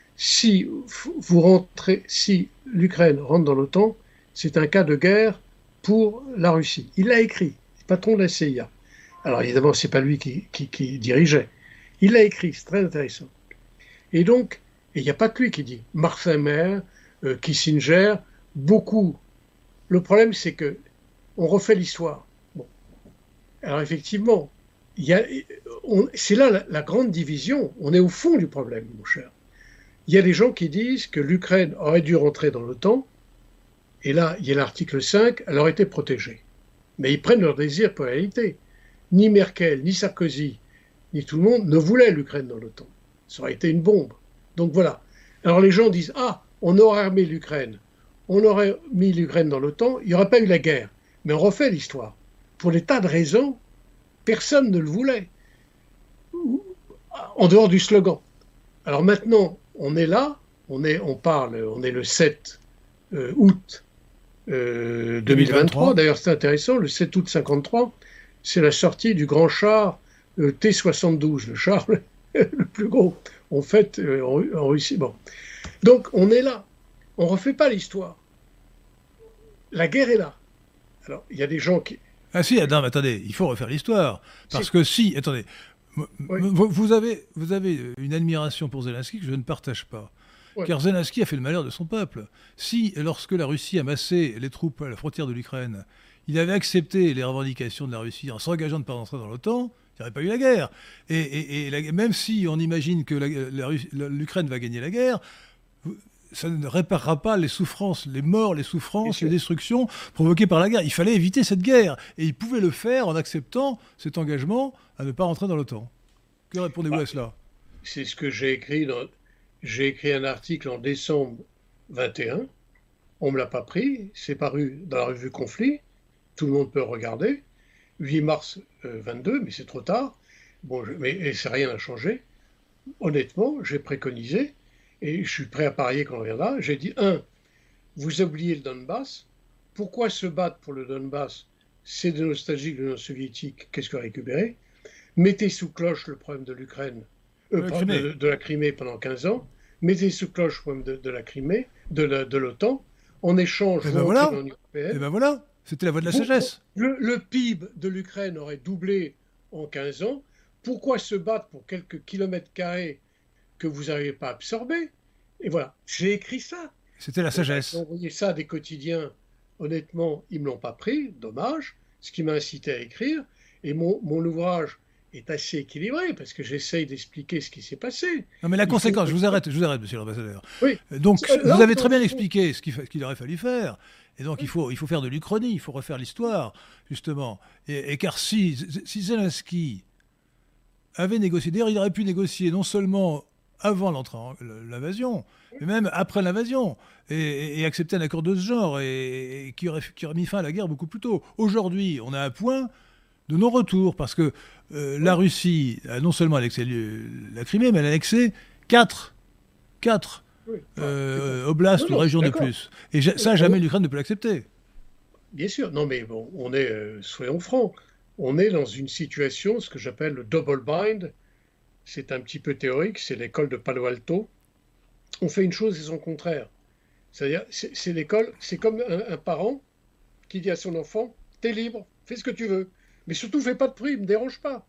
Speaker 2: si vous rentrez, si l'Ukraine rentre dans l'OTAN, c'est un cas de guerre pour la Russie. Il l'a écrit, patron de la C I A. Alors évidemment, ce n'est pas lui qui, qui, qui dirigeait. Il l'a écrit, c'est très intéressant. Et donc, il n'y a pas que lui qui dit. Martin Mayer, euh, Kissinger, beaucoup. Le problème, c'est que on refait l'histoire. Bon. Alors effectivement, c'est là la, la grande division. On est au fond du problème, mon cher. Il y a des gens qui disent que l'Ukraine aurait dû rentrer dans l'OTAN, et là, il y a l'article cinq, elle aurait été protégée. Mais ils prennent leur désir pour la réalité. Ni Merkel, ni Sarkozy, ni tout le monde ne voulaient l'Ukraine dans l'OTAN. Ça aurait été une bombe. Donc voilà. Alors les gens disent, ah, on aurait armé l'Ukraine, on aurait mis l'Ukraine dans l'OTAN, il n'y aurait pas eu la guerre. Mais on refait l'histoire. Pour des tas de raisons, personne ne le voulait. En dehors du slogan. Alors maintenant, on est là, on, est, on parle, on est le sept euh, août euh, deux mille vingt-trois. D'ailleurs, c'est intéressant, le sept août cinquante-trois, c'est la sortie du grand char euh, T soixante-douze, le char le plus gros, en fait, euh, en, en Russie. Bon. Donc, on est là. On ne refait pas l'histoire. La guerre est là. Alors, il y a des gens qui...
Speaker 1: Ah si, attends, attendez, il faut refaire l'histoire. Parce si. que si, attendez, oui. vous, vous, avez, vous avez une admiration pour Zelensky que je ne partage pas.
Speaker 2: Ouais.
Speaker 1: car Zelensky a fait le malheur de son peuple. Si, lorsque la Russie amassait les troupes à la frontière de l'Ukraine, il avait accepté les revendications de la Russie en s'engageant de ne pas rentrer dans l'OTAN, il n'y aurait pas eu la guerre. Et, et, et la, même si on imagine que la, la, la, l'Ukraine va gagner la guerre, ça ne réparera pas les souffrances, les morts, les souffrances, les destructions provoquées par la guerre. Il fallait éviter cette guerre. Et il pouvait le faire en acceptant cet engagement à ne pas rentrer dans l'OTAN. Que répondez-vous
Speaker 2: bah,
Speaker 1: à cela?
Speaker 2: C'est ce que j'ai écrit. Dans... J'ai écrit un article en décembre vingt et un. On ne me l'a pas pris. C'est paru dans la revue Conflit. Tout le monde peut regarder. huit mars vingt-deux, mais c'est trop tard. Bon, je... mais et c'est rien à changer. Honnêtement, j'ai préconisé, et je suis prêt à parier qu'on reviendra. J'ai dit, un, vous oubliez le Donbass. Pourquoi se battre pour le Donbass? C'est de nostalgie de l'Union soviétique. Qu'est-ce que récupérer? Mettez sous cloche le problème de l'Ukraine, euh, de, de la Crimée pendant quinze ans. Mettez sous cloche le problème de, de la Crimée, de, la, de l'OTAN. En échange,
Speaker 1: et
Speaker 2: vous
Speaker 1: ben voilà.
Speaker 2: dans l'Union européenne.
Speaker 1: Et ben voilà. C'était la voie de la
Speaker 2: Pour,
Speaker 1: sagesse.
Speaker 2: Le, le P I B de l'Ukraine aurait doublé en quinze ans. Pourquoi se battre pour quelques kilomètres carrés que vous n'avez pas absorbés? Et voilà, j'ai écrit ça.
Speaker 1: C'était la sagesse.
Speaker 2: J'ai envoyé ça à des quotidiens. Honnêtement, ils ne me l'ont pas pris, dommage, ce qui m'a incité à écrire. Et mon, mon ouvrage est assez équilibré parce que j'essaye d'expliquer ce qui s'est passé.
Speaker 1: Non mais la
Speaker 2: Il
Speaker 1: conséquence,
Speaker 2: faut...
Speaker 1: je vous arrête, je vous arrête, monsieur l'ambassadeur.
Speaker 2: Oui.
Speaker 1: Donc
Speaker 2: Là,
Speaker 1: vous avez très bien
Speaker 2: faut...
Speaker 1: expliqué ce qu'il, fa... qu'il aurait fallu faire. Et donc oui. il, faut, il faut faire de l'Uchronie, il faut refaire l'histoire, justement. Et, et car si, si Zelensky avait négocié, d'ailleurs il aurait pu négocier non seulement avant l'invasion, mais même après l'invasion, et, et accepter un accord de ce genre, et, et qui, aurait, qui aurait mis fin à la guerre beaucoup plus tôt. Aujourd'hui, on a un point de non-retour, parce que euh, la Russie a non seulement annexé la Crimée, mais elle a annexé quatre, quatre oui. euh, oblasts ou régions de plus. Et ça, jamais l'Ukraine ne peut l'accepter.
Speaker 2: Bien sûr, non mais bon, on est, euh, soyons francs, on est dans une situation, ce que j'appelle le double bind. C'est un petit peu théorique, c'est l'école de Palo Alto. On fait une chose et son contraire. C'est-à-dire, c'est, c'est l'école, c'est comme un, un parent qui dit à son enfant, t'es libre, fais ce que tu veux. Mais surtout, fais pas de bruit, ne me dérange pas.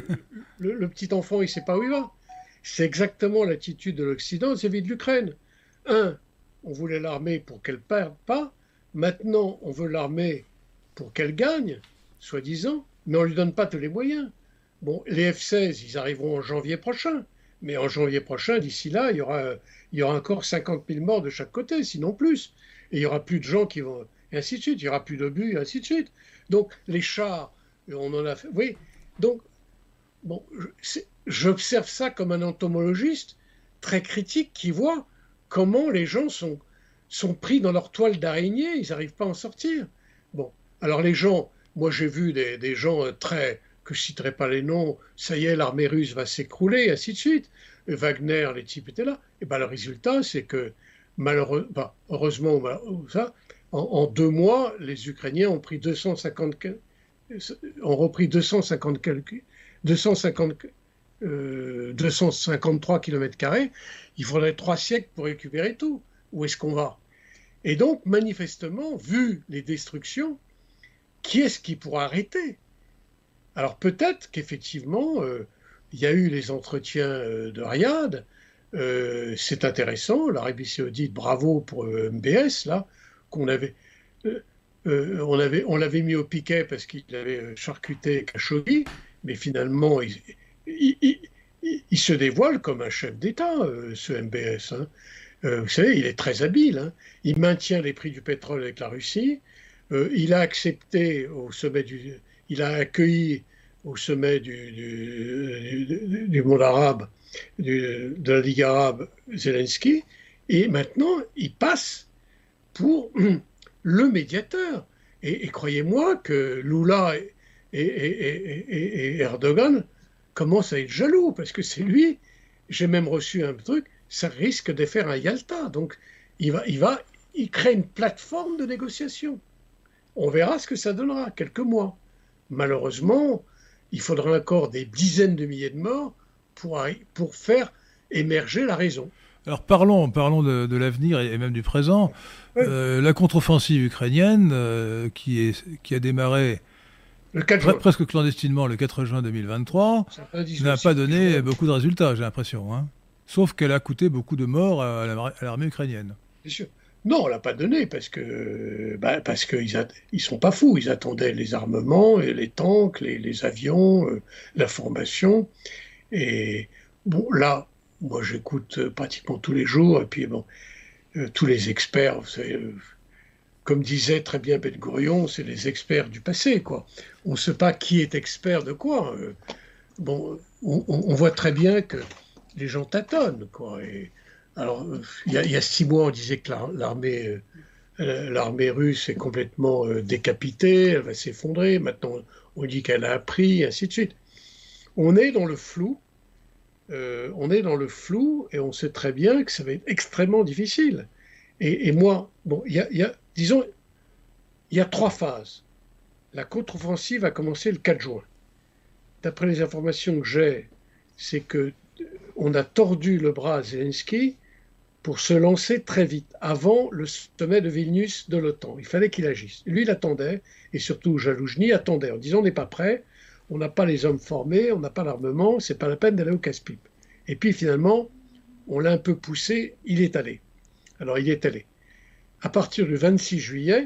Speaker 2: Le, le petit enfant, il sait pas où il va. C'est exactement l'attitude de l'Occident vis-à-vis de l'Ukraine. Un, on voulait l'armer pour qu'elle ne perde pas. Maintenant, on veut l'armer pour qu'elle gagne, soi-disant, mais on ne lui donne pas tous les moyens. Bon, les F seize, ils arriveront en janvier prochain. Mais en janvier prochain, d'ici là, il y aura, il y aura encore cinquante mille morts de chaque côté, sinon plus. Et il n'y aura plus de gens qui vont... Et ainsi de suite. Il n'y aura plus d'obus, et ainsi de suite. Donc, les chars, on en a fait... Oui, donc, bon, j'observe ça comme un entomologiste très critique qui voit comment les gens sont, sont pris dans leur toile d'araignée, ils n'arrivent pas à en sortir. Bon, alors les gens, moi j'ai vu des, des gens très... que je ne citerai pas les noms, ça y est, l'armée russe va s'écrouler, et ainsi de suite. Et Wagner, les types étaient là. Et ben le résultat, c'est que, malheureusement, bah, heureusement, bah, ça, en, en deux mois, les Ukrainiens ont pris deux cent cinquante, ont repris deux cent cinquante, deux cent cinquante, euh, deux cent cinquante-trois kilomètres carrés. Il faudrait trois siècles pour récupérer tout. Où est-ce qu'on va? Et donc, manifestement, vu les destructions, qui est-ce qui pourra arrêter? Alors peut-être qu'effectivement, euh, il y a eu les entretiens euh, de Riyad, euh, c'est intéressant, l'Arabie Saoudite, bravo pour euh, M B S, là, qu'on avait, euh, euh, on avait, on l'avait mis au piquet parce qu'il avait charcuté Khashoggi, mais finalement, il, il, il, il, il se dévoile comme un chef d'État, euh, ce M B S. Hein. Euh, vous savez, il est très habile, hein. Il maintient les prix du pétrole avec la Russie, euh, il a accepté au sommet du... Il a accueilli au sommet du, du, du, du monde arabe, du, de la Ligue arabe, Zelensky, et maintenant, il passe pour le médiateur. Et, et croyez-moi que Lula et, et, et, et, et Erdogan commencent à être jaloux, parce que c'est lui, j'ai même reçu un truc, ça risque de faire un Yalta. Donc, il va, il va, il crée une plateforme de négociation. On verra ce que ça donnera, quelques mois. Malheureusement, il faudra encore des dizaines de milliers de morts pour, pour faire émerger la raison.
Speaker 1: Alors parlons, parlons de, de l'avenir et même du présent. Oui. Euh, la contre-offensive ukrainienne, euh, qui, est, qui a démarré
Speaker 2: le quatre juin.
Speaker 1: presque clandestinement le quatre juin deux mille vingt-trois, n'a pas donné beaucoup de résultats, j'ai l'impression. Hein. Sauf qu'elle a coûté beaucoup de morts à, la, à l'armée ukrainienne.
Speaker 2: Bien sûr. Non, on l'a pas donné parce que bah, parce qu'ils at- ils sont pas fous. Ils attendaient les armements, et les tanks, les, les avions, euh, la formation. Et bon, là, moi, j'écoute euh, pratiquement tous les jours. Et puis bon, euh, tous les experts, vous savez, euh, comme disait très bien Ben Gourion, c'est les experts du passé, quoi. On ne sait pas qui est expert de quoi. Euh, bon, on, on voit très bien que les gens tâtonnent, quoi. Et, alors, il y, a, il y a six mois, on disait que l'armée, euh, l'armée russe est complètement euh, décapitée, elle va s'effondrer. Maintenant, on dit qu'elle a appris, et ainsi de suite. On est dans le flou. Euh, on est dans le flou et on sait très bien que ça va être extrêmement difficile. Et, et moi, bon, il y a, y a, disons, il y a trois phases. La contre-offensive a commencé le quatre juin. D'après les informations que j'ai, c'est que on a tordu le bras à Zelensky pour se lancer très vite, avant le sommet de Vilnius de l'OTAN. Il fallait qu'il agisse. Lui, il attendait, et surtout Jaloujny attendait, en disant on n'est pas prêt, on n'a pas les hommes formés, on n'a pas l'armement, c'est pas la peine d'aller au casse-pipe. Et puis finalement, on l'a un peu poussé, il est allé. Alors il est allé. À partir du vingt-six juillet,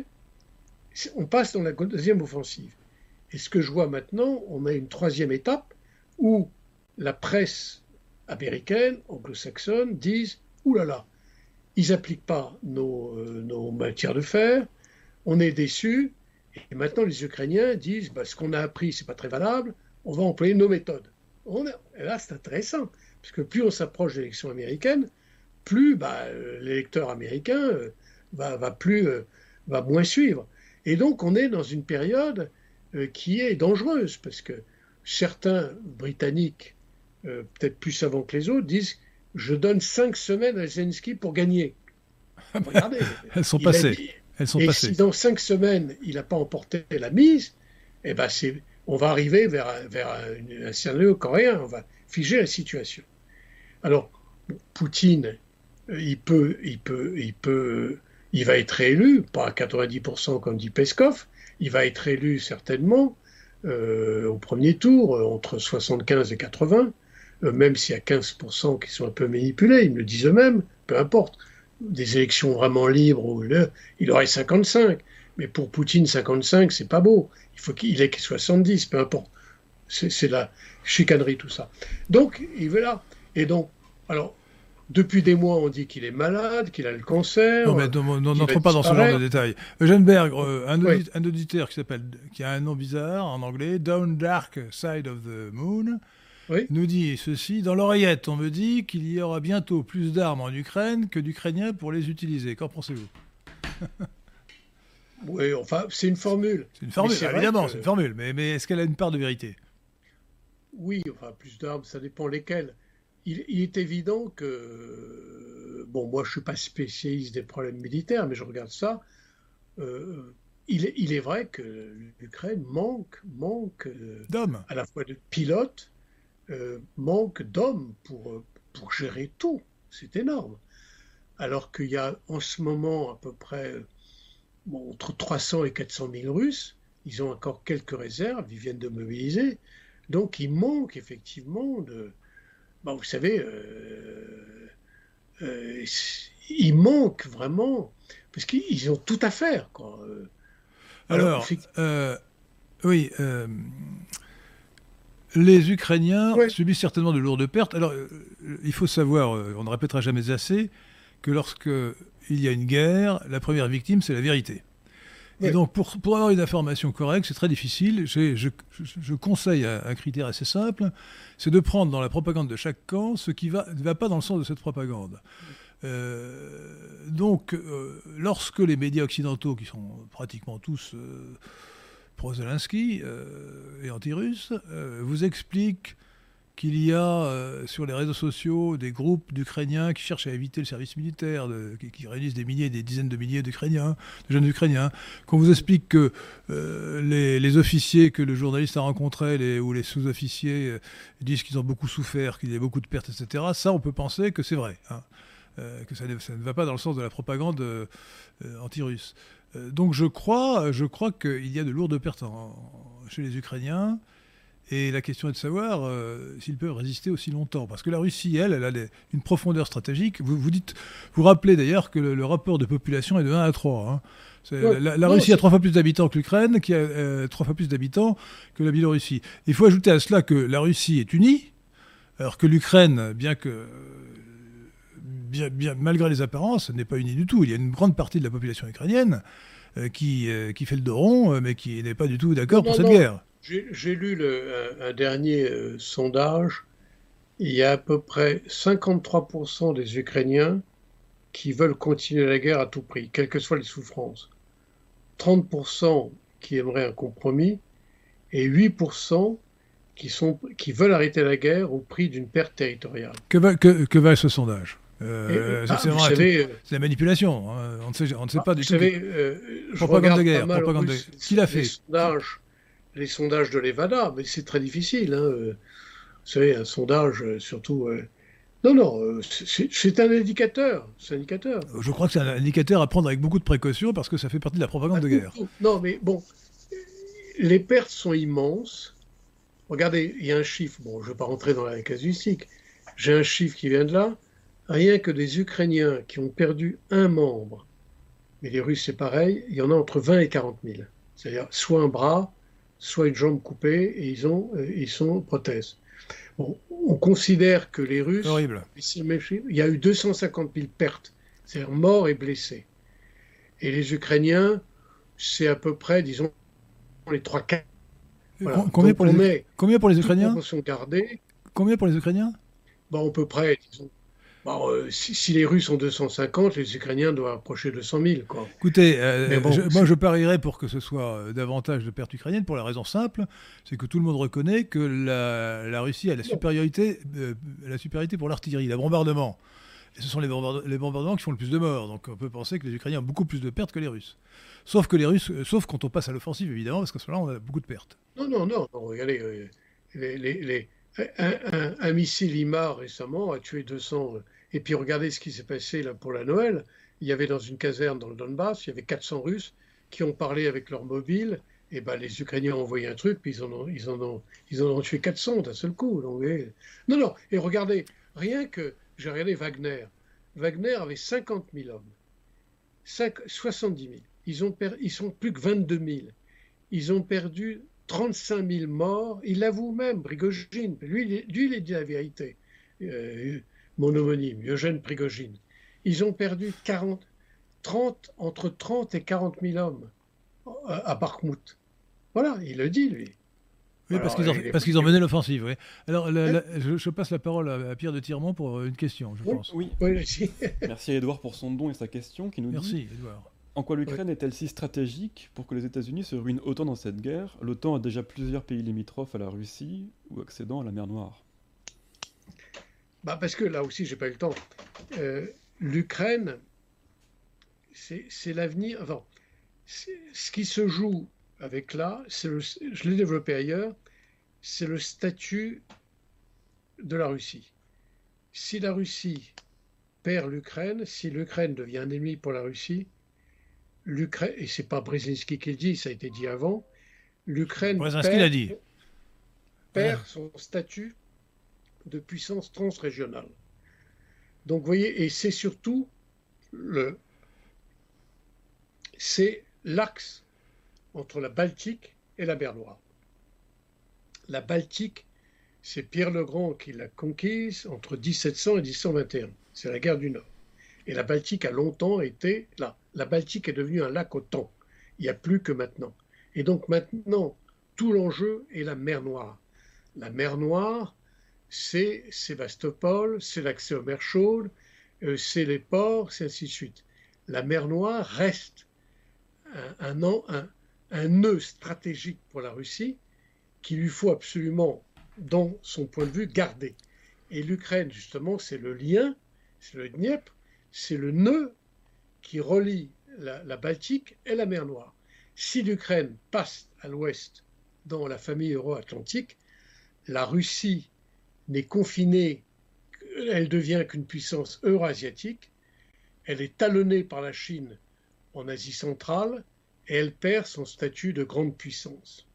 Speaker 2: on passe dans la deuxième offensive. Et ce que je vois maintenant, on a une troisième étape où la presse américaine, anglo-saxonne, disent « Ouh là là, ils n'appliquent pas nos, euh, nos matières de fer, on est déçus. » Et maintenant, les Ukrainiens disent bah, « Ce qu'on a appris, ce n'est pas très valable, on va employer nos méthodes. » Et là, c'est intéressant, parce que plus on s'approche de l'élection américaine, plus bah, l'électeur américain euh, va, va, plus, euh, va moins suivre. Et donc, on est dans une période euh, qui est dangereuse, parce que certains Britanniques, euh, peut-être plus savants que les autres, disent « Je donne cinq semaines à Zelensky pour gagner. » Regardez.
Speaker 1: Elles sont passées. Dit, Elles sont
Speaker 2: et
Speaker 1: passées.
Speaker 2: si dans cinq semaines, il n'a pas emporté la mise, eh ben c'est, on va arriver vers, vers un, un scénario coréen, on va figer la situation. Alors, Poutine, il peut, il peut, il peut, il va être élu, pas à quatre-vingt-dix pour cent comme dit Peskov, il va être élu certainement euh, au premier tour, entre soixante-quinze et quatre-vingts, euh, même s'il y a quinze pour cent qui sont un peu manipulés, ils me le disent eux-mêmes, peu importe. Des élections vraiment libres, où le, il aurait cinquante-cinq. Mais pour Poutine, cinquante-cinq, c'est pas beau. Il faut qu'il ait soixante-dix, peu importe. C'est, c'est la chicanerie, tout ça. Donc, il veut là. Et donc, alors, depuis des mois, on dit qu'il est malade, qu'il a le cancer.
Speaker 1: Non, mais n'entrons pas dans ce genre de détails. Eugène Berg, euh, un, audit, oui. un auditeur qui s'appelle, qui a un nom bizarre en anglais, Down Dark Side of the Moon, oui. nous dit ceci, dans l'oreillette, on me dit qu'il y aura bientôt plus d'armes en Ukraine que d'Ukrainiens pour les utiliser. Qu'en pensez-vous?
Speaker 2: Oui, enfin, c'est une formule.
Speaker 1: C'est une formule, évidemment, que... c'est une formule, mais, mais est-ce qu'elle a une part de vérité?
Speaker 2: Oui, enfin, plus d'armes, ça dépend lesquelles. Il, il est évident que, bon, moi je ne suis pas spécialiste des problèmes militaires, mais je regarde ça, euh, il, il est vrai que l'Ukraine manque, manque
Speaker 1: d'hommes,
Speaker 2: à la fois de pilotes, Euh, manque d'hommes pour, pour gérer tout. C'est énorme. Alors qu'il y a en ce moment à peu près bon, entre trois cents et quatre cent mille Russes, ils ont encore quelques réserves, ils viennent de mobiliser. Donc il manque effectivement de... Bon, vous savez, euh, euh, il manque vraiment, parce qu'ils ont tout à faire, quoi.
Speaker 1: Alors, Alors fait... euh, oui... Euh... Les Ukrainiens ouais. subissent certainement de lourdes pertes. Alors, euh, il faut savoir, euh, on ne répétera jamais assez, que lorsqu'il y a une guerre, la première victime, c'est la vérité. Ouais. Et donc, pour, pour avoir une information correcte, c'est très difficile. Je, je, je conseille un, un critère assez simple, c'est de prendre dans la propagande de chaque camp ce qui va, ne va pas dans le sens de cette propagande. Euh, donc, euh, lorsque les médias occidentaux, qui sont pratiquement tous... Euh, pro-Zelensky euh, et anti-russe, euh, vous explique qu'il y a euh, sur les réseaux sociaux des groupes d'Ukrainiens qui cherchent à éviter le service militaire, de, qui, qui réunissent des milliers, des dizaines de milliers d'Ukrainiens, de jeunes Ukrainiens, qu'on vous explique que euh, les, les officiers que le journaliste a rencontrés les, ou les sous-officiers euh, disent qu'ils ont beaucoup souffert, qu'il y a beaucoup de pertes, et cetera. Ça, on peut penser que c'est vrai, hein, euh, que ça ne, ça ne va pas dans le sens de la propagande euh, anti-russe. Donc je crois, je crois qu'il y a de lourdes pertes en, chez les Ukrainiens Et la question est de savoir euh, s'ils peuvent résister aussi longtemps. Parce que la Russie, elle, elle a des, une profondeur stratégique. Vous vous dites, vous rappelez d'ailleurs que le, le rapport de population est de un à trois. Hein.
Speaker 2: Ouais.
Speaker 1: La, la
Speaker 2: Non,
Speaker 1: Russie a
Speaker 2: c'est-
Speaker 1: trois fois plus d'habitants que l'Ukraine, qui a euh, trois fois plus d'habitants que la Biélorussie. Il faut ajouter à cela que la Russie est unie, alors que l'Ukraine, bien que bien, bien, malgré les apparences, n'est pas unie du tout. Il y a une grande partie de la population ukrainienne euh, qui, euh, qui fait le dos rond, euh, mais qui n'est pas du tout d'accord
Speaker 2: non,
Speaker 1: pour
Speaker 2: non,
Speaker 1: cette
Speaker 2: non.
Speaker 1: guerre.
Speaker 2: J'ai j'ai lu le- un, un dernier euh, sondage. Il y a à peu près cinquante-trois pour cent des Ukrainiens qui veulent continuer la guerre à tout prix, quelles que soient les souffrances. trente pour cent qui aimeraient un compromis et huit pour cent qui, sont, qui veulent arrêter la guerre au prix d'une perte territoriale.
Speaker 1: Que va, que, que va ce sondage
Speaker 2: Et,
Speaker 1: euh,
Speaker 2: ah,
Speaker 1: c'est,
Speaker 2: vous
Speaker 1: vraiment un-
Speaker 2: savez, euh,
Speaker 1: c'est la manipulation. Hein. On ne sait, on ne sait
Speaker 2: ah,
Speaker 1: pas du
Speaker 2: vous
Speaker 1: tout.
Speaker 2: savez
Speaker 1: que-
Speaker 2: euh, je
Speaker 1: Propagande
Speaker 2: regarde
Speaker 1: de guerre,
Speaker 2: pas mal
Speaker 1: propagande
Speaker 2: en
Speaker 1: de-
Speaker 2: russe
Speaker 1: Qui l'a
Speaker 2: les
Speaker 1: fait
Speaker 2: sondages, les sondages de Levada, mais c'est très difficile. Hein. euh, Vous savez, un sondage, euh, surtout. euh, Non, non, euh, c'est c'est un indicateur. C'est un indicateur.
Speaker 1: Je crois que c'est un indicateur à prendre avec beaucoup de précaution parce que ça fait partie de la propagande
Speaker 2: Ah,
Speaker 1: de
Speaker 2: tout,
Speaker 1: guerre.
Speaker 2: tout. Non, mais bon, les pertes sont immenses. Regardez, il y a un chiffre. Bon, je ne vais pas rentrer dans la casuistique. J'ai un chiffre qui vient de là. Rien que des Ukrainiens qui ont perdu un membre, mais les Russes c'est pareil, il y en a entre vingt et quarante mille. C'est-à-dire soit un bras, soit une jambe coupée, et ils, ont, euh, ils sont prothèses. Bon, on considère que les Russes,
Speaker 1: Horrible.
Speaker 2: c'est le même chiffre, il y a eu deux cent cinquante mille pertes, c'est-à-dire morts et blessés. Et les Ukrainiens, c'est à peu près, disons, les trois quarts. Voilà.
Speaker 1: Com- Combien,
Speaker 2: Donc,
Speaker 1: pour
Speaker 2: on
Speaker 1: les,
Speaker 2: met
Speaker 1: combien pour les
Speaker 2: toute
Speaker 1: Ukrainiens
Speaker 2: proportion gardée,
Speaker 1: Combien pour les Ukrainiens
Speaker 2: bon, à peu près, disons, bon, euh, si, si les Russes ont deux cent cinquante, les Ukrainiens doivent approcher deux cent mille, quoi.
Speaker 1: Écoutez, euh,
Speaker 2: Mais bon,
Speaker 1: je-
Speaker 2: c'est-
Speaker 1: moi je parierais pour que ce soit euh, davantage de pertes ukrainiennes pour la raison simple, c'est que tout le monde reconnaît que la, la Russie a la
Speaker 2: Non.
Speaker 1: supériorité, euh, la supériorité pour l'artillerie, le bombardement. Et ce sont les, bombarde- les bombardements qui font le plus de morts. Donc on peut penser que les Ukrainiens ont beaucoup plus de pertes que les Russes. Sauf que les Russes, euh, sauf quand on passe à l'offensive évidemment, parce qu'à ce moment-là on a beaucoup de pertes.
Speaker 2: Non, non, non, non, regardez, euh, les, les- les- un, un- un missile I M A récemment a tué deux cents. euh, Et puis regardez ce qui s'est passé là pour la Noël. Il y avait dans une caserne dans le Donbass, il y avait quatre cents Russes qui ont parlé avec leur mobile. Et ben les Ukrainiens ont envoyé un truc, puis ils en ont, ils en ont, ils en ont tué quatre cents d'un seul coup. Donc, vous voyez. Non, non, et regardez, rien que, j'ai regardé Wagner. Wagner avait cinquante mille hommes, Cinq- soixante-dix mille. Ils, ont per- ils sont plus que vingt-deux mille. Ils ont perdu trente-cinq mille morts. Il l'avoue même, Prigogine. Lui, il est- lui, il a dit la vérité. Euh, mon homonyme, Eugène Prigogine. Ils ont perdu quarante, trente, entre trente et quarante mille hommes à, à Bakhmout. Voilà, il le dit, lui.
Speaker 1: Oui, parce
Speaker 2: Alors,
Speaker 1: qu'ils ont,
Speaker 2: il est-
Speaker 1: parce qu'ils ont mené l'offensive. Oui. Alors la- la- je, je passe la parole à, à Pierre de Tirmont pour euh, une question, je
Speaker 2: Oui.
Speaker 1: pense.
Speaker 3: Oui,
Speaker 2: Oui, si.
Speaker 3: merci à Edouard pour son don et sa question qui nous dit
Speaker 1: Merci, Edouard.
Speaker 3: en quoi l'Ukraine est-elle si stratégique pour que les États-Unis se ruinent autant dans cette guerre? L'OTAN a déjà plusieurs pays limitrophes à la Russie ou accédant à la mer Noire.
Speaker 2: Bah parce que là aussi, j'ai pas eu le temps. Euh, L'Ukraine, c'est c'est l'avenir. Enfin, c'est- ce qui se joue avec là, c'est le, je l'ai développé ailleurs, c'est le statut de la Russie. Si la Russie perd l'Ukraine, si l'Ukraine devient un ennemi pour la Russie, l'Ukraine, et c'est pas Brzezinski qui le dit, ça a été dit avant, l'Ukraine
Speaker 1: Brzezinski
Speaker 2: perd,
Speaker 1: l'a dit.
Speaker 2: perd son statut de puissance transrégionale. Donc, vous voyez, et c'est surtout le, c'est l'axe entre la Baltique et la mer Noire. La Baltique, c'est Pierre le Grand qui l'a conquise entre mille sept cents et mille sept cent vingt et un. C'est la guerre du Nord. Et la Baltique a longtemps été là. La Baltique est devenue un lac au temps. Il n'y a plus que maintenant. Et donc maintenant, tout l'enjeu est la mer Noire. La mer Noire, c'est Sébastopol, c'est l'accès aux mers chaudes, euh, c'est les ports, c'est ainsi de suite. La mer Noire reste un, un, un, un nœud stratégique pour la Russie qu'il lui faut absolument, dans son point de vue, garder. Et l'Ukraine, justement, c'est le lien, c'est le Dniepr, c'est le nœud qui relie la, la Baltique et la mer Noire. Si l'Ukraine passe à l'ouest dans la famille euro-atlantique, la Russie n'est confinée, elle devient qu'une puissance euro-asiatique, elle est talonnée par la Chine en Asie centrale et elle perd son statut de grande puissance.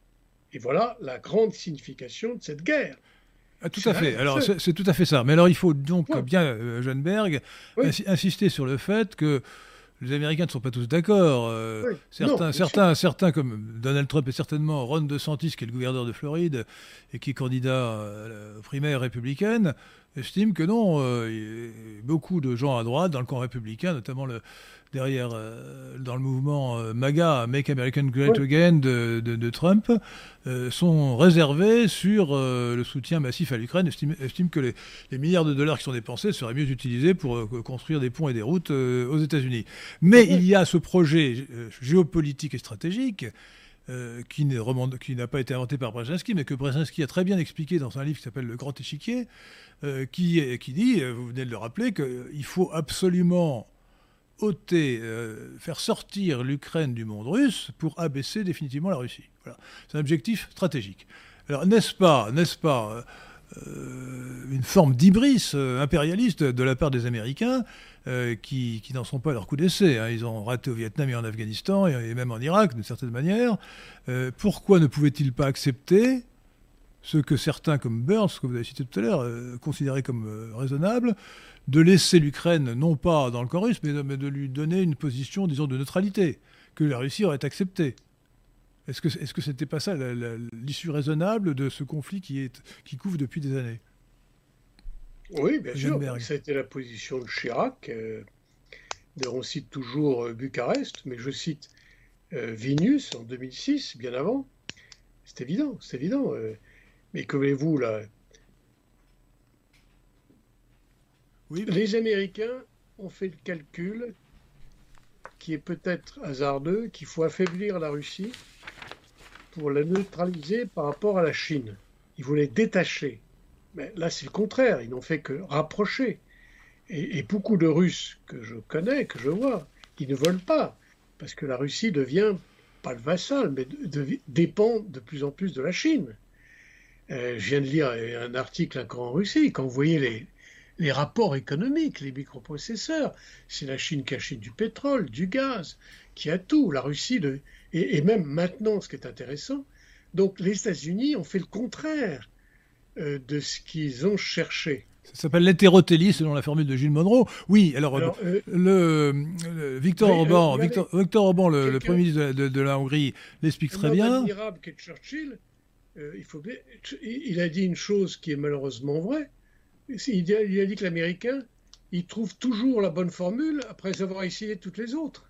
Speaker 2: Et voilà la grande signification de cette guerre.
Speaker 1: Ah, tout à fait. Alors, c'est, c'est tout à fait ça. Mais alors, il faut donc ouais. bien, euh, Jeanneberg, oui. ins- insister sur le fait que les Américains ne sont pas tous d'accord. Euh, oui. Certains, non, certains, certains, comme Donald Trump et certainement Ron DeSantis, qui est le gouverneur de Floride et qui est candidat aux primaires républicaines, estiment que non. Euh, beaucoup de gens à droite, dans le camp républicain, notamment le, derrière, euh, dans le mouvement euh, MAGA, Make America Great oui. Again de, de, de Trump, euh, sont réservés sur euh, le soutien massif à l'Ukraine, estiment, estiment que les, les milliards de dollars qui sont dépensés seraient mieux utilisés pour euh, construire des ponts et des routes euh, aux États-Unis. Mais oui. il y a ce projet euh, géopolitique et stratégique euh, qui, remonte, qui n'a pas été inventé par Brzezinski, mais que Brzezinski a très bien expliqué dans un livre qui s'appelle Le Grand Échiquier, euh, qui, qui dit, vous venez de le rappeler, qu'il faut absolument ôter, euh, faire sortir l'Ukraine du monde russe pour abaisser définitivement la Russie. Voilà. C'est un objectif stratégique. Alors, n'est-ce pas, n'est-ce pas euh, une forme d'hybris euh, impérialiste de la part des Américains euh, qui, qui n'en sont pas à leur coup d'essai, hein. Ils ont raté au Vietnam et en Afghanistan, et, et même en Irak, d'une certaine manière. Euh, pourquoi ne pouvaient-ils pas accepter ce que certains, comme Burns, que vous avez cité tout à l'heure, euh, considéraient comme euh, raisonnable, de laisser l'Ukraine, non pas dans le camp russe, mais de, mais de lui donner une position, disons, de neutralité, que la Russie aurait acceptée. Est-ce que, est-ce que c'était pas ça la, la, l'issue raisonnable de ce conflit qui, est, qui couvre depuis des années?
Speaker 2: Oui, bien sûr. Ça a été la position de Chirac. Euh, on cite toujours euh, Bucarest, mais je cite euh, Vilnius en deux mille six, bien avant. C'est évident, c'est évident. Euh, mais que voulez-vous, là? Oui. Les Américains ont fait le calcul, qui est peut-être hasardeux, qu'il faut affaiblir la Russie pour la neutraliser par rapport à la Chine. Ils voulaient détacher. Mais là, c'est le contraire. Ils n'ont fait que rapprocher. Et, et beaucoup de Russes que je connais, que je vois, ils ne veulent pas. Parce que la Russie devient, pas le vassal, mais de, de, dépend de plus en plus de la Chine. Euh, je viens de lire un article encore en Russie. Quand vous voyez les... les rapports économiques, les microprocesseurs, c'est la Chine qui achète du pétrole, du gaz, qui a tout, la Russie, de... et, et même maintenant, ce qui est intéressant, donc les États-Unis ont fait le contraire euh, de ce qu'ils ont cherché.
Speaker 1: Ça s'appelle l'hétérotélie, selon la formule de Gilles Monroe. Oui, alors, alors euh, le, le Victor oui, Orban, euh, Victor, Victor Orban, le, le Premier ministre de, de, de la Hongrie, l'explique très bien.
Speaker 2: Un admirable qu'est Churchill, euh, il, faut... il a dit une chose qui est malheureusement vraie. Il a dit que l'Américain, il trouve toujours la bonne formule après avoir essayé toutes les autres.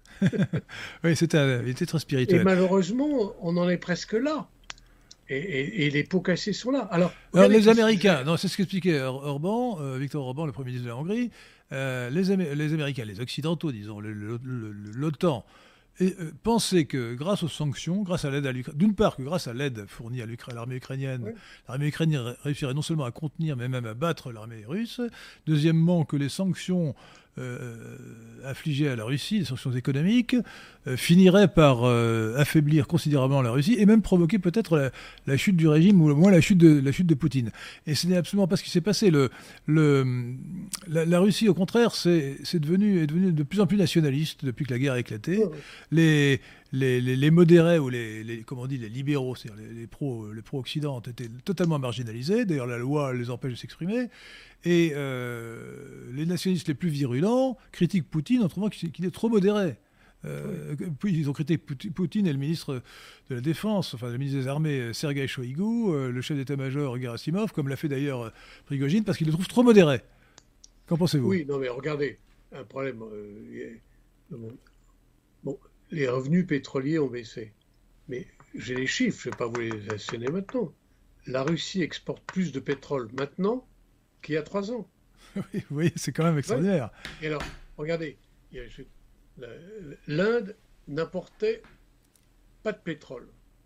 Speaker 1: Oui, c'était, il était très spirituel.
Speaker 2: Et malheureusement, on en est presque là. Et, et, et les pots cassés sont là. Alors,
Speaker 1: Alors les Américains, non, c'est ce qu'expliquait Orban, euh, Victor Orban, le Premier ministre de la Hongrie, euh, les, Am- les Américains, les Occidentaux, disons, le, le, le, l'OTAN, et, euh, pensaient que grâce aux sanctions, grâce à l'aide à l'Ukraine, d'une part que grâce à l'aide fournie à, à l'armée ukrainienne, oui. l'armée ukrainienne réussirait non seulement à contenir, mais même à battre l'armée russe. Deuxièmement, que les sanctions euh, infligées à la Russie, les sanctions économiques, euh, finiraient par euh, affaiblir considérablement la Russie et même provoquer peut-être la, la chute du régime ou au moins la chute de, la chute de Poutine. Et ce n'est absolument pas ce qui s'est passé. Le, le, la, la Russie, au contraire, c'est, c'est devenu, est devenue de plus en plus nationaliste depuis que la guerre a éclaté. Oh. Les, les, les, les modérés ou les, les, comment on dit, les libéraux, c'est-à-dire les, les, pro, les pro-occident, ont été totalement marginalisés. D'ailleurs, la loi les empêche de s'exprimer. Et euh, les nationalistes les plus virulents critiquent Poutine en trouvant qu'il est trop modéré. Euh, puis ils ont critiqué Poutine et le ministre de la Défense, enfin le ministre des Armées, Sergueï Shoïgou, euh, le chef d'état-major Gerasimov, comme l'a fait d'ailleurs Prigojine, parce qu'ils le trouvent trop modéré. Qu'en pensez-vous?
Speaker 2: Oui, non mais regardez, un problème. Euh, bon, bon, les revenus pétroliers ont baissé. Mais j'ai les chiffres, je ne vais pas vous les asséner maintenant. La Russie exporte plus de pétrole maintenant qu'il y a trois ans.
Speaker 1: Oui, oui, c'est quand même extraordinaire.
Speaker 2: Ouais. Et alors, regardez, il y a, je, la, l'Inde n'importait pas de pétrole.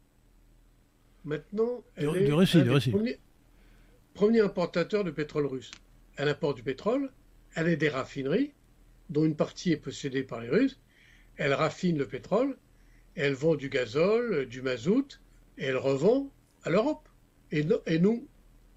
Speaker 2: Maintenant, elle de, est
Speaker 1: de Russie,
Speaker 2: un
Speaker 1: de
Speaker 2: des
Speaker 1: Russie.
Speaker 2: Premiers, premier importateur de pétrole russe. Elle importe du pétrole, elle a des raffineries, dont une partie est possédée par les Russes. Elle raffine le pétrole, elle vend du gazole, du mazout, et elle revend à l'Europe. Et, no, et nous,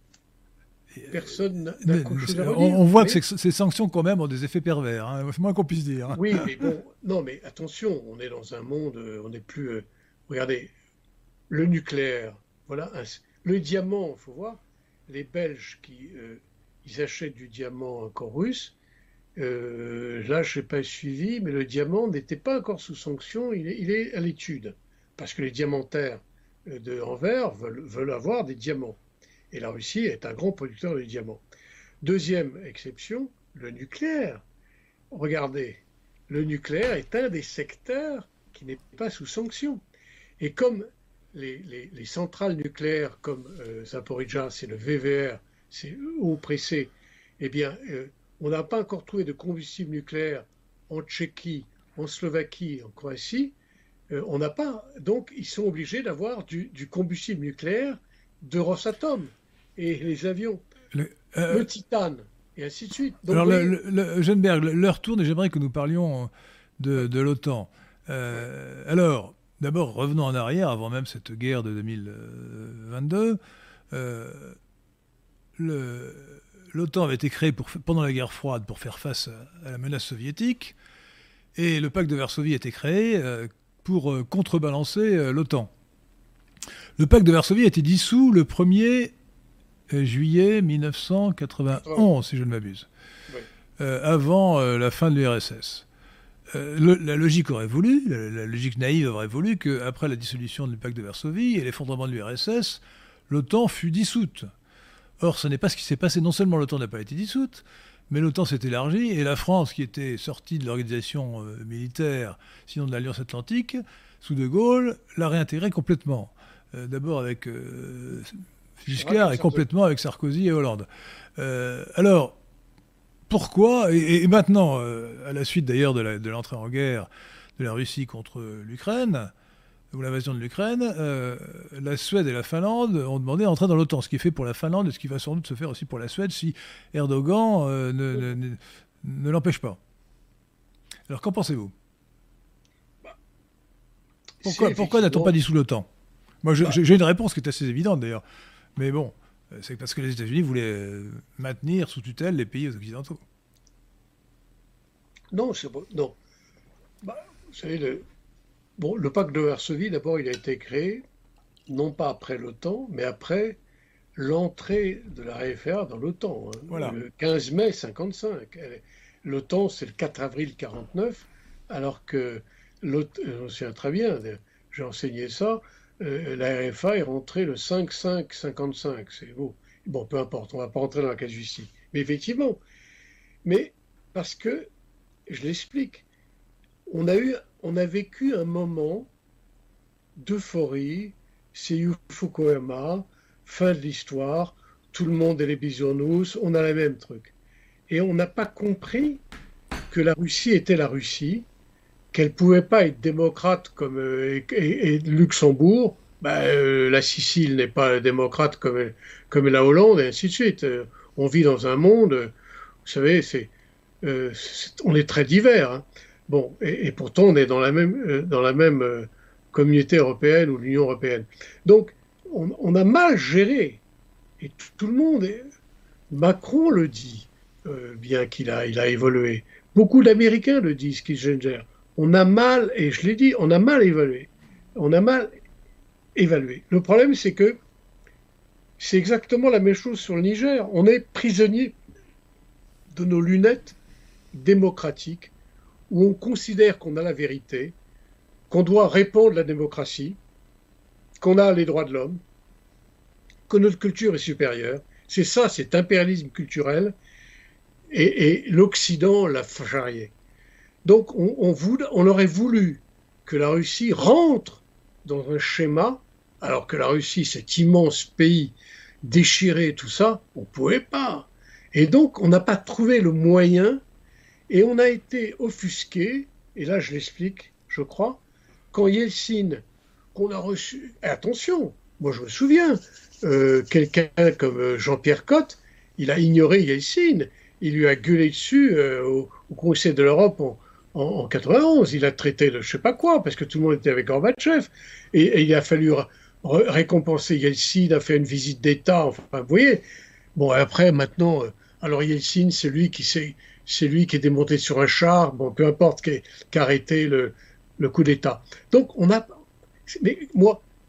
Speaker 2: personne n'a couché à redire.
Speaker 1: On voit
Speaker 2: mais...
Speaker 1: que ces sanctions, quand même, ont des effets pervers. Hein. C'est moins qu'on puisse dire. Hein.
Speaker 2: Oui, mais bon, non, mais attention, on est dans un monde, on n'est plus... Euh, regardez, le nucléaire, voilà un, le diamant, il faut voir, les Belges qui euh, ils achètent du diamant encore russe. Euh, là, je n'ai pas suivi, mais le diamant n'était pas encore sous sanction, il est, il est à l'étude. Parce que les diamantaires de Anvers veulent, veulent avoir des diamants. Et la Russie est un grand producteur de diamants. Deuxième exception, le nucléaire. Regardez, le nucléaire est un des secteurs qui n'est pas sous sanction. Et comme les, les, les centrales nucléaires comme euh, Zaporizhzhia, c'est le V V R, c'est eau pressée, eh bien, euh, on n'a pas encore trouvé de combustible nucléaire en Tchéquie, en Slovaquie, en Croatie. Euh, on n'a pas. Donc, ils sont obligés d'avoir du, du combustible nucléaire de Rosatom et les avions, le, euh, le titane, et ainsi de suite. Donc,
Speaker 1: alors,
Speaker 2: voyez...
Speaker 1: le, le, Eugène-Berg, l'heure tourne et j'aimerais que nous parlions de, de l'OTAN. Euh, alors, d'abord, revenons en arrière, avant même cette guerre de deux mille vingt-deux. Euh, le... L'OTAN avait été créée pour, pendant la guerre froide pour faire face à, à la menace soviétique, et le pacte de Varsovie a été créé euh, pour euh, contrebalancer euh, l'OTAN. Le pacte de Varsovie a été dissous le premier juillet mille neuf cent quatre-vingt-onze, si je ne m'abuse, oui. euh, avant euh, la fin de l'U R S S. Euh, le, la logique aurait voulu, la, la logique naïve aurait voulu qu'après la dissolution du pacte de Varsovie et l'effondrement de l'U R S S, l'OTAN fût dissoute. Or, ce n'est pas ce qui s'est passé. Non seulement l'OTAN n'a pas été dissoute, mais l'OTAN s'est élargie, et la France, qui était sortie de l'organisation euh, militaire, sinon de l'Alliance Atlantique, sous De Gaulle, l'a réintégrée complètement. Euh, d'abord avec euh, Giscard, et complètement avec Sarkozy et Hollande. Euh, alors, pourquoi, et, et maintenant, euh, à la suite d'ailleurs de, la, de l'entrée en guerre de la Russie contre l'Ukraine, ou l'invasion de l'Ukraine, euh, la Suède et la Finlande ont demandé à entrer dans l'OTAN, ce qui est fait pour la Finlande et ce qui va sans doute se faire aussi pour la Suède si Erdogan euh, ne, ne, ne l'empêche pas. Alors qu'en pensez-vous ? Pourquoi, pourquoi n'a-t-on pas dissous l'OTAN ? Moi, je, bah, j'ai une réponse qui est assez évidente d'ailleurs, mais bon, c'est parce que les États-Unis voulaient maintenir sous tutelle les pays occidentaux.
Speaker 2: Non, c'est bon. Non. Bah, vous savez, le... Bon, le pacte de Varsovie, d'abord, il a été créé, non pas après l'OTAN, mais après l'entrée de la R F R dans l'OTAN, hein, voilà. Le quinze mai cinquante-cinq. L'OTAN, c'est le quatre avril quarante-neuf, alors que l'OTAN, je me souviens très bien, j'ai enseigné ça, euh, la R F A est rentrée le cinq cinq cinquante-cinq. C'est beau. Bon, peu importe, on ne va pas rentrer dans la casuistique. Mais effectivement, mais parce que, je l'explique, on a eu, on a vécu un moment d'euphorie, c'est Fukushima, fin de l'histoire, tout le monde est les bisounours, on a le même truc. Et on n'a pas compris que la Russie était la Russie, qu'elle ne pouvait pas être démocrate comme euh, et, et Luxembourg, ben, euh, la Sicile n'est pas démocrate comme, comme la Hollande, et ainsi de suite. Euh, on vit dans un monde, euh, vous savez, c'est, euh, c'est, on est très divers, hein. Bon, et, et pourtant on est dans la même, euh, dans la même euh, communauté européenne ou l'Union européenne. Donc, on, on a mal géré. Et tout, tout le monde, est... Macron le dit, euh, bien qu'il a, il a évolué. Beaucoup d'Américains le disent, Kissinger. On a mal, et je l'ai dit, on a mal évalué. On a mal évalué. Le problème, c'est que c'est exactement la même chose sur le Niger. On est prisonnier de nos lunettes démocratiques, où on considère qu'on a la vérité, qu'on doit répandre la démocratie, qu'on a les droits de l'homme, que notre culture est supérieure. C'est ça, cet impérialisme culturel, et, et l'Occident l'a charrié. Donc on, on, voulait, on aurait voulu que la Russie rentre dans un schéma, alors que la Russie, cet immense pays déchiré, tout ça, on ne pouvait pas. Et donc on n'a pas trouvé le moyen. Et on a été offusqué, et là je l'explique, je crois, quand Yeltsin, qu'on a reçu, et attention, moi je me souviens, euh, quelqu'un comme Jean-Pierre Cotte, il a ignoré Yeltsin, il lui a gueulé dessus euh, au, au Conseil de l'Europe en, en, en quatre-vingt-onze, il a traité de je sais pas quoi, parce que tout le monde était avec Gorbatchev, et, et il a fallu ré récompenser Yeltsin, a fait une visite d'État, enfin vous voyez, bon après maintenant, euh, alors Yeltsin c'est lui qui s'est... C'est lui qui est démonté sur un char, bon, peu importe, qui, qui a arrêté le, le coup d'État. Donc, on a... Mais moi,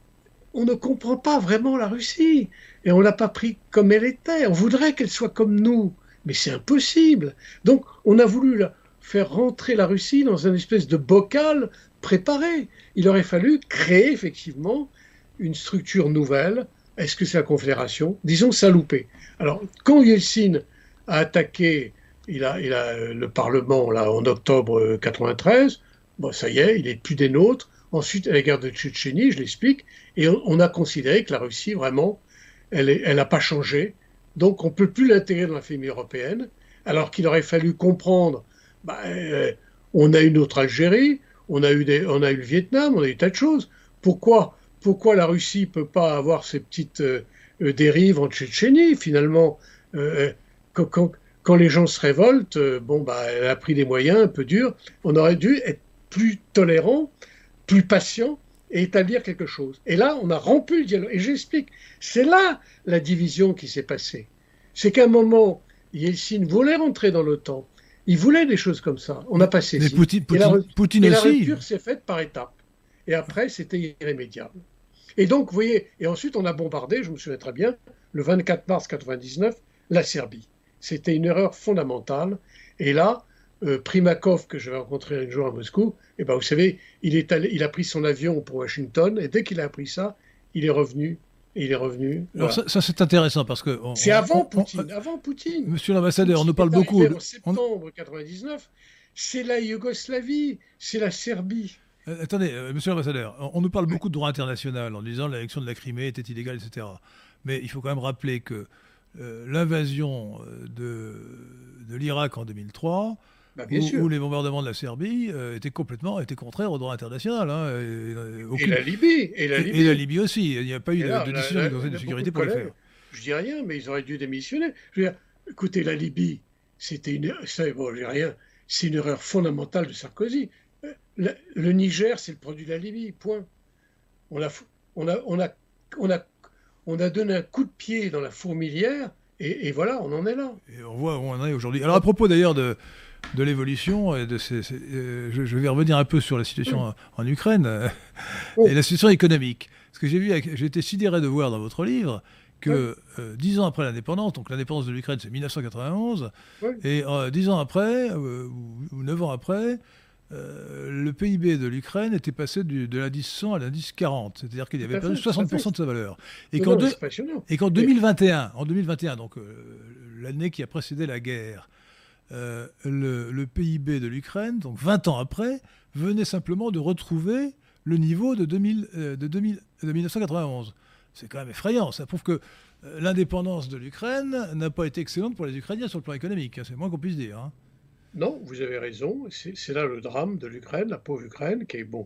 Speaker 2: on ne comprend pas vraiment la Russie. Et on ne l'a pas pris comme elle était. On voudrait qu'elle soit comme nous. Mais c'est impossible. Donc, on a voulu la, faire rentrer la Russie dans une espèce de bocal préparé. Il aurait fallu créer effectivement une structure nouvelle. Est-ce que c'est la Confédération? Disons que ça a loupé. Alors, quand Yeltsin a attaqué il a, il a, le Parlement là, en octobre quatre-vingt-treize, bon, ça y est, il n'est plus des nôtres. Ensuite, la guerre de Tchétchénie, je l'explique, et on, on a considéré que la Russie, vraiment, elle n'a pas changé. Donc, on ne peut plus l'intégrer dans la famille européenne, alors qu'il aurait fallu comprendre, bah, euh, on a une autre Algérie, on a, eu des, on a eu le Vietnam, on a eu tas de choses. Pourquoi, pourquoi la Russie ne peut pas avoir ces petites euh, dérives en Tchétchénie, finalement euh, quand, quand, quand les gens se révoltent, euh, bon, bah, elle a pris des moyens un peu durs. On aurait dû être plus tolérant, plus patient et établir quelque chose. Et là, on a rompu le dialogue. Et j'explique, c'est là la division qui s'est passée. C'est qu'à un moment, Yeltsin voulait rentrer dans l'OTAN. Il voulait des choses comme ça. On n'a pas saisi.
Speaker 1: Mais Poutine, Poutine,
Speaker 2: et la,
Speaker 1: Poutine
Speaker 2: et
Speaker 1: aussi.
Speaker 2: la rupture s'est faite par étapes. Et après, c'était irrémédiable. Et donc, vous voyez, et ensuite, on a bombardé, je me souviens très bien, le vingt-quatre mars quatre-vingt-dix-neuf, la Serbie. C'était une erreur fondamentale. Et là, euh, Primakov, que je vais rencontrer un jour à Moscou, eh ben, vous savez, il, est allé, il a pris son avion pour Washington, et dès qu'il a appris ça, il est revenu. Et il est revenu.
Speaker 1: Alors
Speaker 2: voilà.
Speaker 1: ça, ça c'est intéressant parce que... On,
Speaker 2: c'est avant,
Speaker 1: on,
Speaker 2: Poutine,
Speaker 1: on,
Speaker 2: avant Poutine.
Speaker 1: Monsieur l'ambassadeur, on nous parle beaucoup...
Speaker 2: En septembre quatre-vingt-dix-neuf, c'est la Yougoslavie, c'est la Serbie.
Speaker 1: Euh, attendez, euh, monsieur l'ambassadeur, on, on nous parle beaucoup de droit international en disant que l'élection de la Crimée était illégale, et cetera. Mais il faut quand même rappeler que euh, l'invasion de, de l'Irak en deux mille trois,
Speaker 2: bah, bien
Speaker 1: où,
Speaker 2: sûr.
Speaker 1: où les bombardements de la Serbie euh, étaient complètement étaient contraires au droit international. Hein, et,
Speaker 2: et, aucune... et la Libye. Et la Libye.
Speaker 1: Et, et la Libye aussi. Il n'y a pas eu
Speaker 2: là,
Speaker 1: de, de
Speaker 2: la,
Speaker 1: décision
Speaker 2: la,
Speaker 1: du Conseil de sécurité pour le faire.
Speaker 2: Je dis rien, mais ils auraient dû démissionner. Je veux dire, écoutez, la Libye, c'était une... Bon, je dis rien. C'est une erreur fondamentale de Sarkozy. Le, le Niger, c'est le produit de la Libye, point. On a, on, a, on, a, on, a, on a donné un coup de pied dans la fourmilière, et, et voilà, on en est là.
Speaker 1: Et on voit où on en est aujourd'hui. Alors à propos d'ailleurs de, de l'évolution, et de ces, ces, euh, je, je vais revenir un peu sur la situation oui. en, en Ukraine, euh, oh. et la situation économique. Parce que j'ai vu, j'ai été sidéré de voir dans votre livre que oui. euh, dix ans après l'indépendance, donc l'indépendance de l'Ukraine c'est mille neuf cent quatre-vingt-onze, oui. et euh, dix ans après, euh, ou, ou neuf ans après, Euh, le P I B de l'Ukraine était passé du, de l'indice cent à l'indice quarante, c'est-à-dire qu'il avait perdu soixante pour cent de sa valeur. Et qu'en, deux, et qu'en deux mille vingt et un, en deux mille vingt et un, donc euh, l'année qui a précédé la guerre, euh, le, le P I B de l'Ukraine, donc vingt ans après, venait simplement de retrouver le niveau de, deux mille, euh, de, deux mille, de mille neuf cent quatre-vingt-onze. C'est quand même effrayant, ça prouve que euh, l'indépendance de l'Ukraine n'a pas été excellente pour les Ukrainiens sur le plan économique, hein, c'est moins qu'on puisse dire. Hein.
Speaker 2: Non, vous avez raison. C'est, c'est là le drame de l'Ukraine, la pauvre Ukraine, qui est bon.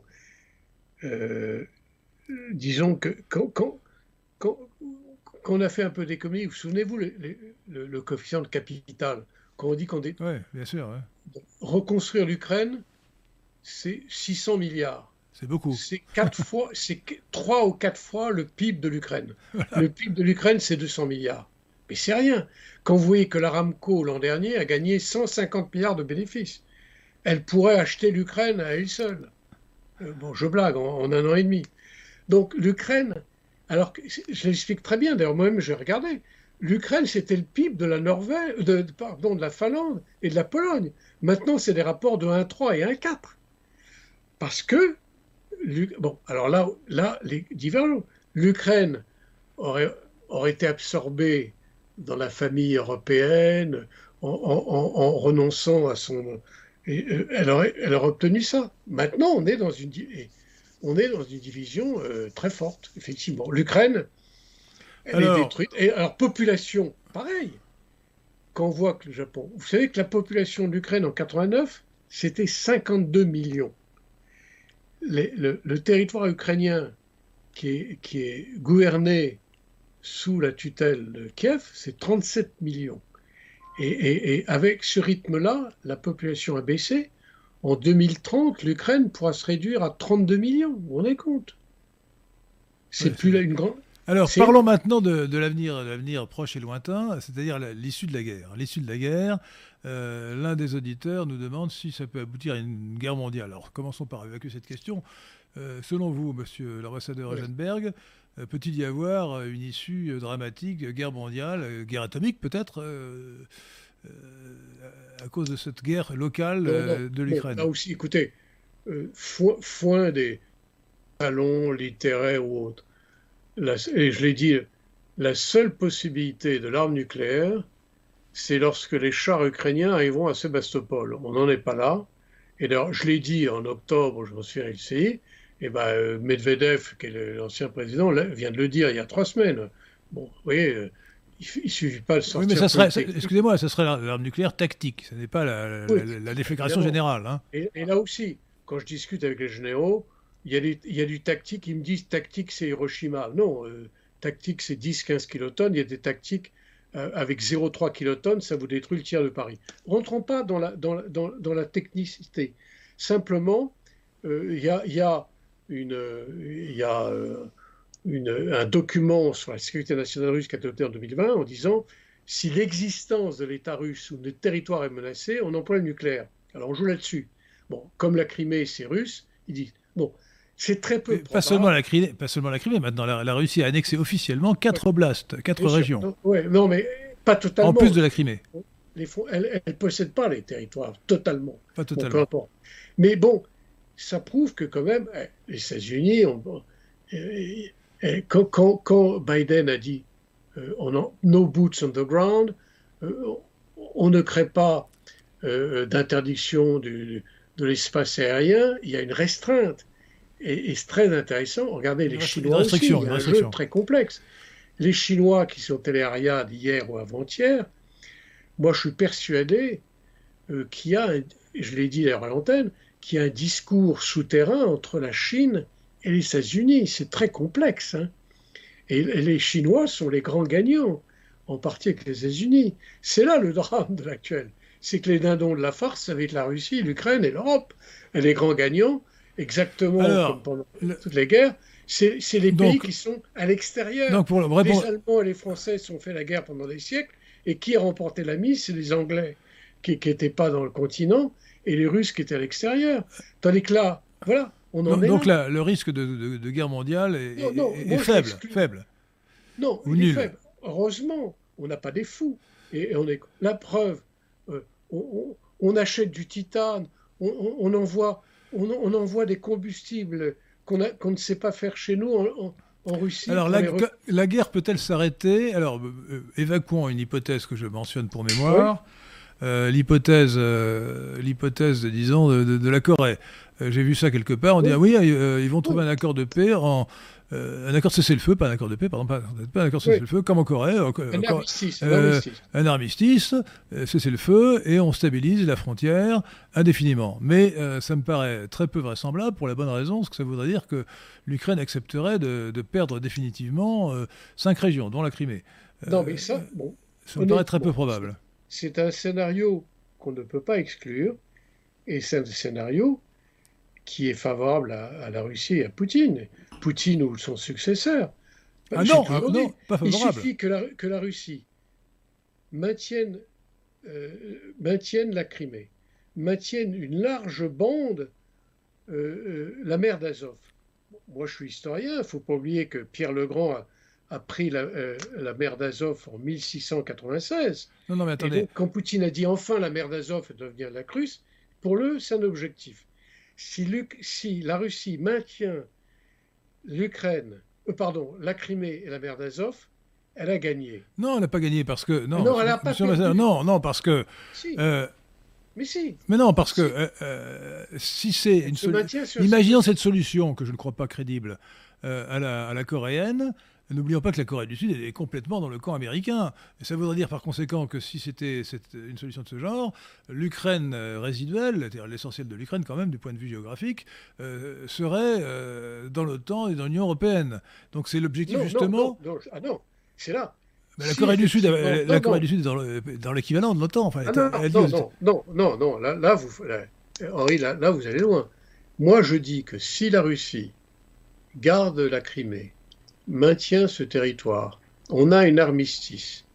Speaker 2: Euh, disons que quand, quand, quand, quand on a fait un peu d'économie, vous souvenez-vous le, le, le coefficient de capital, quand on dit qu'on dé...
Speaker 1: Oui, bien sûr. Ouais.
Speaker 2: Reconstruire l'Ukraine, c'est six cents milliards.
Speaker 1: C'est beaucoup.
Speaker 2: C'est quatre fois, c'est trois ou quatre fois le P I B de l'Ukraine. Voilà. Le P I B de l'Ukraine, c'est deux cents milliards. Mais c'est rien. Quand vous voyez que l'Aramco, l'an dernier, a gagné cent cinquante milliards de bénéfices, elle pourrait acheter l'Ukraine à elle seule. Euh, bon, je blague, en, en un an et demi. Donc l'Ukraine, alors que, je l'explique très bien, d'ailleurs moi-même j'ai regardé, l'Ukraine c'était le P I B de la Norvège, de, pardon, de la Finlande et de la Pologne. Maintenant c'est des rapports de un virgule trois et un virgule quatre. Parce que, bon, alors là, là les divergences, l'Ukraine aurait, aurait été absorbée dans la famille européenne, en, en, en renonçant à son... Et, euh, elle, aurait, elle aurait obtenu ça. Maintenant, on est dans une, on est dans une division euh, très forte, effectivement. L'Ukraine, elle alors... est détruite. Et alors, population, pareil. Quand on voit que le Japon... Vous savez que la population de l'Ukraine en quatre-vingt-neuf, c'était cinquante-deux millions. Les, le, le territoire ukrainien qui est, qui est gouverné sous la tutelle de Kiev, c'est trente-sept millions. Et, et, et avec ce rythme-là, la population a baissé. En deux mille trente, l'Ukraine pourra se réduire à trente-deux millions. Vous vous rendez compte? C'est ouais, plus là une grande...
Speaker 1: Alors, c'est... parlons maintenant de, de, l'avenir, de l'avenir proche et lointain, c'est-à-dire la, l'issue de la guerre. L'issue de la guerre, euh, l'un des auditeurs nous demande si ça peut aboutir à une guerre mondiale. Alors, commençons par évacuer cette question. Euh, selon vous, monsieur l'ambassadeur
Speaker 2: oui.
Speaker 1: Eisenberg, euh, peut-il y avoir une issue euh, dramatique, guerre mondiale, euh, guerre atomique peut-être, euh, euh, à cause de cette guerre locale euh,
Speaker 2: non, non.
Speaker 1: de
Speaker 2: Bon,
Speaker 1: l'Ukraine.
Speaker 2: là aussi, écoutez, euh, foin, foin des salons littéraires ou autres. La, et je l'ai dit, la seule possibilité de l'arme nucléaire, c'est lorsque les chars ukrainiens arriveront à Sébastopol. On n'en est pas là. Et d'ailleurs, je l'ai dit en octobre, je m'en souviens ici, et ben, Medvedev, qui est l'ancien président, vient de le dire il y a trois semaines. Bon, vous voyez, il ne suffit pas de sortir...
Speaker 1: Oui, mais ça serait, excusez-moi, ça serait l'arme nucléaire tactique, ce n'est pas la, la, oui, la, la déflagration générale. Hein.
Speaker 2: Et, et là aussi, quand je discute avec les généraux, il y a, des, il y a du tactique, ils me disent tactique c'est Hiroshima. Non, euh, tactique c'est dix à quinze kilotonnes, il y a des tactiques euh, avec zéro virgule trois kilotonnes, ça vous détruit le tiers de Paris. Rentrons pas dans la, dans, dans, dans la technicité. Simplement, euh, il y a, il y a, une, il y a euh, une, un document sur la sécurité nationale russe qui a été adopté en deux mille vingt en disant si l'existence de l'État russe ou de territoire est menacée, on emploie le nucléaire. Alors on joue là-dessus. Bon, comme la Crimée c'est russe, ils disent bon, c'est très peu probable.
Speaker 1: Pas seulement la Crimée, pas seulement la Crimée. Maintenant, la, la Russie a annexé officiellement quatre ouais. oblasts, quatre Bien régions.
Speaker 2: Non, ouais, non, mais pas totalement.
Speaker 1: En plus de la Crimée.
Speaker 2: Les, elle ne possède pas les territoires totalement.
Speaker 1: Pas totalement.
Speaker 2: Bon, peu importe. Mais bon, ça prouve que quand même, les États-Unis, on, et, et, quand, quand, quand Biden a dit euh, on a, no boots on the ground, euh, on ne crée pas euh, d'interdiction du, de l'espace aérien, il y a une restreinte. Et, et c'est très intéressant. Regardez, les Chinois aussi, il y a un jeu très complexe. Les Chinois qui sont allés à Riyad hier ou avant-hier, moi je suis persuadé euh, qu'il y a, un, je l'ai dit d'ailleurs à l'antenne, qu'il y a un discours souterrain entre la Chine et les États-Unis. C'est très complexe. Hein. Et, et les Chinois sont les grands gagnants, en partie avec les États-Unis. C'est là le drame de l'actuel. C'est que les dindons de la farce, ça va être la Russie, l'Ukraine et l'Europe. Et les grands gagnants, exactement Alors, comme pendant le... toutes les guerres, c'est, c'est les donc, pays qui sont à l'extérieur. Donc pour le... Les Allemands et les Français se sont fait la guerre pendant des siècles. Et qui a remporté la mise? C'est les Anglais qui n'étaient pas dans le continent et les Russes qui étaient à l'extérieur. Tandis que là, voilà, on en
Speaker 1: donc,
Speaker 2: est
Speaker 1: Donc
Speaker 2: là.
Speaker 1: là, le risque de, de, de guerre mondiale est, non, non, est, est faible, faible.
Speaker 2: Non,
Speaker 1: Ou
Speaker 2: il
Speaker 1: nul.
Speaker 2: est faible. Heureusement, on n'a pas des fous. Et, et on est la preuve. Euh, on, on, on achète du titane, on, on, on, envoie, on, on envoie des combustibles qu'on, a, qu'on ne sait pas faire chez nous en, en, en Russie.
Speaker 1: Alors la, re... la guerre peut-elle s'arrêter? Alors euh, évacuons une hypothèse que je mentionne pour mémoire. Oui. Euh, l'hypothèse, euh, l'hypothèse, disons, de, de, de la Corée. Euh, j'ai vu ça quelque part. On oui. dit ah oui, euh, ils vont trouver oui. un accord de paix, en, euh, un accord de cessez-le-feu, pas un accord de paix, pardon, pas, pas un accord de cessez-le-feu, oui. comme en Corée.
Speaker 2: Un
Speaker 1: encore,
Speaker 2: armistice.
Speaker 1: Euh, un armistice, un armistice euh, cessez-le-feu, et on stabilise la frontière indéfiniment. Mais euh, ça me paraît très peu vraisemblable pour la bonne raison, parce que ça voudrait dire que l'Ukraine accepterait de, de perdre définitivement euh, cinq régions, dont la Crimée.
Speaker 2: Euh, non, mais ça, bon,
Speaker 1: ça me paraît très peu probable.
Speaker 2: C'est un scénario qu'on ne peut pas exclure, et c'est un scénario qui est favorable à, à la Russie et à Poutine. Poutine ou son successeur.
Speaker 1: Ah non, ah non, pas favorable.
Speaker 2: Il suffit que la, que la Russie maintienne, euh, maintienne la Crimée, maintienne une large bande, euh, euh, la mer d'Azov. Moi, je suis historien, il ne faut pas oublier que Pierre le Grand a, a pris la, euh, la mer d'Azov en mille six cent quatre-vingt-seize.
Speaker 1: Non, non, mais attendez.
Speaker 2: Et donc, quand Poutine a dit enfin la mer d'Azov doit devenir la Russe, pour eux, c'est un objectif. Si, si la Russie maintient l'Ukraine, euh, pardon, la Crimée et la mer d'Azov, elle a gagné.
Speaker 1: Non, elle n'a pas gagné parce que non.
Speaker 2: Non, elle n'a pas perdu.
Speaker 1: Non, non, parce que.
Speaker 2: Si.
Speaker 1: Euh,
Speaker 2: mais si.
Speaker 1: Mais non, parce
Speaker 2: si.
Speaker 1: que euh, euh, si c'est une solution.
Speaker 2: Sur
Speaker 1: imaginons cette solution que je ne crois pas crédible euh, à, la, à la coréenne. N'oublions pas que la Corée du Sud est complètement dans le camp américain. Et ça voudrait dire par conséquent que si c'était une solution de ce genre, l'Ukraine résiduelle, c'est-à-dire l'essentiel de l'Ukraine quand même du point de vue géographique, euh, serait euh, dans l'OTAN et dans l'Union européenne. Donc c'est l'objectif
Speaker 2: non,
Speaker 1: justement...
Speaker 2: Non, non, non, ah non, c'est là.
Speaker 1: Mais la Corée si, du Sud, non, la non, Corée non. du Sud est dans, le, dans l'équivalent de l'OTAN. Enfin,
Speaker 2: ah non, elle, non, non, non, non, non, là, là, vous, là, Henri, là, là vous allez loin. Moi je dis que si la Russie garde la Crimée, maintient ce territoire, on a un armistice.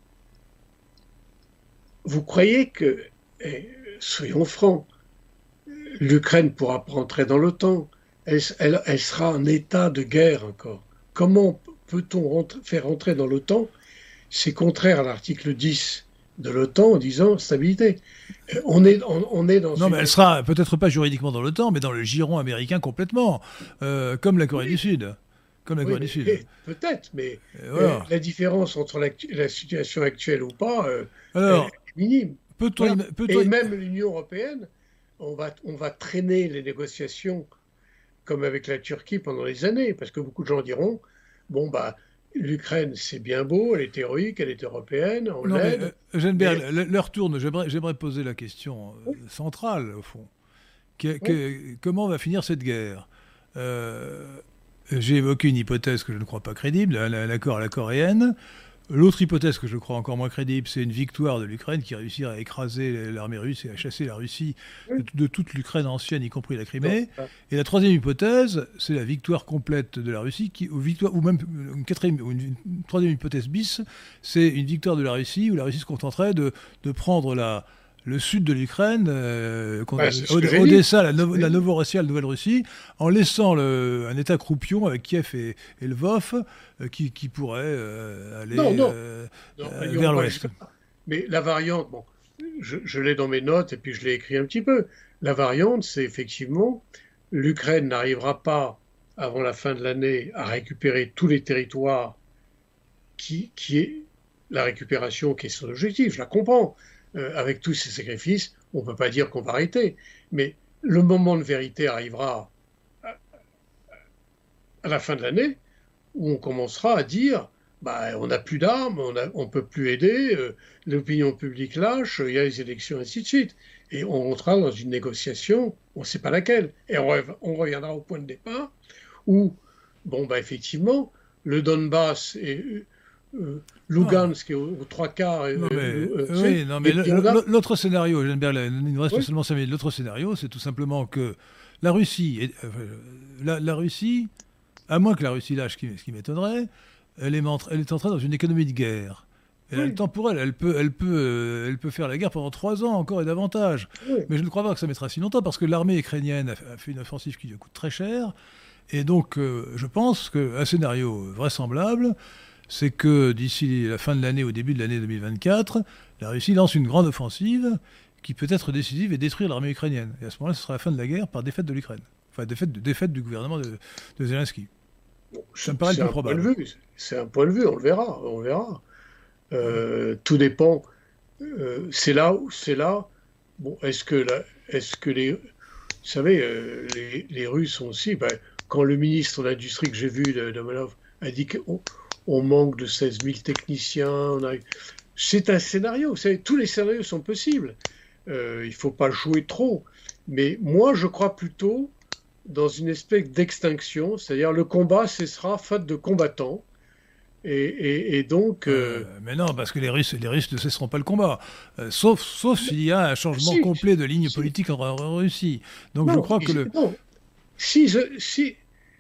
Speaker 2: Vous croyez que, eh, soyons francs, l'Ukraine pourra rentrer dans l'OTAN, elle, elle, elle sera en état de guerre encore. Comment, peut-on rentrer, faire rentrer dans l'OTAN? C'est contraire à l'article dix de l'OTAN en disant stabilité. Euh, on, est, on, on est dans
Speaker 1: Non,
Speaker 2: une...
Speaker 1: mais elle sera peut-être pas juridiquement dans l'OTAN, mais dans le giron américain complètement, euh, comme la Corée
Speaker 2: Oui.
Speaker 1: du Sud. Comme la
Speaker 2: Oui,
Speaker 1: Corée
Speaker 2: mais,
Speaker 1: du Sud.
Speaker 2: mais, peut-être, mais
Speaker 1: voilà.
Speaker 2: euh, la différence entre la, la situation actuelle ou pas euh,
Speaker 1: Alors,
Speaker 2: est minime.
Speaker 1: peut-on
Speaker 2: Voilà.
Speaker 1: im- peut-on
Speaker 2: Et
Speaker 1: im-
Speaker 2: même l'Union européenne, on va, on va traîner les négociations comme avec la Turquie pendant des années, parce que beaucoup de gens diront, bon, bah, l'Ukraine, c'est bien beau, elle est héroïque, elle est européenne, on
Speaker 1: Non, mais,
Speaker 2: l'aide.
Speaker 1: euh, Geneberg,
Speaker 2: mais-
Speaker 1: le- l'heure tourne. J'aimerais, j'aimerais poser la question euh, centrale, au fond. Que- que- comment va finir cette guerre? Euh, J'ai évoqué une hypothèse que je ne crois pas crédible, la- l'accord à la coréenne. L'autre hypothèse que je crois encore moins crédible, c'est une victoire de l'Ukraine qui réussirait à écraser l'armée russe et à chasser la Russie de, de toute l'Ukraine ancienne, y compris la Crimée.
Speaker 2: Non,
Speaker 1: Et la troisième hypothèse, c'est la victoire complète de la Russie, qui, ou, victoire, ou même une, quatrième, ou une, une troisième hypothèse bis, c'est une victoire de la Russie où la Russie se contenterait de, de prendre la, le sud de l'Ukraine, euh,
Speaker 2: Bah, c'est ce
Speaker 1: Od-
Speaker 2: que j'ai
Speaker 1: Odessa, la,
Speaker 2: dit.
Speaker 1: no- la Novorossia, la Nouvelle-Russie, en laissant le, un État croupion avec Kiev et, et Lvov, euh, qui, qui pourrait euh, aller
Speaker 2: Non, non.
Speaker 1: euh,
Speaker 2: Non,
Speaker 1: euh,
Speaker 2: allons
Speaker 1: vers
Speaker 2: pas
Speaker 1: l'ouest.
Speaker 2: jusque-là. Mais la variante, bon, je, je l'ai dans mes notes et puis je l'ai écrit un petit peu. La variante, c'est effectivement, l'Ukraine n'arrivera pas avant la fin de l'année à récupérer tous les territoires qui, qui est la récupération qui est son objectif. Je la comprends. Euh, avec tous ces sacrifices, on ne peut pas dire qu'on va arrêter. Mais le moment de vérité arrivera à, à la fin de l'année où on commencera à dire bah, on n'a plus d'armes, on ne peut plus aider, euh, l'opinion publique lâche, il y a les élections, ainsi de suite. Et on rentrera dans une négociation, on ne sait pas laquelle. Et on, rev- on reviendra au point de départ où, bon, bah, effectivement, le Donbass et euh, Lugansk est aux, aux trois quarts. euh,
Speaker 1: Non, mais,
Speaker 2: euh,
Speaker 1: oui,
Speaker 2: c'est-
Speaker 1: non, mais
Speaker 2: et
Speaker 1: le-
Speaker 2: puis on a-
Speaker 1: le- l'autre scénario, Geneberg, là, il nous reste
Speaker 2: Oui.
Speaker 1: seulement cinq minutes. L'autre scénario, c'est tout simplement que la Russie, est- euh, la, la Russie, à moins que la Russie lâche, ce qui, ce qui m'étonnerait, elle est, montre- elle est entrée dans une économie de guerre. Elle a
Speaker 2: Oui.
Speaker 1: le temps pour elle. Elle peut, elle, peut, euh, elle peut faire la guerre pendant trois ans encore et davantage.
Speaker 2: Oui.
Speaker 1: Mais je ne crois pas que ça mettra si longtemps parce que l'armée ukrainienne a fait, a fait une offensive qui lui coûte très cher. Et donc, euh, je pense qu'un scénario vraisemblable, c'est que d'ici la fin de l'année, au début de l'année deux mille vingt-quatre, la Russie lance une grande offensive qui peut être décisive et détruire l'armée ukrainienne. Et à ce moment-là, ce sera la fin de la guerre par défaite de l'Ukraine. Enfin, défaite, de, défaite du gouvernement de, de Zelensky. Ça me paraît
Speaker 2: c'est
Speaker 1: le plus
Speaker 2: un point
Speaker 1: probable.
Speaker 2: de vue, c'est un point de vue, on le verra, on verra. Euh, tout dépend. Euh, c'est là, où- c'est là. Bon, est-ce que la, est-ce que les, vous savez, euh, les, les Russes ont aussi. Ben, quand le ministre de l'industrie que j'ai vu, de, de Malov, a dit qu'on on manque de seize mille techniciens, on a- c'est un scénario. Vous savez, tous les scénarios sont possibles. Euh, il faut pas jouer trop. Mais moi, je crois plutôt dans une espèce d'extinction, c'est-à-dire le combat cessera faute de combattants. Et, et- et donc. euh,
Speaker 1: Euh, mais non, parce que les Russes, les Russes ne cesseront pas le combat. Euh, sauf sauf s'il y a un changement
Speaker 2: Si,
Speaker 1: complet de ligne
Speaker 2: si.
Speaker 1: politique en, en Russie. Donc
Speaker 2: non,
Speaker 1: je crois que
Speaker 2: ils-
Speaker 1: le.
Speaker 2: non. Si, je- si,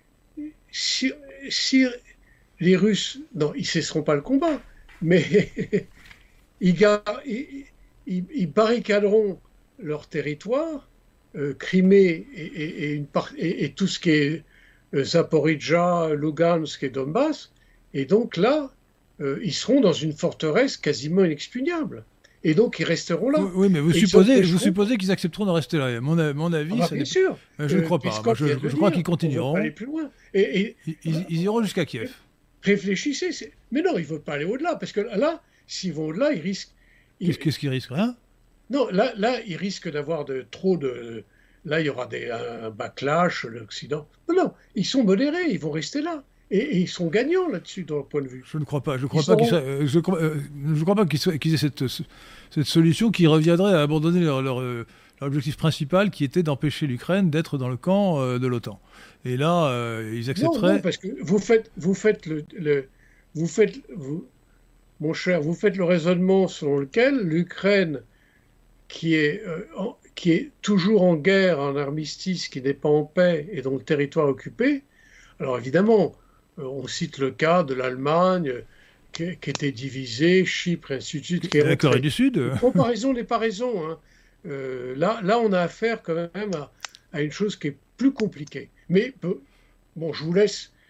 Speaker 2: si, si les Russes. Non, ils cesseront pas le combat, mais ils, gar- ils- ils- ils barricaderont leur territoire, euh, Crimée et, et- et une part- et- et tout ce qui est euh, Zaporizhzhia, Lugansk et Donbass. Et donc là, euh, ils seront dans une forteresse quasiment inexpugnable. Et donc ils resteront là.
Speaker 1: Oui, oui, mais vous
Speaker 2: Et ils
Speaker 1: supposez, vous
Speaker 2: empêcheront-
Speaker 1: supposez qu'ils accepteront de rester là. Mon, a- mon avis,
Speaker 2: Ah bah,
Speaker 1: ça
Speaker 2: bien
Speaker 1: n'est-
Speaker 2: sûr.
Speaker 1: Euh, je ne
Speaker 2: Euh,
Speaker 1: crois pas.
Speaker 2: Peskov
Speaker 1: Moi, je,
Speaker 2: vient de
Speaker 1: je
Speaker 2: le
Speaker 1: crois
Speaker 2: dire,
Speaker 1: qu'ils
Speaker 2: on veut
Speaker 1: continueront.
Speaker 2: pas aller plus loin. Et, et
Speaker 1: Ils, ils- ils iront jusqu'à Kiev.
Speaker 2: réfléchissez. c'est- Mais non, ils ne veulent pas aller au-delà, parce que là, s'ils vont au-delà, ils risquent. ils-
Speaker 1: Qu'est-ce qu'est-ce qu'ils risquent? Rien.
Speaker 2: Non, là, là, ils risquent d'avoir de, trop de. Là, il y aura des, un backlash, l'Occident. Non, non, ils sont modérés, ils vont rester là. Et, et ils sont gagnants là-dessus, dans le point de vue.
Speaker 1: Je ne crois pas. Je crois
Speaker 2: Ils
Speaker 1: pas qu'ils
Speaker 2: seront-
Speaker 1: soient- euh, je crois, euh, je crois pas qu'ils soient- qu'ils aient cette, cette solution qui reviendrait à abandonner leur, leur, euh, leur objectif principal, qui était d'empêcher l'Ukraine d'être dans le camp euh, de l'OTAN. Et là, euh, ils
Speaker 2: Non,
Speaker 1: accepteraient.
Speaker 2: non, parce que vous faites, vous faites le, le- vous faites, vous, mon cher, vous faites le raisonnement selon lequel l'Ukraine, qui est, euh, en- qui est toujours en guerre, en armistice, qui n'est pas en paix et dont le territoire est occupé. Alors évidemment, euh, on cite le cas de l'Allemagne euh, qui, qui était divisée, Chypre, et ainsi de suite, qui est
Speaker 1: La Corée
Speaker 2: rentrée.
Speaker 1: du Sud. euh,
Speaker 2: Comparaison n'est pas raison. Hein. Euh, là, là, on a affaire quand même à, à une chose qui est plus compliquée. Mais peu- bon, je vous laisse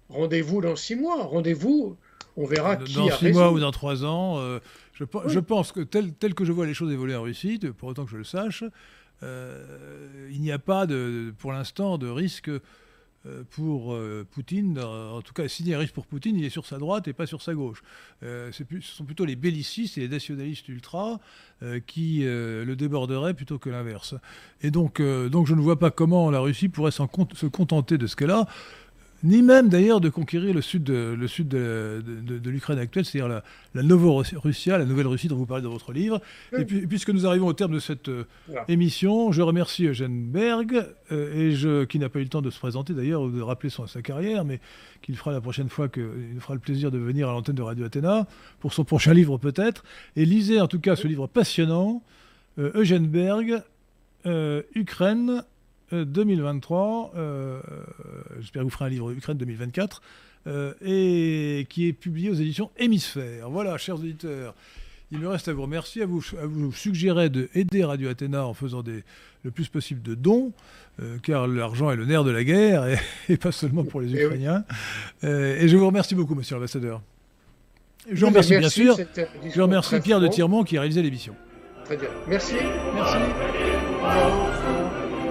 Speaker 2: rendez-vous dans six mois. Rendez-vous, on verra qui
Speaker 1: dans
Speaker 2: a
Speaker 1: six
Speaker 2: raison.
Speaker 1: mois ou dans trois ans. Euh, je, oui. je pense que tel, tel que je vois les choses évoluer en Russie, de, pour autant que je le sache, euh, il n'y a pas de, pour l'instant de risque euh, pour euh, Poutine. En tout cas, s'il y a un risque pour Poutine, il est sur sa droite et pas sur sa gauche. Euh, c'est plus, ce sont plutôt les bellicistes et les nationalistes ultras euh, qui euh, le déborderaient plutôt que l'inverse. Et donc, euh, donc je ne vois pas comment la Russie pourrait s'en con- se contenter de ce qu'elle a, ni même d'ailleurs de conquérir le sud de, le sud de, de, de, de l'Ukraine actuelle, c'est-à-dire la, la Novorussia, la nouvelle Russie dont vous parlez dans votre livre. Oui. Et, puis, et puisque nous arrivons au terme de cette euh, voilà. émission, je remercie Eugène Berg, euh, et je, qui n'a pas eu le temps de se présenter d'ailleurs, ou de rappeler son, sa carrière, mais qu'il fera la prochaine fois, qu'il nous fera le plaisir de venir à l'antenne de Radio Athéna, pour son prochain livre peut-être. Et lisez en tout cas ce livre passionnant, euh, Eugène Berg, euh, Ukraine, deux mille vingt-trois, euh, j'espère que vous ferez un livre Ukraine deux mille vingt-quatre, euh, et qui est publié aux éditions Hémisphère. Voilà, chers auditeurs, il me reste à vous remercier, à vous, à vous suggérer d'aider Radio Athéna en faisant des, le plus possible de dons, euh, car l'argent est le nerf de la guerre, et, et pas seulement pour les Ukrainiens. Euh, et je vous remercie beaucoup, monsieur l'ambassadeur. Je oui, remercie bien sûr, je remercie Pierre de Tirmont qui a réalisé l'émission.
Speaker 2: Très bien, merci.
Speaker 1: Merci. Au revoir.